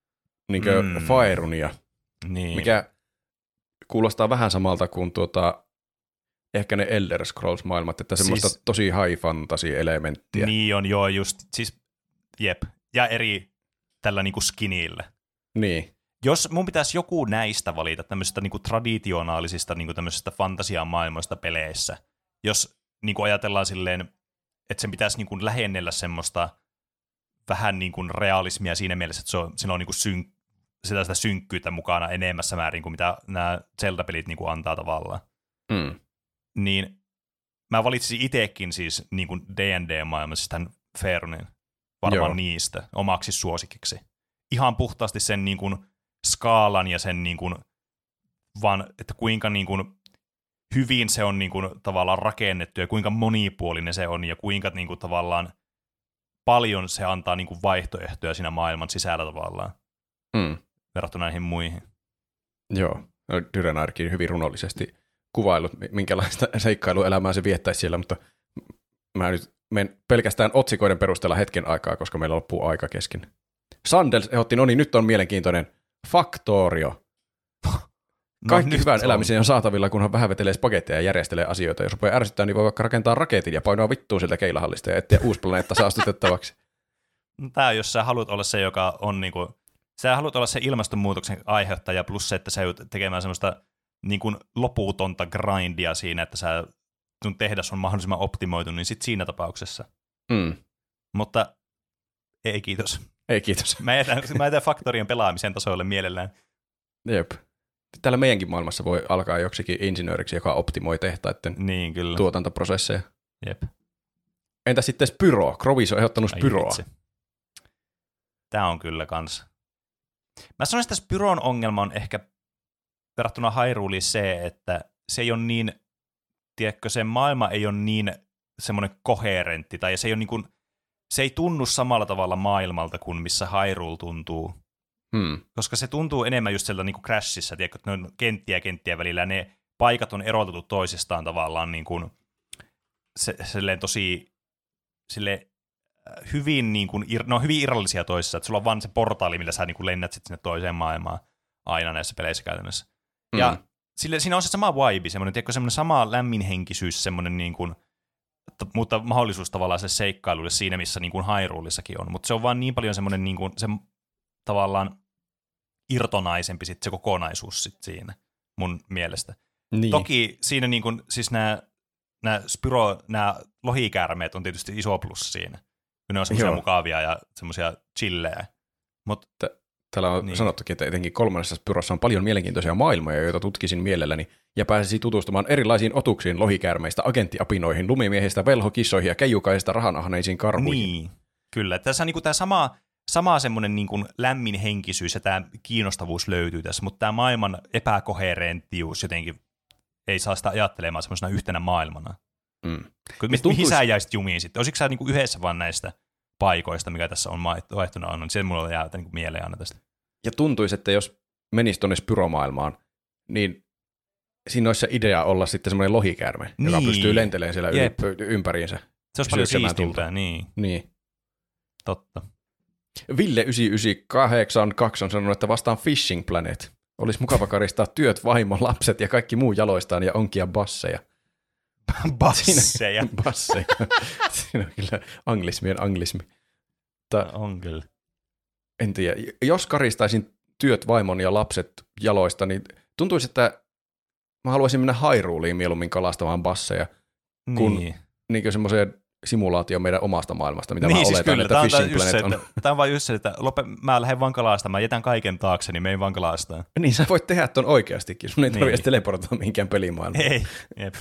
niinkö Mm. Faerunia, Niin. mikä kuulostaa vähän samalta kuin tuota, ehkä ne Elder Scrolls-maailmat, että semmoista Siis- tosi high fantasy-elementtiä. Niin on, joo, just, siis, jep, ja eri tällä niinku skinillä. Niin. Jos mun pitäisi joku näistä valita tämmöisistä niinku traditionaalisista niinku tämmöisistä fantasiamaailmoista peleissä, jos niinku ajatellaan silleen, että sen pitäisi niinku lähennellä semmoista vähän niinku realismia siinä mielessä, että se on, siinä on niinku syn, sitä, sitä synkkyyttä mukana enemmässä määrin kuin mitä nämä Zelda-pelit niinku antaa tavallaan. Mm. Niin mä valitsin itsekin siis niin kuin D and D-maailmassa siis tämän Faerunin varmaan Joo. niistä omaksi suosikiksi. Ihan puhtaasti sen niin kuin skaalan ja sen niin kuin, vaan, että kuinka niin kuin hyvin se on niin kuin tavallaan rakennettu ja kuinka monipuolinen se on ja kuinka niin kuin tavallaan paljon se antaa niin kuin vaihtoehtoja siinä maailman sisällä tavallaan Mm. verrattuna näihin muihin. Joo. No, Dyrenarkin hyvin runollisesti kuvailut, minkälaista seikkailuelämää se viettäisi siellä, mutta mä nyt menen pelkästään otsikoiden perusteella hetken aikaa, koska meillä loppuu aika kesken. Sandels ehdotti, no niin, nyt on mielenkiintoinen Factorio. Kaikki nyt hyvän on. elämisen on saatavilla, kunhan vähän vetelee spagetteja ja järjestelee asioita. Jos rupeaa ärsyttää, niin voi vaikka rakentaa raketin ja painaa vittuun sieltä keilahallista ja etsiä uusi planeetta saastutettavaksi. No, tää jos sä haluat olla se, joka on niinku, sä haluat olla se ilmastonmuutoksen aiheuttaja, plus se, että sä joudut tekemään semmoista niin kuin loputonta grindia siinä, että sä, sun tehdas on mahdollisimman optimoitu, niin sit siinä tapauksessa. Mm. Mutta ei kiitos. Ei kiitos. Mä jätän, mä jätän Factorien pelaamisen tasoille mielellään. Jep. Täällä meidänkin maailmassa voi alkaa joksikin insinööriksi, joka optimoi tehtaiden Niin, kyllä. tuotantoprosesseja. Jep. Entä sitten Spyro? Krovis on ehdottanut Ai Spyroa. vitsi. Tää on kyllä kans. Mä sanoisin, että Spyron ongelma on ehkä verrattuna Hyruleen se, että se ei ole niin, tiedätkö, se maailma ei ole niin semmoinen koherentti, tai se ei, ole niin kuin, se ei tunnu samalla tavalla maailmalta kuin missä Hyrule tuntuu. Hmm. Koska se tuntuu enemmän just sieltä niin kuin Crashissa, tiedätkö, että ne on kenttiä kenttien välillä, ja ne paikat on erotettu toisistaan tavallaan niin kuin, se, silleen tosi silleen, hyvin, niin kuin, ne on hyvin irrallisia toisissa, että sulla on vaan se portaali, millä sä niin kuin lennät sit sinne toiseen maailmaan aina näissä peleissä käytännössä. Mm. Ja sille, siinä on se sama vibe, semmoinen, tiedätkö, semmoinen sama lämminhenkisyys, semmoinen niin kuin, t- mutta mahdollisuus tavallaan se seikkailulle siinä, missä niin kuin Hyruleissakin on, mutta se on vaan niin paljon semmoinen niin kuin, se tavallaan irtonaisempi sit se kokonaisuus sit siinä, mun mielestä. Niin. Toki siinä niin kuin, siis nämä, nämä Spyro, nämä lohikäärmeet on tietysti iso plus siinä, kun ne on semmoisia Joo. mukavia ja semmoisia chillejä. Mut, Täällä on niin. sanottukin, että etenkin kolmannessa Spyrossa on paljon mielenkiintoisia maailmoja, joita tutkisin mielelläni, ja pääsisi tutustumaan erilaisiin otuksiin lohikäärmeistä, agenttiapinoihin, lumimiehistä, velhokissoihin ja keijukaisista rahanahneisiin karhuihin. niin, kyllä. Tässä on niin kuin tämä sama, sama semmoinen niin kuin lämmin henkisyys ja tämä kiinnostavuus löytyy tässä, mutta tämä maailman epäkoherenttius jotenkin ei saa sitä ajattelemaan semmoisena yhtenä maailmana. Mm. Kun, mi- tuntuisi- mihin sä jäisit jumiin sitten? Olisitko sä niin kuin yhdessä vaan näistä paikoista, mikä tässä on vaihtuna on, niin se mulla jää niin kuin mieleen aina tästä. Ja tuntuisi, että jos menisi tuonne Spyromaailmaan, niin siinä olisi se idea olla sitten semmoinen lohikäärme, niin. joka Niin. pystyy lentelemään siellä Jep. yli, ympäriinsä. Se olisi paljon Syöksemään siistimpää, niin, Niin. totta. Ville yhdeksän yhdeksän kahdeksan kaksi on sanonut, että vastaan Fishing Planet. Olisi mukava karistaa työt, vaimo, lapset ja kaikki muu jaloistaan ja onkia basseja. Basseja. Basseja. Siinä on kyllä anglismien anglismi. Ta, On kyllä. en tiedä. Jos karistaisin työt, vaimon ja lapset jaloista, niin tuntuisi, että mä haluaisin mennä Hyruleen mieluummin kalastamaan basseja, kun Niin. niin semmoiseen simulaatio meidän omasta maailmasta, mitä niin, mä siis oletan, kyllä. että Tämä on, Fishing just se, Planet on. että, tämä on vaan just se, että lope, mä lähden vaan kalastamaan, jätän kaiken taakse, niin mein vaan kalastaa. Niin sä voit tehdä ton oikeastikin. Sun ei Niin. tarvitse teleportoida mihinkään pelimaailmaan. Ei, jep.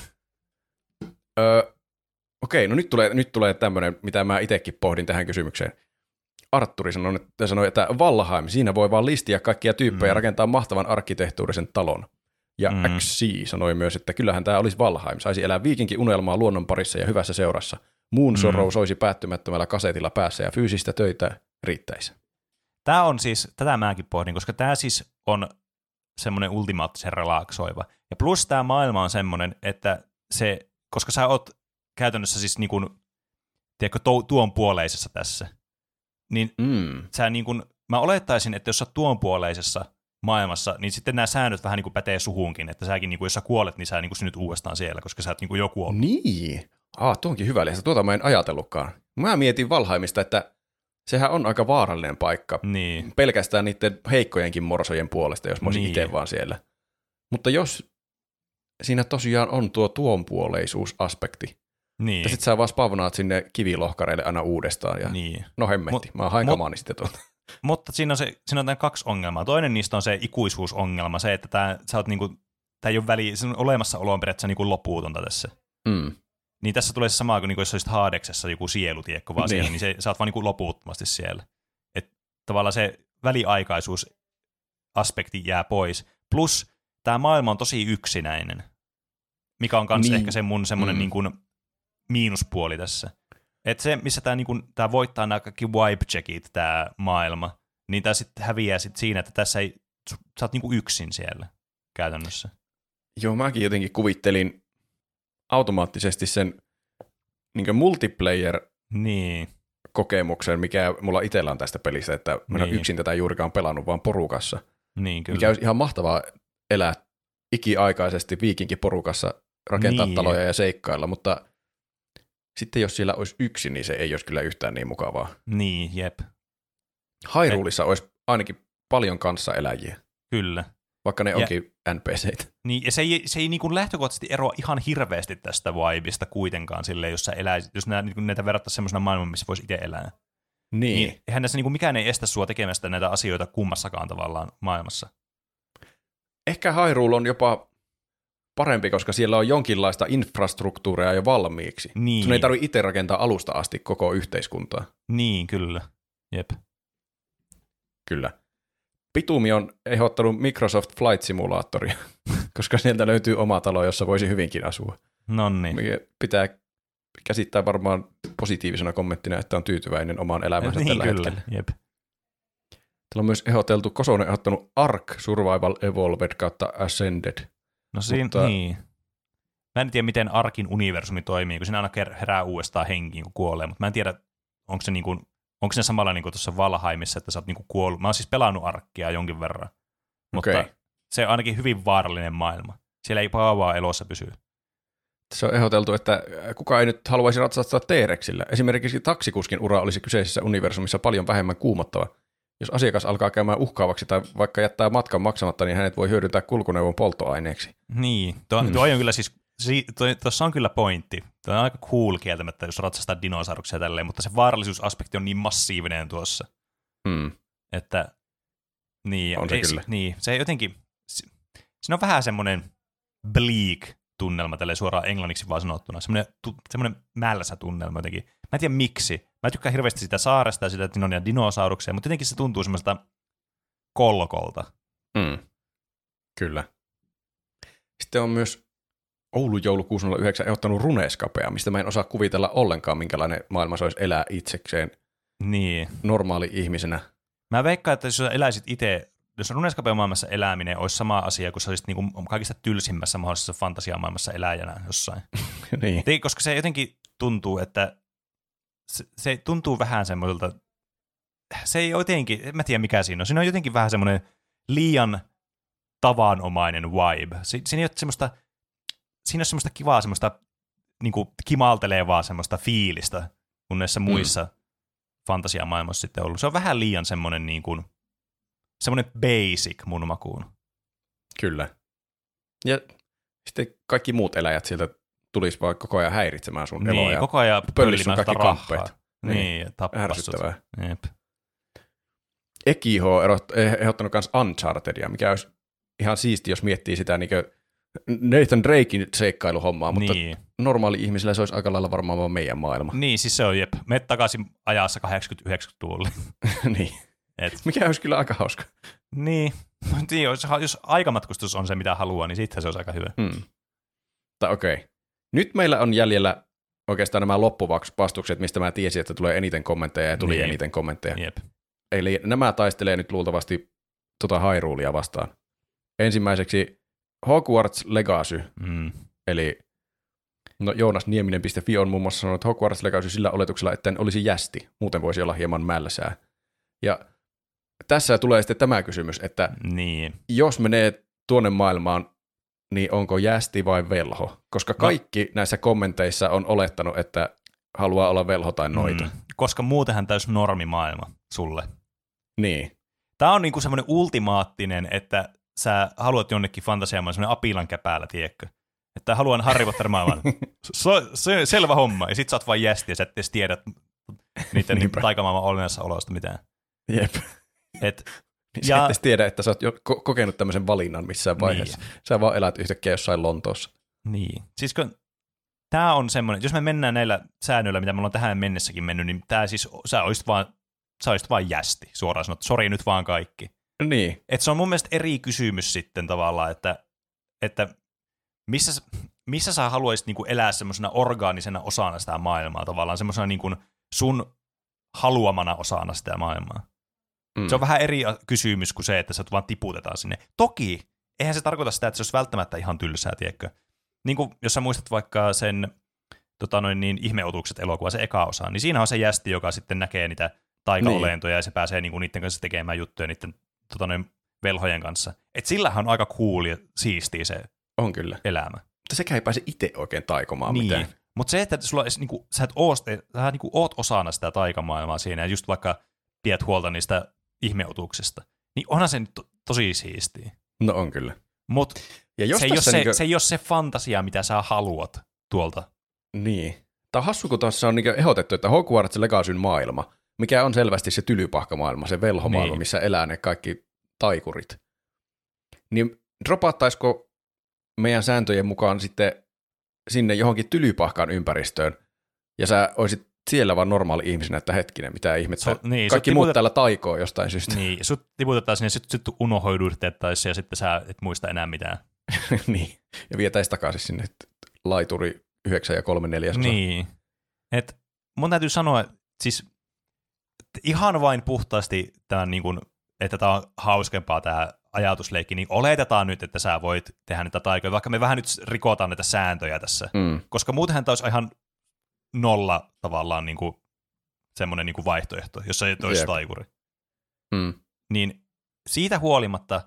Öö, Okei, no nyt tulee, nyt tulee tämmöinen, mitä mä itsekin pohdin tähän kysymykseen. Arturi sanoi, että, sanoi, että Valheim, siinä voi vaan listiä kaikkia tyyppejä ja Mm. rakentaa mahtavan arkkitehtuurisen talon. Ja Mm. X C sanoi myös, että kyllähän tämä olisi Valheim, saisi elää viikinkin unelmaa luonnon parissa ja hyvässä seurassa. Moon Sorrow Mm. soisi päättymättömällä kasetilla päässä ja fyysistä töitä riittäisi. Tämä on siis, tätä mäkin pohdin, koska tämä siis on semmoinen ultimaattisen relaksoiva. Ja plus tämä maailma on semmoinen, että se, koska sä oot käytännössä siis niin kuin, tiedätkö, tuon puoleisessa tässä, niin Mm. sä niin kuin, mä olettaisin, että jos sä oot tuonpuoleisessa maailmassa, niin sitten nämä säännöt vähän niin kuin pätee suhunkin, että säkin, niin kuin, jos sä kuolet, niin sä niin kuin synnyt uudestaan siellä, koska sä oot niin kuin joku ollut. Niin. Ah, tuo onkin hyvä lisätä. Tuota mä en ajatellutkaan. Mä mietin Valheimista, että sehän on aika vaarallinen paikka. Niin. Pelkästään niiden heikkojenkin morsojen puolesta, jos mä olisin Niin. itse vaan siellä. Mutta jos siinä tosiaan on tuo tuonpuoleisuusaspekti, Niin. että sit sä vaan spavnaat sinne kivilohkareille aina uudestaan. Ja Niin. no hemmetti, Mut- mä hain mut- kamaani sitten tuolta. Mutta siinä on, se, siinä on tämän kaksi ongelmaa. Toinen niistä on se ikuisuusongelma, se, että tämä, sä oot niinku, tää ei ole väli, sen olemassaolo on periaatteessa niinku lopuutonta tässä. Mm. Niin tässä tulee se sama kuin niinku, jos olisit Haadeksessa joku sielutiekko vaan Niin. siihen, niin se, sä oot vaan niinku loputtomasti siellä. Et tavallaan se väliaikaisuusaspekti jää pois. Plus tämä maailma on tosi yksinäinen, mikä on myös Niin. ehkä se mun semmoinen Mm. niinku miinuspuoli tässä. Että se, missä tämä niinku, tää voittaa nämä kaikki wipe-checkit, tämä maailma, niin tämä sitten häviää sit siinä, että tässä ei, sä oot niinku yksin siellä käytännössä. Joo, mäkin jotenkin kuvittelin automaattisesti sen niin multiplayer-kokemuksen, Niin, mikä mulla itsellä on tästä pelistä, että mä en ole Niin. yksin tätä juurikaan pelannut, vaan porukassa. niin kyllä. Mikä olisi ihan mahtavaa elää ikiaikaisesti viikinkiporukassa, rakentaa Niin. taloja ja seikkailla, mutta sitten jos siellä olisi yksi, niin se ei olisi kyllä yhtään niin mukavaa. Niin, jep, Hyruleissa olisi ainakin paljon kanssaeläjiä, kyllä. vaikka ne Ja- onkin N P C:itä. Niin, ja se ei, se ei niin kuin lähtökohtaisesti eroa ihan hirveästi tästä vibeista kuitenkaan silleen, jos sä eläisit, jos nää, niin kuin näitä verrattaisiin semmoisena maailmana, missä voisi itse elää. Niin. Niin eihän näissä niin kuin mikään ei estä sua tekemästä näitä asioita kummassakaan tavallaan maailmassa. Ehkä Hyrule on jopa parempi, koska siellä on jonkinlaista infrastruktuuria jo valmiiksi. Niin, Sun ei tarvitse itse rakentaa alusta asti koko yhteiskuntaa. niin kyllä. Jep. Kyllä. Pitumi on ehdottanut Microsoft Flight Simulatoria, koska sieltä löytyy oma talo, jossa voisi hyvinkin asua. Nonni. Mikä pitää käsittää varmaan positiivisena kommenttina, että on tyytyväinen omaan elämäänsä Niin tällä kyllä, hetkellä. jep. Täällä on myös ehdoteltu, Kosonen ehdottanut Ark Survival Evolved kautta Ascended. No siinä, Mutta- niin. Mä en tiedä, miten Arkin universumi toimii, kun siinä aina ker- herää uudestaan henkiin, kun kuolee, mutta mä en tiedä, onko se, niin kuin, onko se samalla niin kuin tuossa Valheimissa, että sä oot niin kuin kuollut. Mä oon siis pelannut Arkkia jonkin verran, mutta Okei. se on ainakin hyvin vaarallinen maailma. Siellä ei kauaa elossa pysy. Se on ehdoteltu, että kuka ei nyt haluaisi ratsastaa T-Rexillä. Esimerkiksi taksikuskin ura olisi kyseisessä universumissa paljon vähemmän kuumottava. Jos asiakas alkaa käymään uhkaavaksi tai vaikka jättää matkan maksamatta, niin hänet voi hyödyntää kulkuneuvon polttoaineeksi. Niin, tuo, Hmm. tuo on kyllä siis, tuossa on kyllä pointti. Tuo on aika cool kieltämättä, jos ratsastaa dinosauruksia tälleen, mutta se vaarallisuusaspekti on niin massiivinen tuossa, Hmm. että niin, On se ei, kyllä. niin, se jotenkin, se, siinä on vähän semmoinen bleak-tunnelma tälleen suoraan englanniksi vaan sanottuna, semmoinen, tu, semmoinen mälsä tunnelma jotenkin. Mä en tiedä miksi. Mä tykkään hirveästi sitä saaresta ja sitä, että siinä on niitä dinosauruksia, mutta jotenkin se tuntuu semmoista kolkolta. Hmm. Kyllä. Sitten on myös Oulu joulu kuusisataayhdeksän ehdottanut Runescapea, mistä mä en osaa kuvitella ollenkaan, minkälainen maailma se olisi elää itsekseen Niin. normaali ihmisenä. Mä veikkaan, että jos sä eläisit itse, jos Runescapen maailmassa eläminen olisi sama asia, kun sä olisit niinku kaikista tylsimmässä mahdollisessa fantasiamaailmassa eläjänä jossain. niin. Ei, koska se jotenkin tuntuu, että se, se tuntuu vähän semmoiselta, se ei jotenkin, en mä tiedä mikä siinä on, siinä on jotenkin vähän semmoinen liian tavanomainen vibe. Si, siinä ei ole semmoista, siinä on semmoista kivaa semmoista niinku kimaltelevaa semmoista fiilistä, kun näissä muissa mm. fantasiamaailmassa sitten ollut. Se on vähän liian semmoinen niin kuin, semmoinen basic mun makuun. Kyllä. Ja sitten kaikki muut eläjät sieltä tulisi vaan koko ajan häiritsemään sun eloa. Niin, ja koko ajan pöllis sun pöllimään kaikki sitä rahaa. kamppeet. Niin, ja tappaa sut. Ärsyttävää. Jep. Ekiho on erot- eh- ehdottanut myös Unchartedia, mikä olisi ihan siisti, jos miettii sitä niin Nathan Drakein seikkailuhommaa, mutta Niin. normaali ihmisillä se olisi aika lailla varmaan vaan meidän maailma. niin, siis se on jep. Mene takaisin ajassa kahdeksankymmentä-yhdeksänkymmentäluvulle. niin. Et, Mikä olisi kyllä aika hauska. niin, niin jos, jos aikamatkustus on se, mitä haluaa, niin sitten se olisi aika hyvä. Hmm. Tai okei. Okay. Nyt meillä on jäljellä oikeastaan nämä loppuvastukset, mistä mä tiesin, että tulee eniten kommentteja ja tuli Niin. eniten kommentteja. Jep. Eli nämä taistelee nyt luultavasti tota Hyrulea vastaan. Ensimmäiseksi Hogwarts Legacy, Mm. eli no Joonas Nieminen piste fi on muun muassa sanonut, että Hogwarts Legacy sillä oletuksella, että en olisi jästi, muuten voisi olla hieman mälsää. Ja tässä tulee sitten tämä kysymys, että niin. jos menee tuonne maailmaan, niin onko jästi vai velho? Koska kaikki no. näissä kommenteissa on olettanut, että haluaa olla velho tai noita. Mm, koska muutenhan täys normimaailma sulle. Niin. Tämä on niinku semmoinen ultimaattinen, että sä haluat jonnekin fantasiamaailmaan semmoinen apilan käpäällä, tiedätkö? Että haluan Harry Potter-maailman. So, se, selvä homma. Ja sit sä oot vaan jästi ja sä et edes tiedät niiden niin taikamaailman olemassaolosta mitään. Jep. Et, niin ja... sä et edes tiedä, että sä oot jo ko- kokenut tämmöisen valinnan missään vaiheessa. Niin. Sä vaan elät yhtäkkiä jossain Lontoossa. Niin. Siis kun tää on semmoinen, jos me mennään näillä säännöillä, mitä me ollaan tähän mennessäkin mennyt, niin tää siis, sä oisit vaan, sä oisit vaan jästi, suoraan sanottu. Sori nyt vaan kaikki. Niin. Et se on mun mielestä eri kysymys sitten tavallaan, että, että missä, missä sä haluaisit niinku elää semmoisena orgaanisena osana sitä maailmaa tavallaan, semmoisena niinku sun haluamana osana sitä maailmaa. Mm. Se on vähän eri kysymys kuin se, että sä vaan tiputetaan sinne. Toki, eihän se tarkoita sitä, että se olisi välttämättä ihan tylsää, tiedätkö? Niin kuin jos sä muistat vaikka sen tota noin niin, Ihmeotukset elokuva, se eka osa, niin siinä on se jästi, joka sitten näkee niitä taikaolentoja niin. Ja se pääsee niinku niiden kanssa tekemään juttuja niiden tota noin, velhojen kanssa. Et sillähän on aika cool ja siistiä se on kyllä. elämä. Mutta sekä ei pääse itse oikein taikomaan niin. mitään. Mutta se, että sulla niinku, sä, et oo, sä niinku, oot osana sitä taikamaailmaa siinä ja just vaikka pidät huolta niistä ihmeotuksista, niin onhan se nyt to- tosi siistiä. No on kyllä. Mutta se, niinku... se, se ei ole se fantasia, mitä sä haluat tuolta. Niin. Tämä on hassu, kun tuossa on niinku ehdotettu, että Hogwarts Legacyn maailma, mikä on selvästi se tylypahkamaailma, se velhomaailma, niin. Missä elää ne kaikki taikurit. Niin dropattaisiko meidän sääntöjen mukaan sitten sinne johonkin tylypahkan ympäristöön, ja sä olisit siellä vaan normaali ihmisenä, että hetkinen, mitä ihmettä. So, niin, kaikki muut tiputet... täällä taikoo jostain syystä. Niin, sut tiputetaan sinne, sit, sit unohdutettaisiin ja sitten sä et muista enää mitään. Niin, ja vietäisi takaisin sinne laituri yhdeksän ja kolme neljäsosa. Niin, että mun täytyy sanoa, siis ihan vain puhtaasti tämän, niin kun, että tämä on hauskempaa tämä ajatusleikki, niin oletetaan nyt, että sä voit tehdä niitä taikoja, vaikka me vähän nyt rikotaan näitä sääntöjä tässä, mm. koska muutenhan tämä olisi ihan nolla tavallaan niin kuin semmoinen niin kuin vaihtoehto, jos ei olisi yep. taikuri. Mm. Niin siitä huolimatta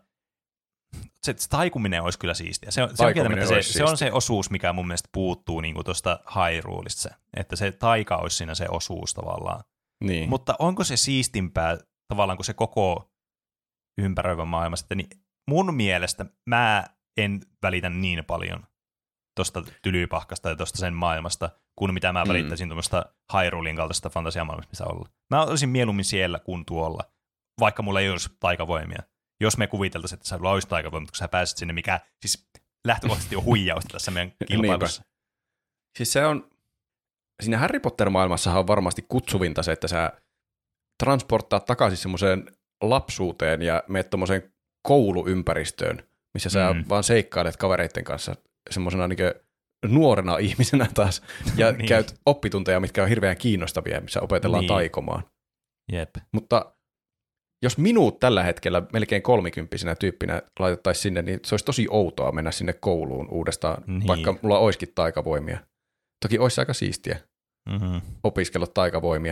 se taikuminen olisi kyllä siistiä. Se on se, on se, se on se osuus, mikä mun mielestä puuttuu niin kuin tuosta Hyruleista, että se taika olisi siinä se osuus tavallaan. Niin. Mutta onko se siistimpää tavallaan kuin se koko ympäröivä maailma sitten, niin mun mielestä mä en välitä niin paljon tuosta tylypahkasta ja tuosta sen maailmasta, kuin mitä mä välittäisin mm. tuommoista Hyrulein kaltaista fantasiamaailmasta, missä olla. Mä olisin mieluummin siellä kuin tuolla, vaikka mulla ei olisi taikavoimia. Jos me kuviteltaisiin, että sulla olisi taikavoimia, kun sä pääset sinne, mikä siis lähtökohtaisesti on huijausta tässä meidän kilpailussa. Siis se on, siinä Harry Potter-maailmassahan on varmasti kutsuvinta se, että sä transporttaa takaisin semmoiseen lapsuuteen ja meet tommoseen kouluympäristöön, missä sä mm. vaan seikkailet kavereiden kanssa semmoisena niin nuorena ihmisenä taas, ja niin. käyt oppitunteja, mitkä on hirveän kiinnostavia, missä opetellaan niin. taikomaan. Jep. Mutta jos minut tällä hetkellä melkein kolmikymppisenä tyyppinä laitettaisiin sinne, niin se olisi tosi outoa mennä sinne kouluun uudestaan, niin. vaikka mulla olisikin taikavoimia. Toki olisi aika siistiä mm-hmm. opiskella taikavoimia.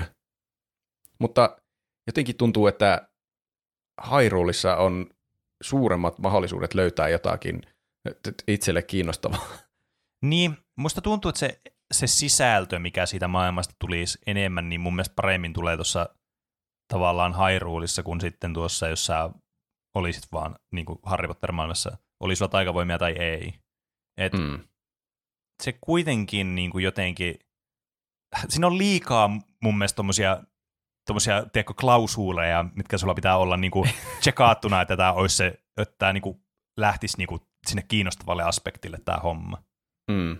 Mutta jotenkin tuntuu, että Hyrulessa on suuremmat mahdollisuudet löytää jotakin itselle kiinnostavaa. Niin, musta tuntuu, että se, se sisältö, mikä siitä maailmasta tulisi enemmän, niin mun mielestä paremmin tulee tuossa tavallaan Hyrulessa kuin sitten tuossa, jos sä olisit vaan niin kuin Harry Potter-maailmassa, oli sulla taikavoimia tai ei. Et mm. se kuitenkin niin kuin jotenkin, siinä on liikaa mun mielestä tommosia, tommosia tiedätkö, klausuuleja, mitkä sulla pitää olla niin kuin tsekaattuna, että tämä olisi se, että tämä niin kuin lähtisi niin kuin sinne kiinnostavalle aspektille tämä homma. Mm.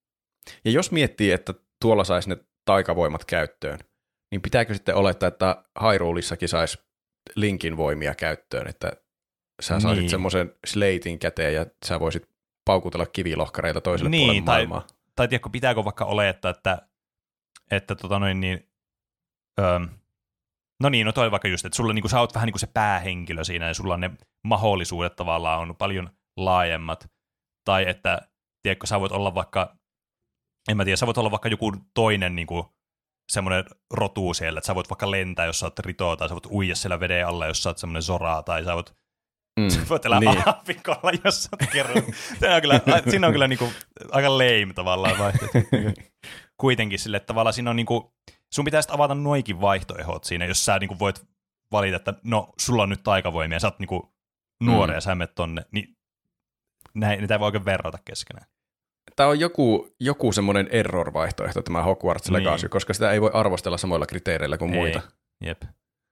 Ja jos miettii, että tuolla saisi ne taikavoimat käyttöön, niin pitääkö sitten olettaa, että Hyrulissakin saisi Linkin voimia käyttöön, että sä saisit niin. semmoisen slatein käteen ja sä voisit paukutella kivilohkareita toiselle niin, puolelle tai, maailmaa. Tai tiedätkö, pitääkö vaikka olettaa, että, että tota noin niin, öö, no niin, no toi vaikka just, että sulla, niin kuin, sä oot vähän niin kuin se päähenkilö siinä ja sulla on ne mahdollisuudet tavallaan on paljon laajemmat, tai että tiedätkö, sä voit olla vaikka, en mä tiedä, sä voit olla vaikka joku toinen niin kuin semmoinen rotu siellä, että sä voit vaikka lentää, jos sä oot Rito, tai sä voit uija siellä veden alla, jos sä oot semmoinen Zora, tai sä voit, mm, sä voit elää niin. aavikolla, jos sä oot kerran. on kyllä, siinä on kyllä niinku aika lame tavallaan vaihtoehto. Kuitenkin sille, että tavallaan siinä on niinku, sun pitäisi avata noikin vaihtoehdot siinä, jos sä niinku voit valita, että no, sulla on nyt taikavoimia, sä oot niinku nuori mm. ja sä menet tonne, niin näin, niitä ei voi oikein verrata keskenään. Tämä on joku, joku semmoinen error-vaihtoehto, tämä Hogwarts Legacy, niin. koska sitä ei voi arvostella samoilla kriteereillä kuin ei. muita. Jep.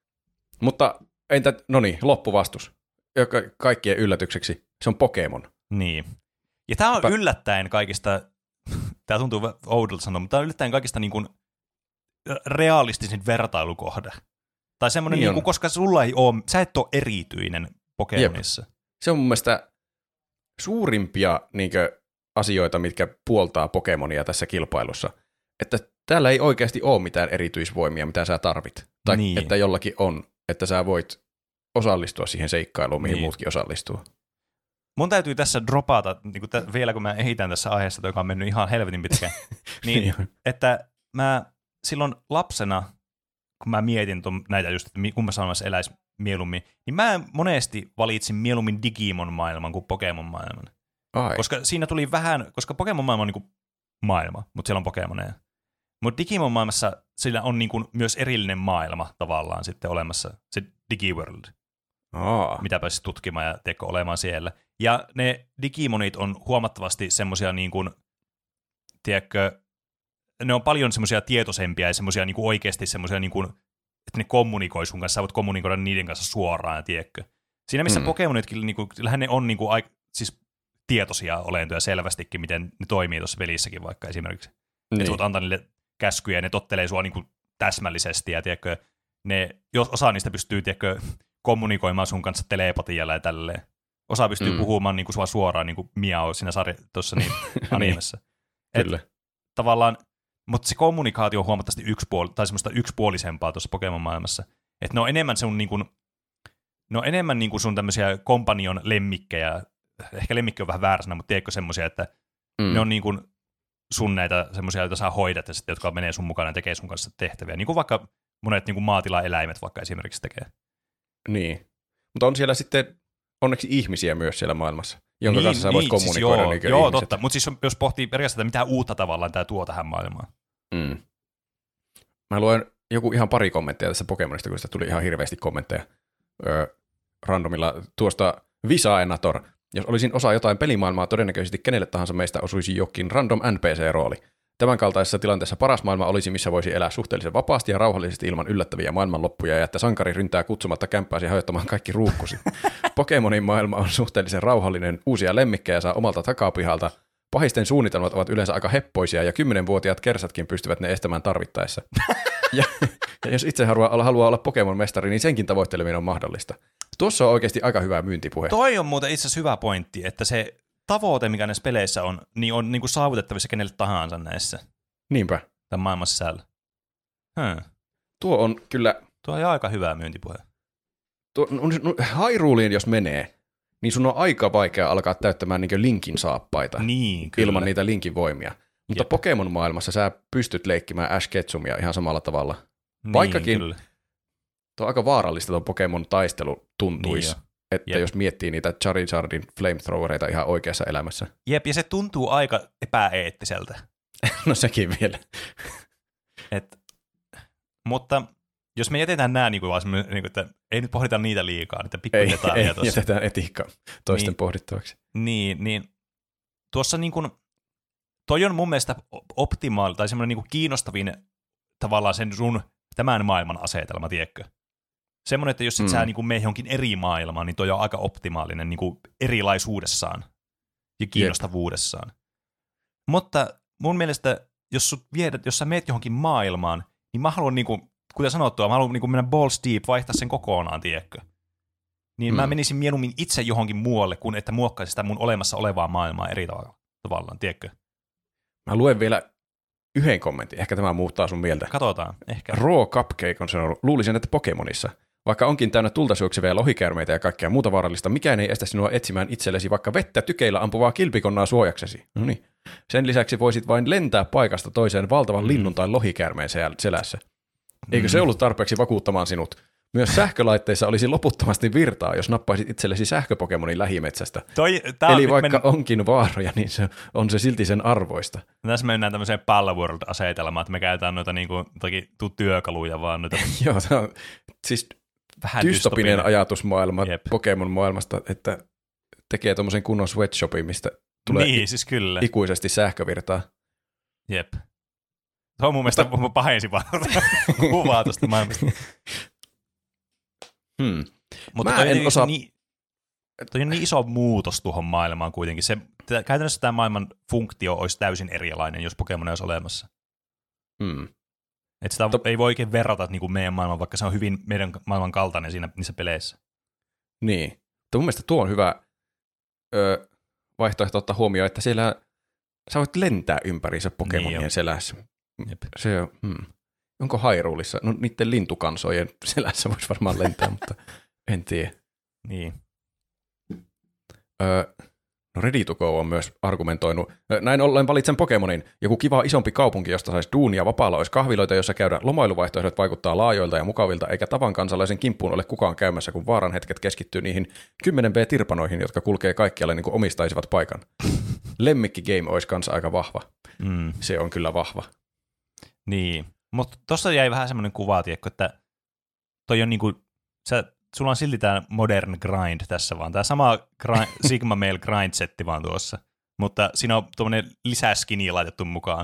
Mutta entä, no niin, loppuvastus. Joka kaikkien yllätykseksi, se on Pokemon. Niin. Ja tämä on Pä- yllättäen kaikista, tämä tuntuu oudolta sanoa, mutta tämä on yllättäen kaikista niin kuin realistisin vertailukohde. Tai semmoinen, niin niin kuin, koska sulla ei ole, sä et ole erityinen Pokemonissa. Jep. Se on mun mielestä suurimpia niin kuin, asioita, mitkä puoltaa Pokemonia tässä kilpailussa. Että täällä ei oikeasti ole mitään erityisvoimia, mitä sä tarvit. Tai niin. että jollakin on, että sä voit osallistua siihen seikkailuun, mihin niin. muutkin osallistuu. Mun täytyy tässä dropata, niin kuin t- vielä kun mä ehitän tässä aiheessa, joka on mennyt ihan helvetin pitkään, niin että mä silloin lapsena, kun mä mietin ton, näitä just, että kummassa maailmassa eläisi mieluummin, niin mä monesti valitsin mieluummin Digimon-maailman kuin Pokemon-maailman. Ai. Koska siinä tuli vähän, koska Pokemon-maailma on niin kuin maailma, mutta siellä on Pokemoneja. Mutta Digimon-maailmassa sillä on niin kuin myös erillinen maailma tavallaan sitten olemassa, se Digiworld, Aa. mitä pääsisi tutkimaan ja teko olemaan siellä. Ja ne Digimonit on huomattavasti semmoisia niin kuin, tiedätkö, ne on paljon semmoisia tietoisempia ja semmoisia niin kuin oikeasti semmoisia, niin kuin, että ne kommunikoi sun kanssa, sä voit kommunikoida niiden kanssa suoraan, tiedätkö. Siinä missä mm. Pokemonitkin, niin kuin, kyllähän ne on niin kuin, siis tietoisia olentoja selvästikin, miten ne toimii tuossa pelissäkin vaikka esimerkiksi. Niin. Että voit antaa niille käskyjä ja ne tottelee sua niin kuin täsmällisesti ja tiedätkö, ne, jos osa niistä pystyy tiedätkö, kommunikoimaan sun kanssa telepatialla ja tälleen. Osa pystyy mm. puhumaan niin kuin sua suoraan niin kuin Miao siinä sarja, tuossa niin, animessa. niin. Kyllä. Tavallaan, mutta se kommunikaatio on huomattavasti yksipuol- tai semmoista yksipuolisempaa tuossa Pokemon-maailmassa. Että ne on enemmän sun, niin kuin, ne on enemmän niin kuin sun tämmöisiä kompanion lemmikkejä. Ehkä lemmikki on vähän väärä sana, mutta tiedätkö semmoisia, että mm. ne on niin kuin sun näitä semmoisia, joita sä hoidat ja sitten, jotka menee sun mukana ja tekee sun kanssa tehtäviä. Niin kuin vaikka monet niin kuin maatilaeläimet vaikka esimerkiksi tekee. Niin. Mutta on siellä sitten onneksi ihmisiä myös siellä maailmassa, jonka niin, kanssa sä voit niin, kommunikoida. Siis joo, joo totta. Mutta siis jos pohtii periaatteessa, mitä uutta tavallaan tämä tuo tähän maailmaan. Mm. Mä luen joku ihan pari kommenttia tässä Pokemonista, kun sitä tuli ihan hirveästi kommentteja öö, randomilla tuosta Visaenator. Jos olisin osa jotain pelimaailmaa, todennäköisesti kenelle tahansa meistä osuisi jokin random N P C-rooli. Tämän kaltaisessa tilanteessa paras maailma olisi, missä voisi elää suhteellisen vapaasti ja rauhallisesti ilman yllättäviä maailmanloppuja ja että sankari ryntää kutsumatta kämppääsi hajottamaan kaikki ruukkusi. Pokemonin maailma on suhteellisen rauhallinen, uusia lemmikkejä saa omalta takapihalta, pahisten suunnitelmat ovat yleensä aika heppoisia ja kymmenvuotiaat kersatkin pystyvät ne estämään tarvittaessa. ja, ja jos itse haluaa, haluaa olla Pokemon-mestari, niin senkin tavoitteleminen on mahdollista. Tuossa on oikeasti aika hyvä myyntipuhe. Toi on muuten itse asiassa hyvä pointti, että se tavoite, mikä näissä peleissä on, niin on niin kuin saavutettavissa kenelle tahansa näissä. Niinpä. Tämän maailman sisällä. Hmm. Tuo on kyllä... Tuo on aika hyvä myyntipuhe. Tuo, no, no, Hyruleen jos menee, niin sun on aika vaikea alkaa täyttämään niin Linkin saappaita niin, kyllä. ilman niitä Linkin voimia. Mutta Jep. Pokemon-maailmassa sä pystyt leikkimään Ash Ketsumia ihan samalla tavalla. Niin, vaikkakin kyllä. Tuo on aika vaarallista tuon Pokemon-taistelu tuntuisi. Niin että Jep. jos miettii niitä Charizardin flamethrowereita ihan oikeassa elämässä. Jep, ja se tuntuu aika epäeettiseltä. No sekin vielä. Et, mutta jos me jätetään nämä, niin kuin vaan niin kuin, että ei nyt pohdita niitä liikaa, niitä pikkudetaljeja tuossa. Ei, jätetään etiikkaa toisten niin, pohdittavaksi. Niin, niin tuossa niin kuin, toi on mun mielestä optimaali, tai semmoinen niin kuin kiinnostavin tavallaan sen sun tämän maailman asetelma, tiedätkö? Semmoinen, että jos sit mm. sä niin mene johonkin eri maailmaan, niin toi on aika optimaalinen niin kuin erilaisuudessaan ja kiinnostavuudessaan. Jep. Mutta mun mielestä, jos, sut viedät, jos sä meet johonkin maailmaan, niin mä haluan, niin kuin, kuten sanottua, mä haluan niin kuin mennä balls deep, vaihtaa sen kokonaan, tiedätkö? Niin mm. mä menisin mieluummin itse johonkin muualle, kuin että muokkaisin sitä mun olemassa olevaa maailmaa eri tavalla, tavallaan, tiedätkö? Mä luen vielä yhden kommentin, ehkä tämä muuttaa sun mieltä. Katsotaan, ehkä. Raw Cupcake on sanonut, luulisin, että Pokemonissa. Vaikka onkin täynnä tultasyökseviä lohikäärmeitä ja kaikkea muuta vaarallista, mikään ei estä sinua etsimään itsellesi vaikka vettä tykeillä ampuvaa kilpikonnaa suojaksesi. No niin. Sen lisäksi voisit vain lentää paikasta toiseen valtavan Mm. linnun tai lohikäärmeen sel- selässä. Eikö Mm. se ollut tarpeeksi vakuuttamaan sinut? Myös sähkölaitteissa olisi loputtomasti virtaa, jos nappaisit itsellesi sähköpokemonin lähimetsästä. Toi, tää Eli on, vaikka men... onkin vaaroja, niin se on se silti sen arvoista. Tässä mennään tämmöiseen Palworld-asetelmaan, että me käytetään noita niinku, toki tuu työkaluja vaan noita Joo, tämä on siis vähän dystopinen ajatusmaailma Jep. Pokemon-maailmasta, että tekee tuommoisen kunnon sweatshopin, mistä tulee Niin, siis kyllä. ikuisesti sähkövirtaa. Jep. Se on mun mielestä Mutta... pahensi vaan kuvaa tuosta maailmasta. Hmm. Mutta Mä toi, en on osaa- niin, toi on niin iso muutos tuohon maailmaan kuitenkin. Se, tä- käytännössä tämä maailman funktio olisi täysin erilainen, jos Pokemon olisi olemassa. Hmm. Et sitä To- ei voi oikein verrata niin kuin meidän maailman, vaikka se on hyvin meidän maailman kaltainen siinä niissä peleissä. Niin. Mutta mun mielestä tuo on hyvä ö, vaihtoehto ottaa huomioon, että siellä sä voit lentää ympäriinsä Pokemonien Niin selässä. Jep. Se on, hmm. Onko Hyruleissa? No niiden lintukansojen selässä voisi varmaan lentää, mutta en tiedä. Niin. Öö, no Ready to Go on myös argumentoinut. Näin ollen valitsen Pokemonin. Joku kiva isompi kaupunki, josta saisi duunia, vapaalla olisi kahviloita, jossa käydä lomailuvaihtoehdot vaikuttaa laajoilta ja mukavilta, eikä tavan kansalaisen kimppuun ole kukaan käymässä, kun vaaran hetket keskittyy niihin kymmenen B-tirpanoihin, jotka kulkee kaikkialle niin kuin omistaisivat paikan. Lemmikki game olisi kanssa aika vahva. Mm. Se on kyllä vahva. Niin. Mutta tuossa jäi vähän semmoinen kuva, tiedätkö, että toi on niinku, sä, sulla on silti tämä modern grind tässä vaan. Tämä sama grind, Sigma Mail grind-setti vaan tuossa. Mutta siinä on tuommoinen lisäskini laitettu mukaan.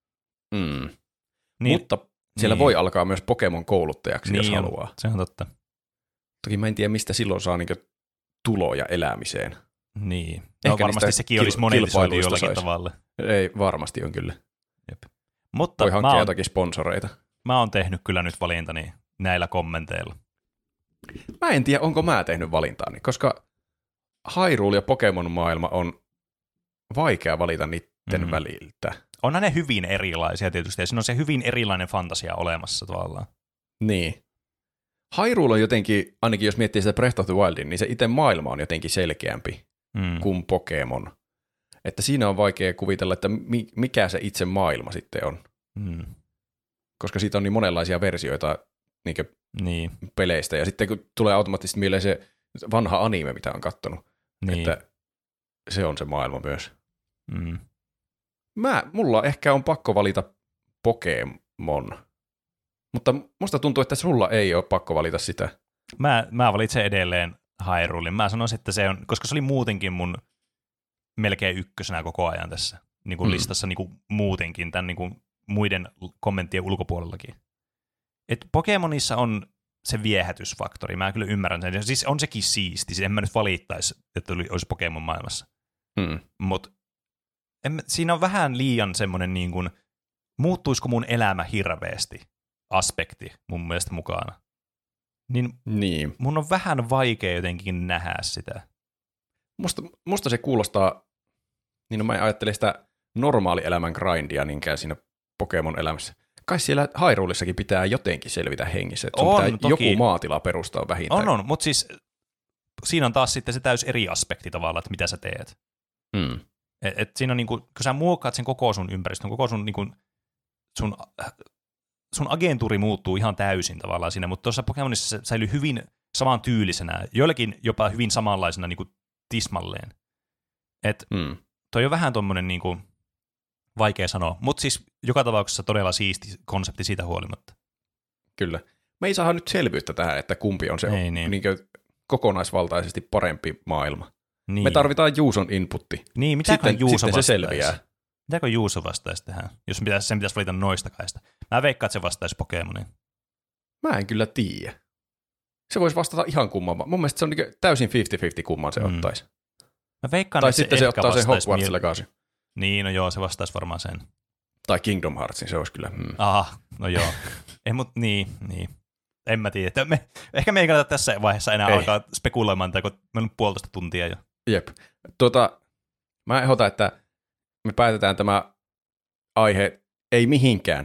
Mm. Niin, Mutta siellä niin. voi alkaa myös Pokemon-kouluttajaksi, jos Niin on. haluaa. Se on totta. Toki mä en tiedä, mistä silloin saa niinku tuloja elämiseen. Niin. Ehkä No varmasti niistä sekin kil- olisi monetisoitu kilpailuista jollakin sais. tavalla. Ei, varmasti on kyllä. Mutta Voi mä hankkia oon, jotakin sponsoreita. mä oon tehnyt kyllä nyt valintani näillä kommenteilla. Mä en tiedä, onko mä tehnyt valintaani, koska Hyrule ja Pokemon-maailma on vaikea valita niiden Mhm. mm. väliltä. Onhan ne hyvin erilaisia tietysti, ja siinä on se hyvin erilainen fantasia olemassa tavallaan. Niin. Hyrule on jotenkin, ainakin jos miettii sitä Breath of the Wildin, niin se itse maailma on jotenkin selkeämpi Mm. kuin Pokemon. Että siinä on vaikea kuvitella, että mi- mikä se itse maailma sitten on. Mm. Koska siitä on niin monenlaisia versioita niin Niin, peleistä. Ja sitten kun tulee automaattisesti mieleen se vanha anime, mitä on kattonut, niin. että se on se maailma myös. Mm. Mä, mulla ehkä on pakko valita Pokemon. Mutta musta tuntuu, että sulla ei ole pakko valita sitä. Mä, mä valitsen edelleen Hyrulin. Mä sanoisin, että se on, koska se oli muutenkin mun melkein ykkösenä koko ajan tässä niin kuin Mm. listassa niin kuin muutenkin, tämän niin kuin muiden kommenttien ulkopuolellakin. Et Pokemonissa on se viehätysfaktori, mä kyllä ymmärrän sen. Siis on sekin siisti, siis en mä nyt valittaisi, että oli- olisi Pokemon maailmassa. Hmm. Mutta siinä on vähän liian semmoinen, niin kuin, muuttuisiko mun elämä hirveästi aspekti mun mielestä mukana. Niin Niin. mun on vähän vaikea jotenkin nähdä sitä. Musta, musta se kuulostaa, niin no mä en ajattele sitä normaalielämän grindia niinkään siinä Pokemon-elämässä. Kai siellä Hyrulissakin pitää jotenkin selvitä hengissä. Että sun On, pitää toki. joku maatila perustaa vähintään. On, on, mutta siis siinä on taas sitten se täys eri aspekti tavallaan, että mitä sä teet. Mm. Et, et siinä on niinku, kun sä muokkaat sen koko sun ympäristön, koko sun, niinku, sun, sun agentuuri muuttuu ihan täysin tavallaan siinä, mutta tuossa Pokemonissa se säilyy hyvin saman tyylisenä, joillekin jopa hyvin samanlaisena niinku tismalleen. Et Mm. toi on vähän tommonen niinku, vaikea sanoa, mutta siis joka tapauksessa todella siisti konsepti siitä huolimatta. Kyllä. Me ei saada nyt selvyyttä tähän, että kumpi on se Ei on, niin. niinkö kokonaisvaltaisesti parempi maailma. Niin. Me tarvitaan Juuson inputti. Niin, mitäkö Sitten, Juuso sitten se vastaisi? selviää. Mitäkö Juuso vastaisi tähän, jos pitäisi, sen pitäisi valita noista kaista? Mä veikkaan, että se vastaisi Pokemoniin. Mä en kyllä tiedä. Se voisi vastata ihan kumman. Mun mielestä se on niinkö täysin viisikymmentä viisikymmentä kumman se Mm. ottaisi. Mä veikkaan, Tai että sitten se ehkä ottaa sen vastaisi Hogwarts miel- Legacy. Niin, no joo, se vastaisi varmaan sen. Tai Kingdom Heartsin, se olisi kyllä. Mm. Aha, no joo. Ei, mut niin, niin. En mä tiedä. Että Me, ehkä me ei kannata tässä vaiheessa enää Ei. alkaa spekuloimaan, tai kun meillä on puolitoista tuntia jo. Jep. Tuota, mä ehdotan, että me päätetään tämä aihe ei mihinkään.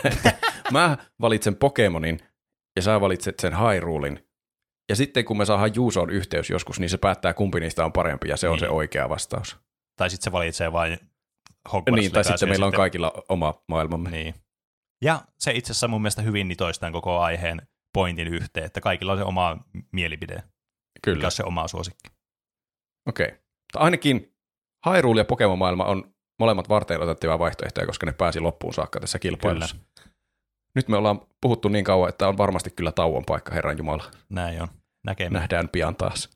Mä valitsen Pokemonin ja sä valitset sen Hyrulin. Ja sitten kun me saadaan Juusoon yhteys joskus, niin se päättää kumpi niistä on parempi ja se on Niin. se oikea vastaus. Tai sitten se valitsee vain Hogwarts Niin, tai Legacy sitten ja meillä on kaikilla oma maailmamme. Niin. Ja se itse asiassa mun mielestä hyvin toistaan koko aiheen pointin yhteen, että kaikilla on se oma mielipide. Kyllä. Mikä on se oma suosikki. Okei. Okay. Ainakin Hyrule ja Pokemon-maailma on molemmat varten otettavia vaihtoehtoja, koska ne pääsi loppuun saakka tässä kilpailussa. Kyllä. Nyt me ollaan puhuttu niin kauan, että on varmasti kyllä tauon paikka, Herran Jumala. Näin on. Näkemään. Nähdään pian taas.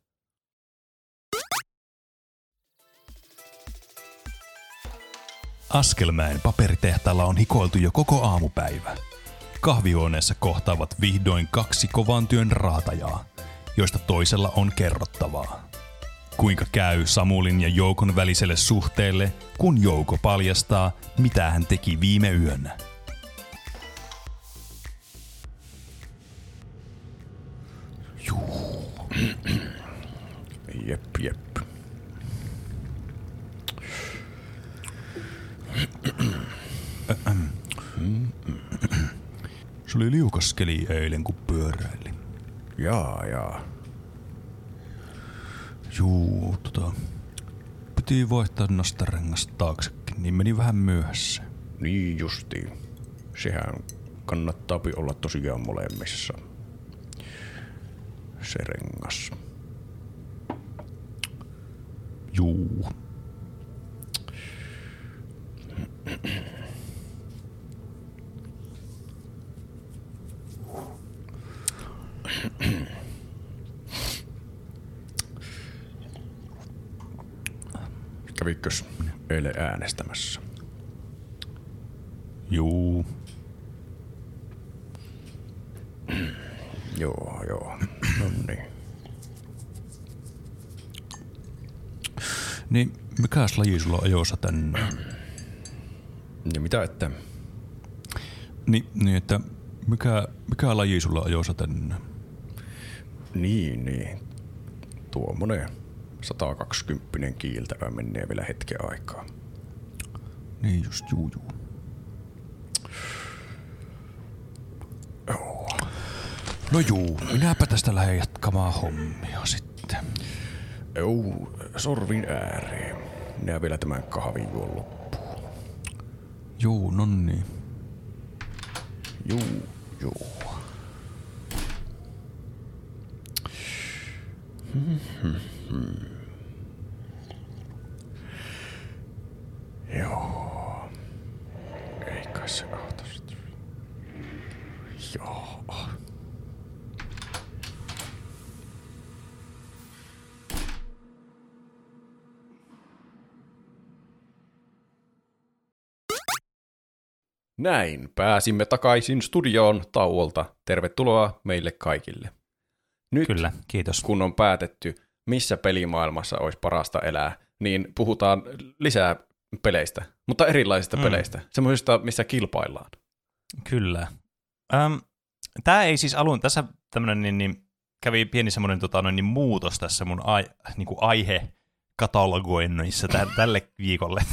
Askelmäen paperitehtaalla on hikoiltu jo koko aamupäivä. Kahvihuoneessa kohtaavat vihdoin kaksi kovan työn raatajaa, joista toisella on kerrottavaa. Kuinka käy Samulin ja Joukon väliselle suhteelle, kun Jouko paljastaa, mitä hän teki viime yönä? Juu. Jep, jep. Se oli liukas keli eilen, kun pyöräili. Jaa, jaa. Juu, tota... Piti vaihtaa nastarengas taaksekin, niin meni vähän myöhässä. Niin justiin. Sehän kannattaa olla tosiaan molemmissa. Se rengas. Juu. Kävikös eilen äänestämässä? Juu. Joo, joo. No niin. Niin, mikäs laji sulla on ajossa tänään? Ja mitä että? Ni, niin, että mikä, mikä laji sulla on ajossa tänään? Niin, niin. Tuommoinen sata kaksikymmentä kiiltävä menee vielä hetken aikaa. Niin just, juu, juu. Joo. No juu, minäpä tästä lähden jatkamaan hommia sitten. Joo, sorvin ääreen. Minä vielä tämän kahvin juon loppuun. Juu, no niin. Juu, juu. Hmm. Joo. Ei kai se auta sitä. Joo. Näin, pääsimme takaisin studioon tauolta. Tervetuloa meille kaikille. Nyt, Kyllä, kiitos. kun on päätetty, missä pelimaailmassa olisi parasta elää, niin puhutaan lisää peleistä, mutta erilaisista mm. peleistä, semmoisista, missä kilpaillaan. Kyllä. Ähm, Tämä ei siis alun, tässä tämmöinen niin, niin, kävi pieni semmoinen tota, niin, muutos tässä mun ai, niin kuin aihe-katalogoinnissa tä, tälle viikolle.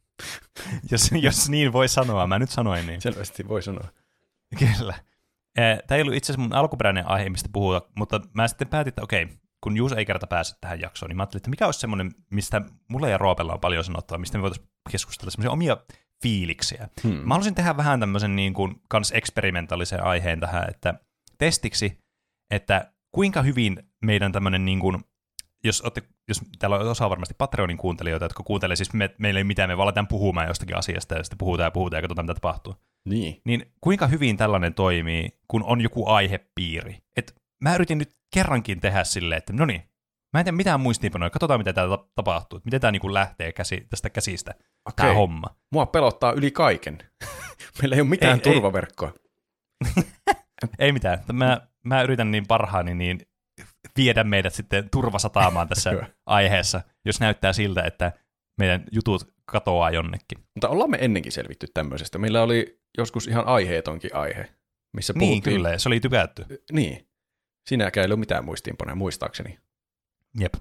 jos, jos niin voi sanoa, mä nyt sanoin niin. Selvästi voi sanoa. Kyllä. Tämä ei ollut itse asiassa mun alkuperäinen aihe, mistä puhua, mutta mä sitten päätin, että okei, kun Juuso ei kerta pääse tähän jaksoon, niin mä ajattelin, että mikä olisi semmoinen, mistä mulla ja Roopella on paljon sanottavaa, mistä me voitaisiin keskustella semmoisia omia fiiliksiä. Hmm. Mä haluaisin tehdä vähän tämmöisen niin kuin kans eksperimentaalisen aiheen tähän, että testiksi, että kuinka hyvin meidän tämmöinen, niin kuin, jos, otte, jos täällä on osa varmasti Patreonin kuuntelijoita, jotka kuuntelee, siis me, meillä ei mitään, me valitaan puhumaan jostakin asiasta ja sitten puhutaan ja puhutaan ja katsotaan, mitä tapahtuu. Niin. Niin kuinka hyvin tällainen toimii, kun on joku aihepiiri? Et mä yritin nyt kerrankin tehdä silleen, että no niin, mä en tiedä mitään muistiinpanoja, katsotaan mitä täällä tapahtuu, että miten tää niinku lähtee käsi, tästä käsistä, Okei. tää homma. Mua pelottaa yli kaiken. Meillä ei ole mitään ei, turvaverkkoa. Ei, ei mitään, mä, mä yritän niin parhaani niin viedä meidät sitten turvasataamaan tässä aiheessa, jos näyttää siltä, että meidän jutut katoaa jonnekin. Mutta ollaan me ennenkin selvitty tämmöisestä. Meillä oli joskus ihan aiheetonkin aihe, missä puhuttiin. Niin, kyllä, se oli tykätty. Niin. Siinäkään ei ole mitään muistiinpanoja, muistaakseni. Jep.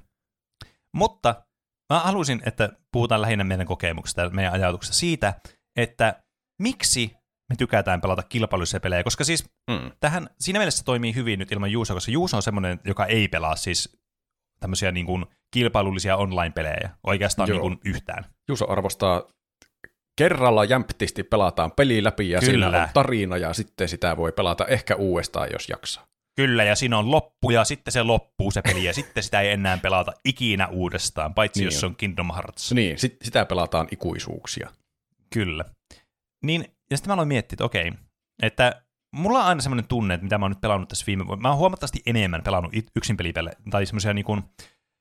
Mutta mä halusin, että puhutaan lähinnä meidän kokemuksesta ja meidän ajatuksesta siitä, että miksi me tykätään pelata kilpailullisia pelejä, koska siis mm. tähän siinä mielessä toimii hyvin nyt ilman Juusoa, koska Juuso on semmoinen, joka ei pelaa siis tämmöisiä niin kuin kilpailullisia online-pelejä oikeastaan niin kuin yhtään. Juuso arvostaa kerralla jämptisti pelataan peli läpi ja Kyllä. sillä on tarina ja sitten sitä voi pelata ehkä uudestaan, jos jaksaa. Kyllä, ja siinä on loppu, ja sitten se loppuu se peli, ja sitten sitä ei enää pelata ikinä uudestaan, paitsi niin jos on Kingdom Hearts. Niin, sit, sitä pelataan ikuisuuksia. Kyllä. Niin, ja sitten mä aloin miettiä, että okei, että mulla on aina semmoinen tunne, että mitä mä oon nyt pelannut tässä viime vuonna. Mä oon huomattavasti enemmän pelannut yksin pelipelejä, tai semmoisia niin kuin,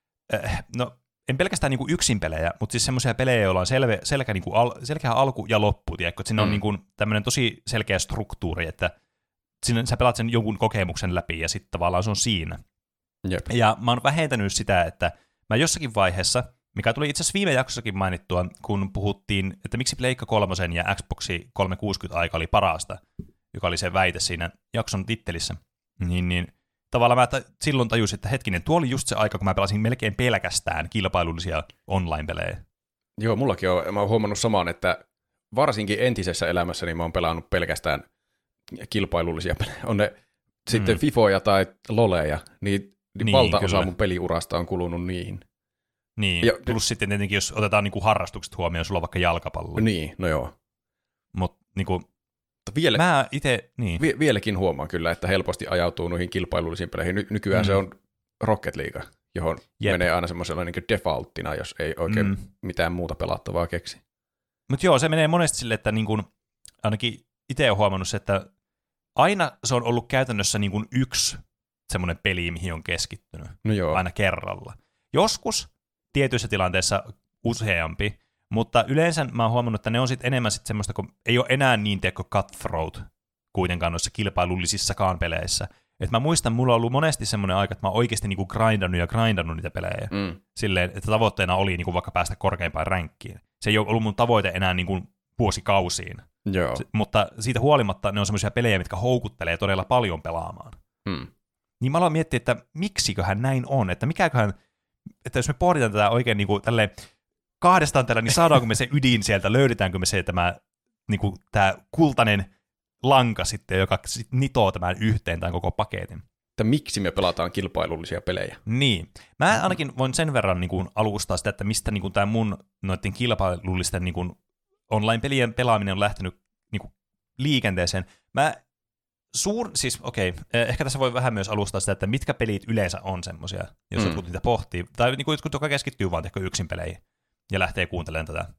äh, no en pelkästään niin kuin yksin pelejä, mutta siis semmoisia pelejä, joilla on selve, selkä, niin kuin al, selkeä alku ja loppu, tiedätkö? Että siinä mm. on niin kuin tämmöinen tosi selkeä struktuuri, että sinne, sä pelaat sen jonkun kokemuksen läpi, ja sitten tavallaan se on siinä. Jep. Ja mä oon vähentänyt sitä, että mä jossakin vaiheessa, mikä tuli itse asiassa viime jaksossakin mainittua, kun puhuttiin, että miksi Pleikka kolmosen ja Xboxi kolmesataakuusikymmentä aika oli parasta, joka oli se väite siinä jakson tittelissä, niin, niin tavallaan mä t- silloin tajusin, että hetkinen, tuo oli just se aika, kun mä pelasin melkein pelkästään kilpailullisia online-pelejä. Joo, mullakin on, mä oon huomannut samaan, että varsinkin entisessä elämässäni mä oon pelannut pelkästään kilpailullisia pelejä. On ne sitten mm. Fifoja tai Loleja, niin, niin valtaosa kyllä. mun peliurasta on kulunut niihin. Niin, ja, plus sitten tietenkin, jos otetaan niinku harrastukset huomioon, sulla on vaikka jalkapallo. Niin, no joo. Mutta niinku, Vielä, mä ite, niin. vie, vieläkin huomaan kyllä, että helposti ajautuu noihin kilpailullisiin peleihin. Ny, nykyään mm. se on Rocket League, johon Jep. menee aina semmoisella niin defaulttina, jos ei oikein mm. mitään muuta pelattavaa keksi. Mutta joo, se menee monesti silleen, että niin kun, ainakin itse olen huomannut se, että aina se on ollut käytännössä niin kun yksi semmoinen peli, mihin on keskittynyt. No joo. Aina kerralla. Joskus tietyissä tilanteissa useampi, mutta yleensä mä oon huomannut, että ne on sitten enemmän sit semmoista, kun ei ole enää niin teko cutthroat kuitenkaan noissa kilpailullisissakaan peleissä. Et mä muistan, mulla on ollut monesti semmoinen aika, että mä oon oikeasti niinku grindannut ja grindannut niitä pelejä. Mm. Silleen, että tavoitteena oli niinku vaikka päästä korkeimpaan ränkkiin. Se ei ole ollut mun tavoite enää niinku vuosikausiin. Joo. Se, mutta siitä huolimatta ne on semmoisia pelejä, mitkä houkuttelee todella paljon pelaamaan. Mm. Niin mä aloin miettiä, että miksiköhän näin on, että mikäköhän, että jos me pohditaan tätä oikein niinku tälleen kahdestaan tällä, niin saadaanko me se ydin sieltä, löydetäänkö me se tämä niinku tää kultainen lanka sitten, joka sit nitoo tämän yhteen tämän koko paketin. Että miksi me pelataan kilpailullisia pelejä? Niin. Mä ainakin voin sen verran niin kuin alustaa sitä, että mistä niin kuin tämä mun noiden kilpailullisten niin kuin online-pelien pelaaminen on lähtenyt niin kuin liikenteeseen. Mä suur, siis okei, okay, ehkä tässä voi vähän myös alustaa sitä, että mitkä pelit yleensä on semmoisia, jos mm. jotkut niitä pohtii, tai niin kuin jotkut, joka keskittyy vaan tehkö yksin peleihin ja lähtee kuuntelemaan tätä.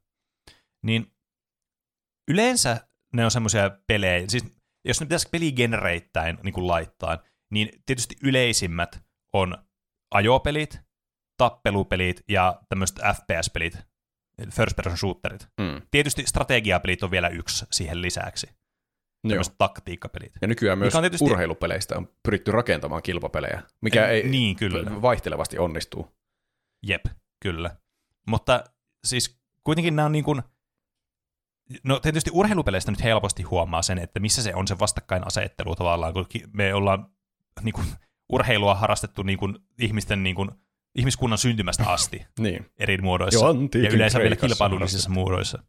Niin yleensä ne on semmoisia pelejä, siis jos ne pitäisi peligenereittäin niin kuin laittaa, niin tietysti yleisimmät on ajopelit, tappelupelit ja tämmöiset F P S-pelit, first person shooterit. Mm. Tietysti strategiapelit on vielä yksi siihen lisäksi. Tämmöiset taktiikkapelit. Ja nykyään myös on tietysti urheilupeleistä on pyritty rakentamaan kilpapelejä, mikä ei niin, kyllä. vaihtelevasti onnistuu. Jep, kyllä. Mutta siis kuitenkin nämä on niin kuin, no tietysti urheilupeleistä nyt helposti huomaa sen, että missä se on se vastakkainasettelu tavallaan, kun me ollaan niin kuin, urheilua harrastettu niin kuin, ihmisten, niin kuin, ihmiskunnan syntymästä asti niin. eri muodoissa ja yleensä vielä kilpailullisissa muodoissa.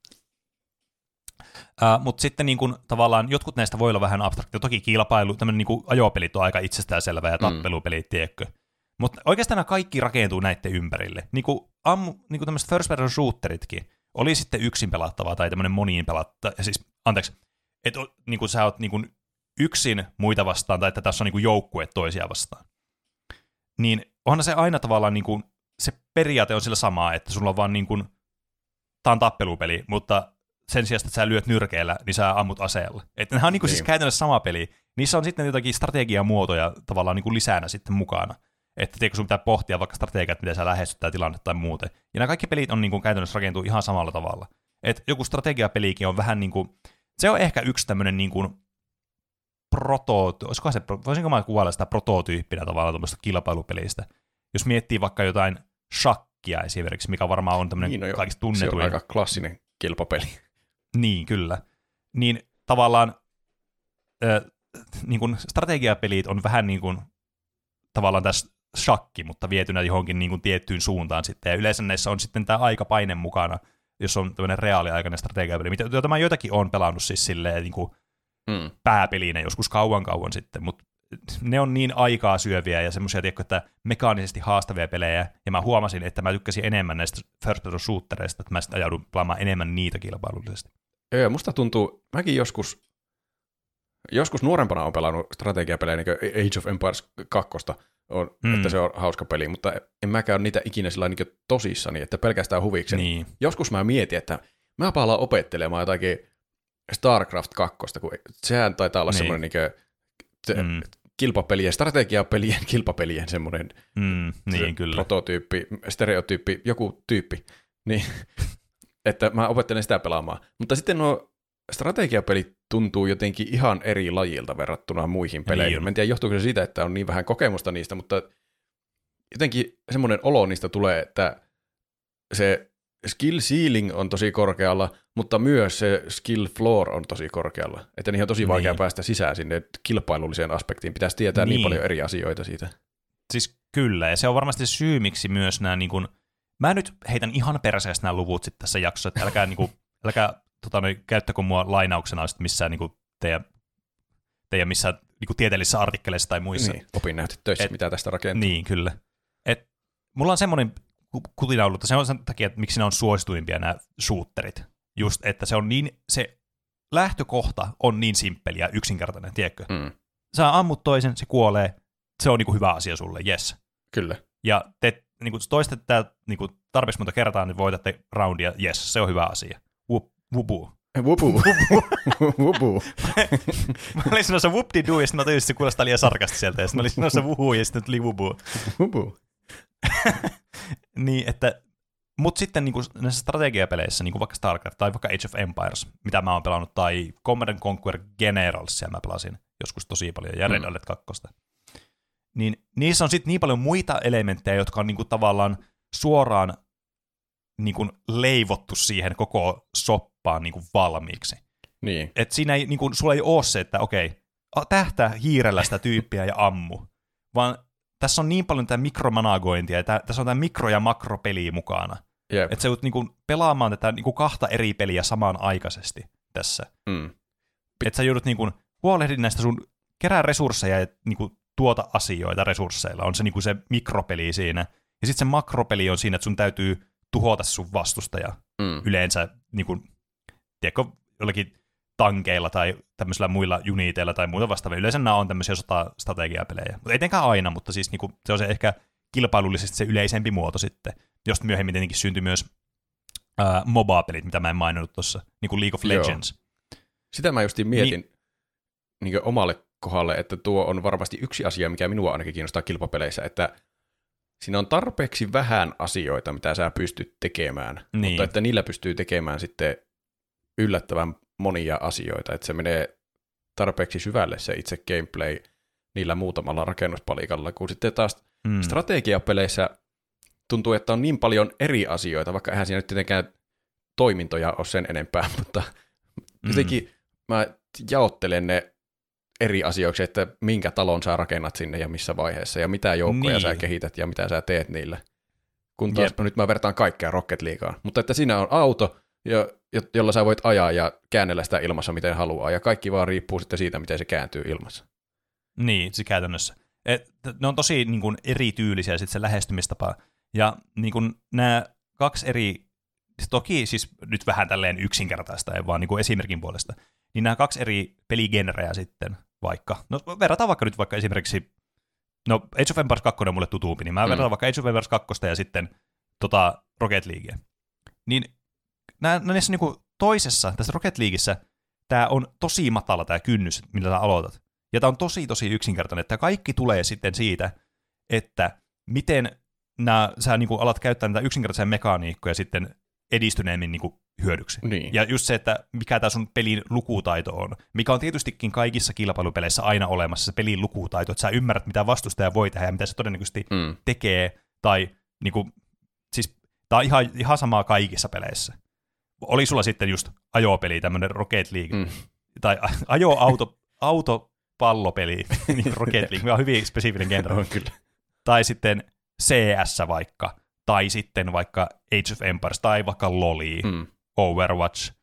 Uh, mutta sitten niin kuin, tavallaan jotkut näistä voi olla vähän abstraktia. Toki kilpailu, tämmöinen niin kuin ajopelit on aika itsestäänselvä ja tappelupelit, mm. tiedätkö. Mutta oikeastaan nämä kaikki rakentuu näiden ympärille. Niin kuin, ammu, niin kuin tämmöiset first person shooteritkin oli sitten yksin pelattavaa tai tämmöinen moniin pelattava. Siis, anteeksi, että niin kuin sä oot niin kuin yksin muita vastaan tai että tässä on niin kuin joukkue toisia vastaan. Niin onhan se aina tavallaan niin kuin, se periaate on sillä samaa, että sulla on vaan niin kuin, tää on tappelupeli, mutta sen sijaan, että sä lyöt nyrkeellä, niin sä ammut aseella. Että nämä on niin kuin niin. siis käytännössä sama peli. Niissä on sitten jotakin strategiamuotoja tavallaan niin kuin lisänä sitten mukana. Että tiedätkö, sun pitää pohtia vaikka strategiat, miten sä lähestyt tämä tilanne tai muuten. Ja nämä kaikki pelit on niin kuin käytännössä rakentuu ihan samalla tavalla. Että joku strategiapelikin on vähän niin kuin, se on ehkä yksi tämmöinen niin kuin proto, olisikohan se, voisinko mä kuvailla sitä prototyyppinä tavallaan tuommoista kilpailupelistä. Jos miettii vaikka jotain shakkia esimerkiksi, mikä varmaan on tämmöinen niin, no kaikista tunnetuin. Se on aika klassinen kilpapeli. Niin, kyllä. Niin tavallaan äh, niin kuin strategiapelit on vähän niin kuin tavallaan tässä shakki, mutta vietynä johonkin niin kuin tiettyyn suuntaan sitten. Ja yleensä näissä on sitten tämä aikapaine mukana, jos on tämmöinen reaaliaikainen strategiapeli, jota mä joitakin olen pelannut siis silleen niin kuin mm. pääpelinä joskus kauan kauan sitten, mutta ne on niin aikaa syöviä ja semmoisia, tiedätkö, että mekaanisesti haastavia pelejä, ja mä huomasin, että mä tykkäsin enemmän näistä first person shootereista, että mä sitten ajaudun pelaamaan enemmän niitä kilpailullisesti. Joo, musta tuntuu, mäkin joskus, joskus nuorempana on pelannut strategiapelejä, niin kuin Age of Empires kaksi, on, mm. että se on hauska peli, mutta en mäkään ole niitä ikinä sillä niin tosissani, että pelkästään huvikseni. Niin. Joskus mä mietin, että mä palaan opettelemaan jotakin StarCraft kaksi, kun sehän taitaa olla niin. semmoinen niin kuin, mm. kilpapelien, strategiapelien, kilpapelien semmoinen mm, niin, kyllä. prototyyppi, stereotyyppi, joku tyyppi, niin, että mä opettelen sitä pelaamaan. Mutta sitten nuo strategiapelit tuntuu jotenkin ihan eri lajilta verrattuna muihin peleihin. Niin. Mä en tiedä, johtuuko se siitä, että on niin vähän kokemusta niistä, mutta jotenkin semmoinen olo niistä tulee, että se skill ceiling on tosi korkealla, mutta myös se skill floor on tosi korkealla. Että niihin on tosi vaikea niin. päästä sisään sinne kilpailulliseen aspektiin. Pitäisi tietää niin. niin paljon eri asioita siitä. Siis kyllä, ja se on varmasti syy, miksi myös nämä, niin kuin, mä nyt heitän ihan perseestä nämä luvut sitten tässä jaksossa, että älkää, niin kuin, älkää tota, noin, käyttäkö mua lainauksena missään niin kuin, teidän, teidän missään niin kuin, tieteellisissä artikkeleissa tai muissa. Niin, opinnäytet töissä, Et, mitä tästä rakentuu. Niin, kyllä. Et, mulla on semmoinen kutina ollut, että se on sen takia, että miksi ne on suosituimpia nämä shooterit. Just, että se on niin, se lähtökohta on niin simppeli ja yksinkertainen, tiedätkö? Mm. Sä ammut toisen, se kuolee, se on niinku hyvä asia sulle, yes. Kyllä. Ja te niinku toistatte tää niinku tarpeeksi monta kertaa, niin voitatte roundia, yes, se on hyvä asia. Wubu. Wubu. Wubu. Mä olin sanossa whoop-de-doo, ja sitten mä tietysti se kuulostaa liian sarkastiselta, ja sitten mä olin sanossa wuhu, ja sitten tuli wubu. Wubu. Niin, että, mut sitten niin kuin näissä strategiapeleissä, niin kuin vaikka StarCraft tai vaikka Age of Empires, mitä mä oon pelannut, tai Command and Conquer Generalsia mä pelasin joskus tosi paljon, ja Red Alert kaksi. Niin niissä on sitten niin paljon muita elementtejä, jotka on niin kuin tavallaan suoraan niin kuin leivottu siihen koko soppaan niin kuin valmiiksi. Niin. Että siinä ei, niin kuin, sulla ei ole se, että okei, tähtää hiirellä sitä tyyppiä ja ammu, vaan tässä on niin paljon tätä mikromanagointia, ja tää, tässä on tämä mikro- ja makropeli mukana. Yep. Että sä joudut niinku pelaamaan tätä niinku kahta eri peliä samanaikaisesti tässä. Mm. Että sä joudut niinku huolehdit näistä sun, kerää resursseja ja niinku tuota asioita resursseilla. On se niinku se mikropeli siinä. Ja sitten se makropeli on siinä, että sun täytyy tuhota sun vastustaja mm. yleensä, niinku, tiedätkö, jollakin tankeilla tai tämmöisillä muilla uniteilla tai muuta vastaavia. Yleensä nämä on tämmöisiä sota-strategiapelejä. Mutta ei tietenkään aina, mutta siis niinku, se on se ehkä kilpailullisesti se yleisempi muoto sitten. Josta myöhemmin tietenkin syntyi myös ää, MOBA-pelit, mitä mä en maininnut tuossa, niin kuin League of Legends. Joo. Sitä mä justiin mietin niin, niin omalle kohdalle, että tuo on varmasti yksi asia, mikä minua ainakin kiinnostaa kilpapeleissä, että siinä on tarpeeksi vähän asioita, mitä sä pystyt tekemään, niin. mutta että niillä pystyy tekemään sitten yllättävän monia asioita, että se menee tarpeeksi syvälle se itse gameplay niillä muutamalla rakennuspalikalla, kun sitten taas mm. strategiapeleissä tuntuu, että on niin paljon eri asioita, vaikka eihän siinä nyt tietenkään toimintoja ole sen enempää, mutta mm. jotenkin mä jaottelen ne eri asioiksi, että minkä talon sä rakennat sinne ja missä vaiheessa, ja mitä joukkoja niin. sä kehität ja mitä sä teet niillä. Kun taas no nyt mä vertaan kaikkea Rocket Leagueaan, mutta että siinä on auto, jo, jo, jolla sä voit ajaa ja käännellä sitä ilmassa miten haluaa, ja kaikki vaan riippuu sitten siitä, miten se kääntyy ilmassa. Niin, se käytännössä. Et, ne on tosi niin kuin, erityylisiä sitten se lähestymistapa. Ja niin kuin, nämä kaksi eri, toki siis nyt vähän tälleen yksinkertaista, ei vaan niin kuin esimerkin puolesta, niin nämä kaksi eri peligenreä sitten vaikka, no verrataan vaikka nyt vaikka esimerkiksi, no Age of Empires kaksi on mulle tutuumpi, niin mä mm. verrataan vaikka Age of Empires kaksi ja sitten tota, Rocket Leaguea. Niin näissä niin kuin toisessa, tässä Rocket Leagueissä, tämä on tosi matala tämä kynnys, millä sä aloitat. Ja tämä on tosi tosi yksinkertainen, että kaikki tulee sitten siitä, että miten nää, sä niin kuin alat käyttää näitä yksinkertaisia mekaniikkoja sitten edistyneemmin niin kuin hyödyksi. Niin. Ja just se, että mikä tämä sun pelin lukutaito on, mikä on tietystikin kaikissa kilpailupeleissä aina olemassa se pelin lukutaito, että sä ymmärrät, mitä vastustaja voi tehdä ja mitä se todennäköisesti mm. tekee, tai niin kuin, siis tämä on ihan, ihan samaa kaikissa peleissä. Oli sulla sitten just ajopeli, tämmöinen Rocket League, mm. tai ajo-auto, autopallopeli, niin Rocket League, mikä on hyvin spesifinen genre. On kyllä. Tai sitten C S vaikka, tai sitten vaikka Age of Empires, tai vaikka LoLi, mm. Overwatch,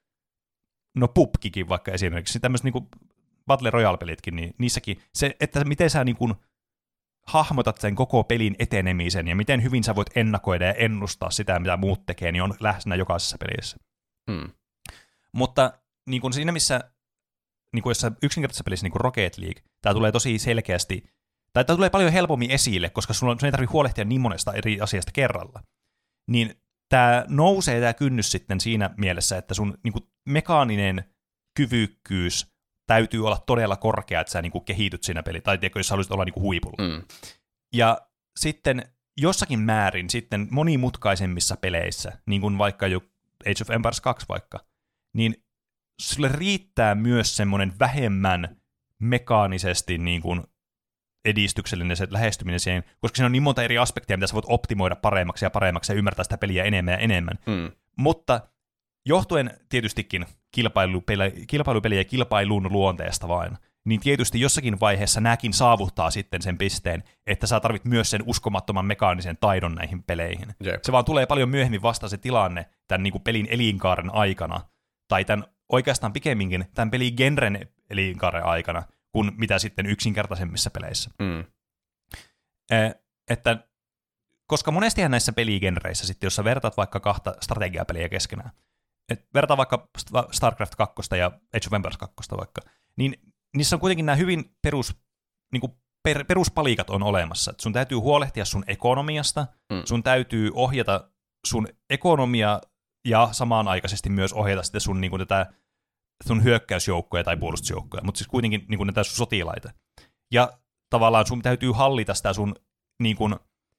no P U B Gkin vaikka esimerkiksi, tämmöiset niinku Battle Royale-pelitkin, niin niissäkin se, että miten sä niinku hahmotat sen koko pelin etenemisen, ja miten hyvin sä voit ennakoida ja ennustaa sitä, mitä muut tekee, niin on läsnä jokaisessa pelissä. Mm. Mutta niin kuin siinä missä niin kuin jossain yksinkertaisessa pelissä niin kuin Rocket League, tämä tulee tosi selkeästi, tai tämä tulee paljon helpommin esille, koska sun, sun ei tarvitse huolehtia niin monesta eri asiasta kerralla. Niin tämä nousee tämä kynnys sitten siinä mielessä, että sun niin kuin mekaaninen kyvykkyys täytyy olla todella korkea, että sä niin kuin kehityt siinä pelissä, tai tiedätkö, jos sä haluaisit olla niin kuin huipulla. Mm. Ja sitten jossakin määrin sitten monimutkaisemmissa peleissä, niin kuin vaikka jo Age of Empires kaksi vaikka, niin sulle riittää myös semmoinen vähemmän mekaanisesti niin kuin edistyksellinen se lähestyminen siihen, koska siinä on niin monta eri aspektia, mitä sä voit optimoida paremmaksi ja paremmaksi ja ymmärtää sitä peliä enemmän ja enemmän. Mm. Mutta johtuen tietystikin kilpailupeli, kilpailupeli ja kilpailun luonteesta vain, niin tietysti jossakin vaiheessa nämäkin saavuttaa sitten sen pisteen, että sä tarvit myös sen uskomattoman mekaanisen taidon näihin peleihin. Jep. Se vaan tulee paljon myöhemmin vasta se tilanne tämän niin kuin pelin elinkaaren aikana, tai tämän oikeastaan pikemminkin tämän pelin genren elinkaaren aikana, kuin mitä sitten yksinkertaisemmissa peleissä. Mm. Eh, että, koska monestihan näissä peligenreissä sitten, jos sä vertaat vaikka kahta strategiapeliä keskenään, et vertaa vaikka StarCraft kaksi ja Age of Empires kaksi vaikka, niin niissä on kuitenkin nämä hyvin perus, niin kuin per, peruspalikat on olemassa. Et sun täytyy huolehtia sun ekonomiasta, mm. sun täytyy ohjata sun ekonomia ja samanaikaisesti myös ohjata sitten sun, niin kuin tätä, sun hyökkäysjoukkoja tai puolustusjoukkoja, mutta siis kuitenkin niin kuin näitä sun sotilaita. Ja tavallaan sun täytyy hallita sitä sun, niin kuin,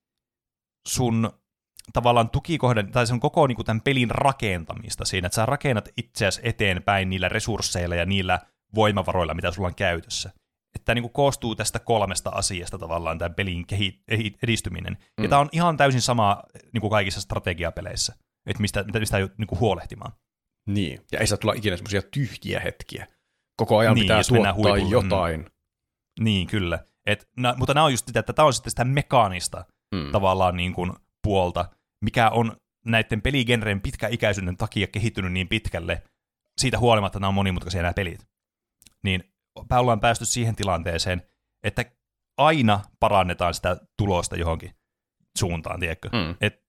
sun tavallaan tukikohden, tai sen koko niin kuin tämän pelin rakentamista siinä, että sä rakennat itseäsi eteenpäin niillä resursseilla ja niillä voimavaroilla, mitä sulla on käytössä. Että tämä niin kuin koostuu tästä kolmesta asiasta tavallaan, tämän pelin kehi- edistyminen. Mm. Ja tämä on ihan täysin sama niin kuin kaikissa strategiapeleissä, että mistä, mistä ei niin kuin huolehtimaan. Niin, ja ei saa tulla ikinä semmoisia tyhjiä hetkiä. Koko ajan niin, pitää tuottaa jotain. Mm. Niin, kyllä. Et, na, mutta nämä on just sitä, että tämä on sitten sitä mekaanista mm. tavallaan niin kuin puolta, mikä on näiden peligenreen pitkäikäisyyden takia kehittynyt niin pitkälle, siitä huolimatta, että nämä on monimutkaisia nämä pelit. Niin ollaan päästy siihen tilanteeseen, että aina parannetaan sitä tulosta johonkin suuntaan, tiedätkö? Mm. Et,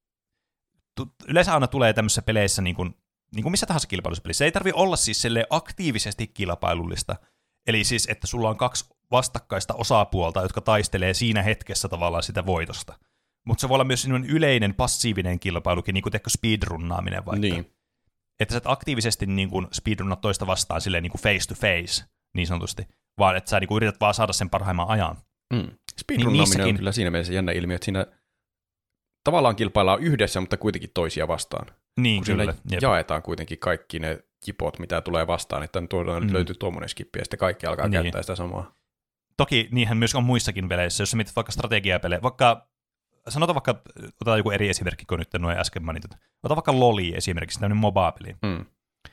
tu, yleensä aina tulee tämmöisissä peleissä, niin kuin, niin kuin missä tahansa kilpailussa pelissä, ei tarvitse olla siis aktiivisesti kilpailullista. Eli siis, että sulla on kaksi vastakkaista osapuolta, jotka taistelee siinä hetkessä tavallaan sitä voitosta. Mutta se voi olla myös yleinen passiivinen kilpailukin, niin kuin teekö speedrunnaaminen vaikka. Niin. Että sä et aktiivisesti niin kuin speedrunnat toista vastaan silleen niin kuin face to face, niin sanotusti, vaan että sä niin kuin yrität vaan saada sen parhaimman ajan. Mm. Speedrunnaaminen niin on kyllä siinä mielessä jännä ilmiö, että siinä tavallaan kilpaillaan yhdessä, mutta kuitenkin toisia vastaan. Niin, kun kyllä. Jaetaan kuitenkin kaikki ne jipot, mitä tulee vastaan, että tuolla mm. löytyy tuommoinen skippi, ja sitten kaikki alkaa niin käyttää sitä samaa. Toki niinhän myös on muissakin peleissä, jos sä mietit vaikka strategiapelejä, vaikka sanotaan vaikka, otetaan joku eri esimerkki, kun nyt noin äsken mainitut. Ota vaikka Loli esimerkiksi, tämmöinen MOBA-peli. Mm.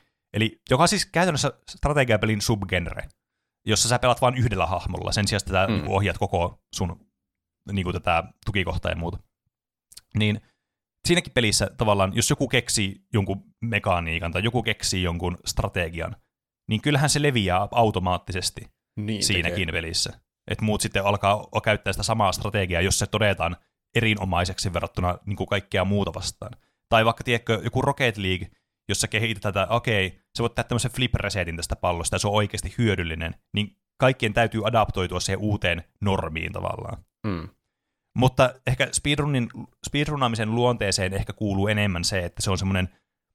Eli joka on siis käytännössä strategiapelin subgenre, jossa sä pelaat vain yhdellä hahmolla, sen sijaan, että mm. ohjaat koko sun niin kuin tätä tukikohtaa ja muuta. Niin siinäkin pelissä tavallaan, jos joku keksii jonkun mekaniikan tai joku keksii jonkun strategian, niin kyllähän se leviää automaattisesti niin, siinäkin tekee. Pelissä. Että muut sitten alkaa käyttää sitä samaa strategiaa, jos se todetaan erinomaiseksi verrattuna niin kuin kaikkea muuta vastaan. Tai vaikka, tiedätkö, joku Rocket League, jossa kehitetään tätä, okei, sä voit tehdä tämmöisen flip-resetin tästä pallosta, ja se on oikeasti hyödyllinen, niin kaikkien täytyy adaptoitua siihen uuteen normiin tavallaan. Mm. Mutta ehkä speedrunin, speedrunaamisen luonteeseen ehkä kuuluu enemmän se, että se on semmoinen,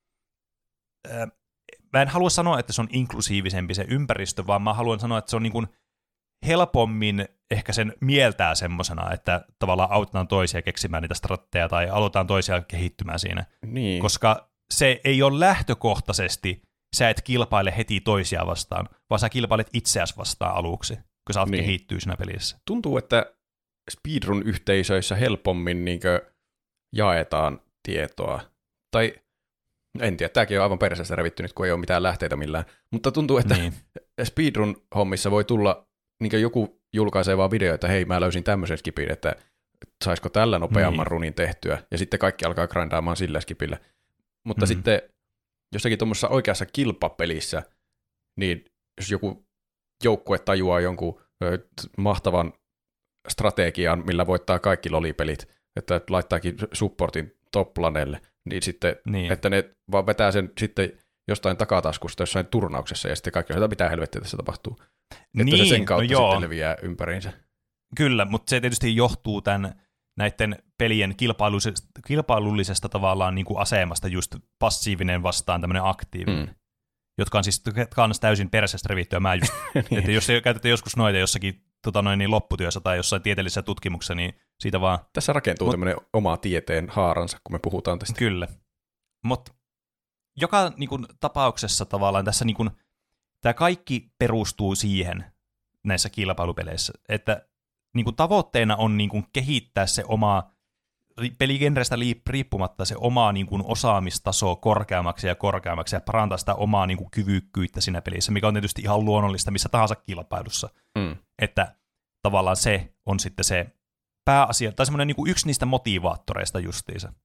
äh, mä en halua sanoa, että se on inklusiivisempi se ympäristö, vaan mä haluan sanoa, että se on niin kuin helpommin ehkä sen mieltää semmosena, että tavallaan autetaan toisia keksimään niitä stratteja tai aloitetaan toisia kehittymään siinä. Niin. Koska se ei ole lähtökohtaisesti, sä et kilpaile heti toisia vastaan, vaan sä kilpailet itseäsi vastaan aluksi, kun sä oot niin. kehittyy siinä pelissä. Tuntuu, että speedrun-yhteisöissä helpommin niinkö jaetaan tietoa. Tai en tiedä, tämäkin on aivan perseestä revittynyt, kun ei ole mitään lähteitä millään. Mutta tuntuu, että niin. speedrun-hommissa voi tulla niin joku julkaisee vaan video, että hei, mä löysin tämmöisen skipin, että saisiko tällä nopeamman niin. runin tehtyä, ja sitten kaikki alkaa grindaamaan sillä skipillä. Mutta mm. sitten jossakin tuommoisessa oikeassa kilpapelissä, niin jos joku joukkue tajuaa jonkun ö, mahtavan strategian, millä voittaa kaikki lolipelit, että laittaakin supportin top-planeelle, niin sitten, niin. että ne vaan vetää sen sitten jostain takataskusta jossain turnauksessa, ja sitten kaikki on, mitä helvettiä tässä tapahtuu. Että niin, se sen kautta no sitten leviää ympäriinsä. Kyllä, mutta se tietysti johtuu tämän näiden pelien kilpailullisesta, kilpailullisesta tavallaan niin kuin asemasta just passiivinen vastaan tämmöinen aktiivinen, mm. jotka on siis kans täysin persestä revittyä. Mä just, niin. Että jos käytätte joskus noita jossakin tota noin, niin lopputyössä tai jossain tieteellisessä tutkimuksessa, niin siitä vaan... Tässä rakentuu Mut, tämmöinen oma tieteen haaransa, kun me puhutaan tästä. Kyllä, mutta joka niin kuin, tapauksessa tavallaan tässä niin kuin, tämä kaikki perustuu siihen näissä kilpailupeleissä, että niin kuin tavoitteena on niin kuin kehittää se oma, peligenrestä riippumatta se oma niin kuin osaamistaso korkeammaksi ja korkeammaksi ja parantaa sitä omaa niin kuin kyvykkyyttä siinä pelissä, mikä on tietysti ihan luonnollista missä tahansa kilpailussa. Mm. Että tavallaan se on sitten se pääasia, tai semmoinen niin kuin yksi niistä motivaattoreista justiinsa.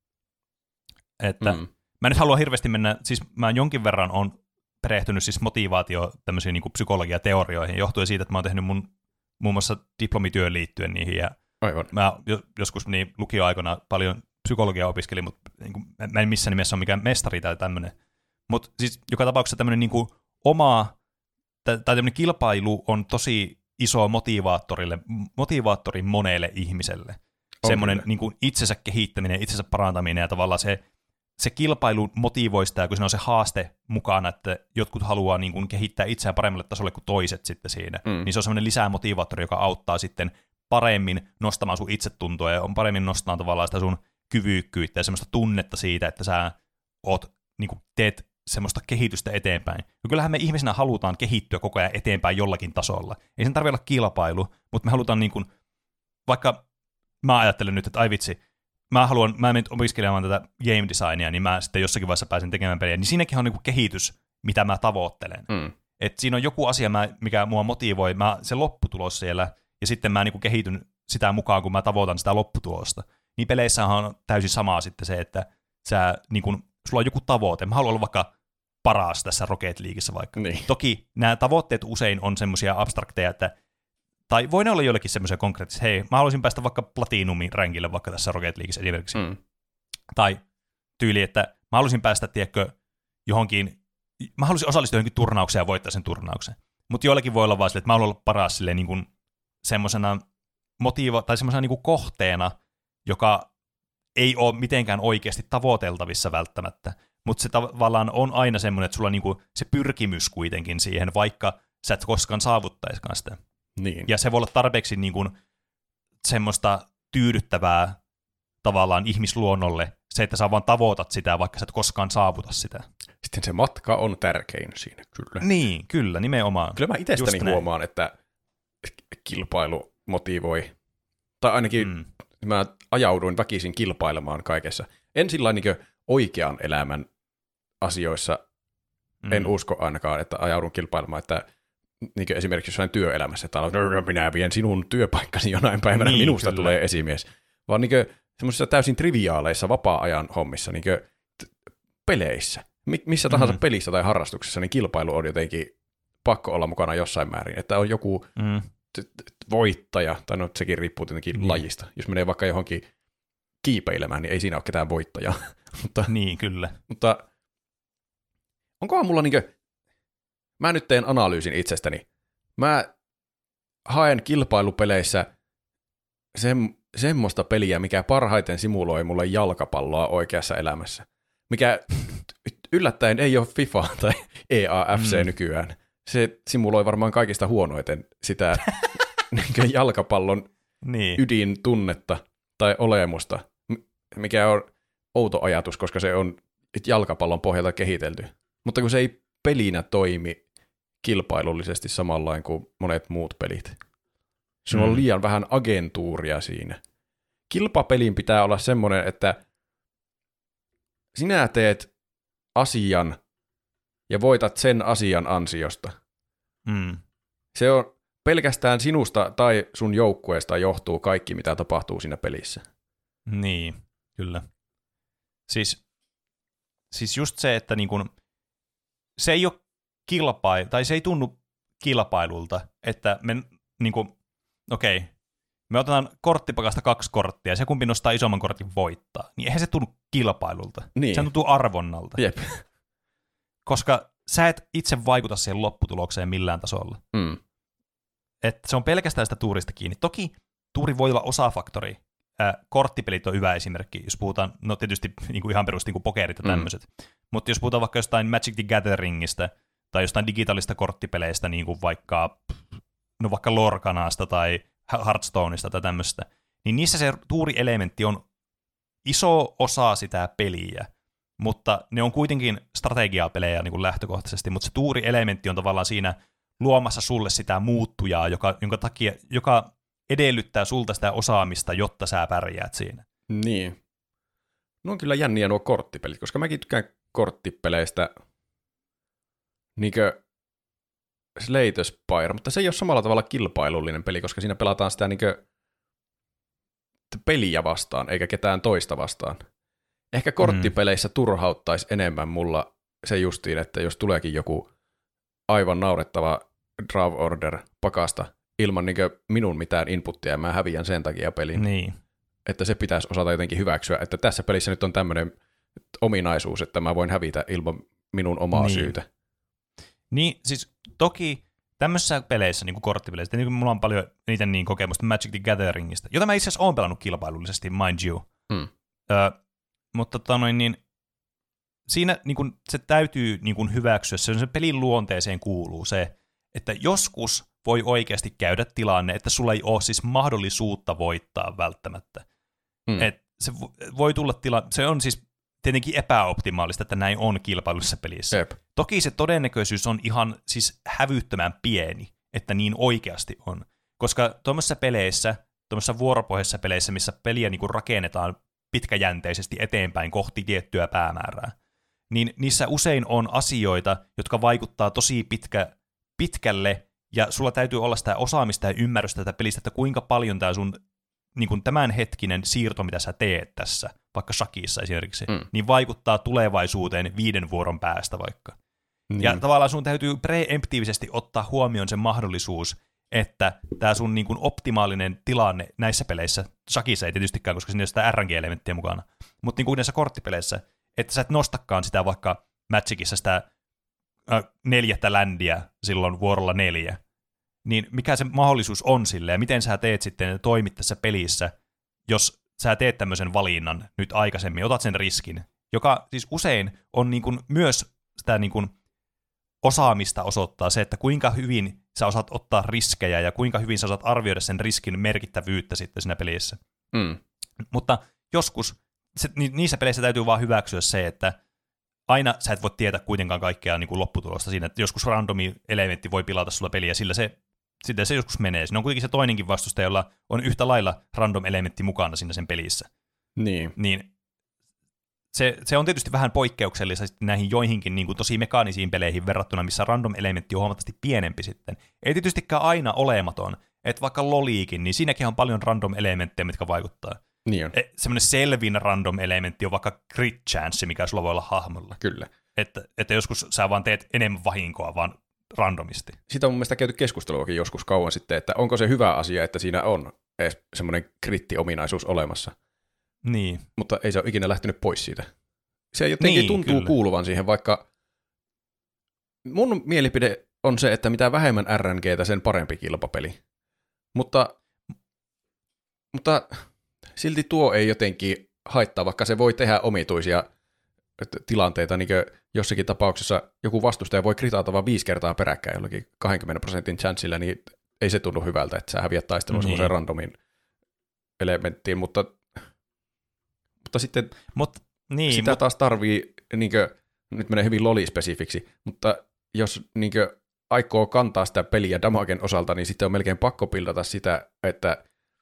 Että mm. mä nyt haluan hirveästi mennä, siis mä jonkin verran on perehtynyt siis motivaatio tämmöisiin niin kuin psykologiateorioihin, johtuen siitä, että mä oon tehnyt mun muun muassa diplomityön liittyen niihin, ja Aivan. mä joskus niin lukioaikana paljon psykologiaa opiskelin, mutta niin kuin, mä en missään nimessä ole mikään mestari tai tämmöinen. Mutta siis joka tapauksessa tämmöinen niin kuin oma, tai tämmöinen kilpailu on tosi iso motivaattorille, motivaattori monelle ihmiselle. On semmoinen niin kuin itsensä kehittäminen, itsensä parantaminen ja tavallaan se, se kilpailu motivoi sitä, kun siinä on se haaste mukana, että jotkut haluaa niin kuin kehittää itseään paremmalle tasolle kuin toiset sitten siinä. Mm. Niin se on semmoinen lisämotivaattori, joka auttaa sitten paremmin nostamaan sun itsetuntoa ja on paremmin nostamaan tavallaan sitä sun kyvykkyyttä ja semmoista tunnetta siitä, että sä oot, niin kuin teet semmoista kehitystä eteenpäin. Ja kyllähän me ihmisinä halutaan kehittyä koko ajan eteenpäin jollakin tasolla. Ei sen tarvitse olla kilpailu, mutta me halutaan niin kuin, vaikka mä ajattelen nyt, että ai vitsi, mä haluan, mä menen opiskelemaan tätä game designia, niin mä sitten jossakin vaiheessa pääsen tekemään peliä, niin siinäkin on niin kuin kehitys, mitä mä tavoittelen. Mm. Että siinä on joku asia, mikä mua motivoi, mä, se lopputulos siellä, ja sitten mä niin kuin kehityn sitä mukaan, kun mä tavoitan sitä lopputulosta. Niin peleissähän on täysin samaa sitten se, että sä, niin kuin, sulla on joku tavoite. Mä haluan olla vaikka paras tässä Rocket Leagueissä vaikka. Niin. Toki nämä tavoitteet usein on semmoisia abstrakteja, että tai voi ne olla joillekin semmoisia konkreettisia, hei, mä haluaisin päästä vaikka platinumin rankille vaikka tässä Rocket Leagueissä esimerkiksi. Mm. Tai tyyli, että mä haluaisin päästä, tiedätkö, johonkin, mä haluaisin osallistua johonkin turnaukseen ja voittaa sen turnauksen. Mutta joillekin voi olla vaan silleen, että mä haluan olla paras silleen niin kuin semmoisena motiiva, tai semmoisena niin kuin kohteena, joka ei ole mitenkään oikeasti tavoiteltavissa välttämättä, mutta se tavallaan on aina semmoinen, että sulla on niin kuin se pyrkimys kuitenkin siihen, vaikka sä et koskaan saavuttaisikaan sitä. Niin. Ja se voi olla tarpeeksi niin kuin semmoista tyydyttävää tavallaan ihmisluonnolle, se, että sä vaan tavoitat sitä, vaikka sä et koskaan saavuta sitä. Sitten se matka on tärkein siinä, kyllä. Niin, kyllä, nimenomaan. Kyllä mä itsestäni huomaan, että kilpailu motivoi, tai ainakin mm. mä ajauduin väkisin kilpailemaan kaikessa. En sillä niin oikean elämän asioissa, mm. en usko ainakaan, että ajaudun kilpailemaan, että niin esimerkiksi jossain työelämässä, että minä vien sinun työpaikkasi jonain päivänä, niin, minusta kyllä. tulee esimies. Vaan niin semmoisissa täysin triviaaleissa vapaa-ajan hommissa, niin t- peleissä, Mi- missä tahansa mm. pelissä tai harrastuksessa, niin kilpailu on jotenkin pakko olla mukana jossain määrin. Että on joku mm. t- t- voittaja, tai no sekin riippuu tietenkin mm. lajista. Jos menee vaikka johonkin kiipeilemään, niin ei siinä ole ketään voittajaa. mutta, niin, kyllä. Mutta onkohan mulla niinkö, mä nyt teen analyysin itsestäni. Mä haen kilpailupeleissä sem, semmoista peliä, mikä parhaiten simuloi mulle jalkapalloa oikeassa elämässä. Mikä yllättäen ei ole FIFA tai E A F C mm. nykyään. Se simuloi varmaan kaikista huonoiten sitä jalkapallon niin. ydintunnetta tai olemusta, mikä on outo ajatus, koska se on jalkapallon pohjalta kehitelty. Mutta kun se ei pelinä toimi kilpailullisesti samanlain kuin monet muut pelit. Siinä mm. on liian vähän agentuuria siinä. Kilpapelin pitää olla semmoinen, että sinä teet asian ja voitat sen asian ansiosta. Mm. Se on pelkästään sinusta tai sun joukkueesta johtuu kaikki, mitä tapahtuu siinä pelissä. Niin, kyllä. Siis, siis just se, että niin kun, se ei ole kilpailu, tai se ei tunnu kilpailulta, että me niin kun, okei, me otetaan korttipakasta kaksi korttia, ja se kumpi nostaa isomman kortin voittaa. Niin eihän se tunnu kilpailulta. Niin. Se tuntuu arvonnalta. Jep. koska sä et itse vaikuta siihen lopputulokseen millään tasolla. Mm. Et se on pelkästään sitä tuurista kiinni. Toki tuuri voi olla osafaktori. Äh, korttipelit on hyvä esimerkki, jos puhutaan, no tietysti niin kuin ihan perusti niin kuin pokerit ja tämmöiset, mm. mutta jos puhutaan vaikka jostain Magic the Gatheringista tai jostain digitaalista korttipeleistä, niin kuin vaikka, no vaikka Lorcanasta tai Hearthstoneista tai tämmöistä, niin niissä se tuurielementti on iso osa sitä peliä, mutta ne on kuitenkin strategiapelejä niin kuin lähtökohtaisesti, mutta se tuurielementti on tavallaan siinä luomassa sulle sitä muuttujaa, joka, jonka takia, joka edellyttää sulta sitä osaamista, jotta sä pärjäät siinä. Niin. No on kyllä jänniä nuo korttipelit, koska mäkin tykkään korttipeleistä niinkö Slay Spire, mutta se ei ole samalla tavalla kilpailullinen peli, koska siinä pelataan sitä niinkö peliä vastaan, eikä ketään toista vastaan. Ehkä korttipeleissä mm. turhauttaisi enemmän mulla se justiin, että jos tuleekin joku aivan naurettava draw order pakasta ilman niinkö minun mitään inputtia, ja mä häviän sen takia pelin. Niin. Että se pitäisi osata jotenkin hyväksyä, että tässä pelissä nyt on tämmöinen ominaisuus, että mä voin hävitä ilman minun omaa niin. syytä. Niin, siis toki tämmöisissä peleissä, niin kuin korttipeleissä, niin kuin mulla on paljon niitä niin kokemusta Magic the Gatheringista, jota mä itse asiassa oon pelannut kilpailullisesti, mind you. Hmm. Ö, mutta tota noin, niin siinä niin kuin, se täytyy niin kuin hyväksyä, se on sen pelin luonteeseen kuuluu se, että joskus voi oikeasti käydä tilanne, että sulla ei ole siis mahdollisuutta voittaa välttämättä. Hmm. Et se voi tulla tilanne, se on siis tietenkin epäoptimaalista, että näin on kilpailussa pelissä. Jep. Toki se todennäköisyys on ihan siis hävyttömän pieni, että niin oikeasti on. Koska tuommoisissa peleissä, tuommoisissa vuoropohjaisissa peleissä, missä peliä niin kuin rakennetaan pitkäjänteisesti eteenpäin kohti tiettyä päämäärää, niin niissä usein on asioita, jotka vaikuttaa tosi pitkä, pitkälle, ja sulla täytyy olla sitä osaamista ja ymmärrystä tätä pelistä, että kuinka paljon tämä sun niin kuin tämänhetkinen siirto, mitä sä teet tässä, vaikka shakissa esimerkiksi, mm. niin vaikuttaa tulevaisuuteen viiden vuoron päästä vaikka. Mm. Ja tavallaan sun täytyy preemptiivisesti ottaa huomioon se mahdollisuus, että tämä sun niin kuin optimaalinen tilanne näissä peleissä, shakissa ei tietystikään, koska siinä ei ole sitä R N G-elementtiä mukana, mutta niin kuin näissä korttipeleissä, että sä et nostakaan sitä vaikka Magicissa sitä äh, neljättä ländiä silloin vuorolla neljä, niin mikä se mahdollisuus on sille, ja miten sä teet sitten ja toimit tässä pelissä, jos sä teet tämmöisen valinnan nyt aikaisemmin, otat sen riskin, joka siis usein on niin kuin myös sitä niin kuin osaamista osoittaa se, että kuinka hyvin sä osaat ottaa riskejä ja kuinka hyvin sä osaat arvioida sen riskin merkittävyyttä sitten siinä pelissä. Mm. Mutta joskus se, ni, niissä peleissä täytyy vaan hyväksyä se, että aina sä et voi tietää kuitenkaan kaikkea niin kuin lopputulosta siinä, että joskus randomi elementti voi pilata sulla peliä, sillä se, sillä se joskus menee. Siinä on kuitenkin se toinenkin vastustaja, jolla on yhtä lailla random elementti mukana siinä sen pelissä. Niin. Niin se, se on tietysti vähän poikkeuksellista näihin joihinkin niin kuin tosi mekaanisiin peleihin verrattuna, missä random elementti on huomattavasti pienempi sitten. Ei tietystikään aina olematon, että vaikka Loliikin, niin siinäkin on paljon random elementtejä, mitkä vaikuttaa. Niin on. Semmoinen selvin random elementti on vaikka crit chance, mikä sulla voi olla hahmolla. Kyllä. Että, että joskus sä vaan teet enemmän vahinkoa vaan randomisti. Siitä on mun mielestä käyty keskusteluakin joskus kauan sitten, että onko se hyvä asia, että siinä on edes semmoinen kritti-ominaisuus olemassa. Niin. Mutta ei se ole ikinä lähtenyt pois siitä. Se jotenkin niin, tuntuu kyllä. kuuluvan siihen, vaikka mun mielipide on se, että mitä vähemmän R N G:tä, sen parempi kilpapeli. Mutta, mutta silti tuo ei jotenkin haittaa, vaikka se voi tehdä omituisia tilanteita, niin kuin jossakin tapauksessa joku vastustaja voi kritata vaan viisi kertaa peräkkäin jollakin kaksikymmentä prosentin chanssilla, niin ei se tunnu hyvältä, että sä häviät taistelun niin. semmoiseen randomin elementtiin, mutta, mutta sitten Mut, niin, sitä mut... taas tarvii, niin kuin, nyt menee hyvin loli-spesifiksi, mutta jos niin kuin, aikoo kantaa sitä peliä damagen osalta, niin sitten on melkein pakko pildata sitä, että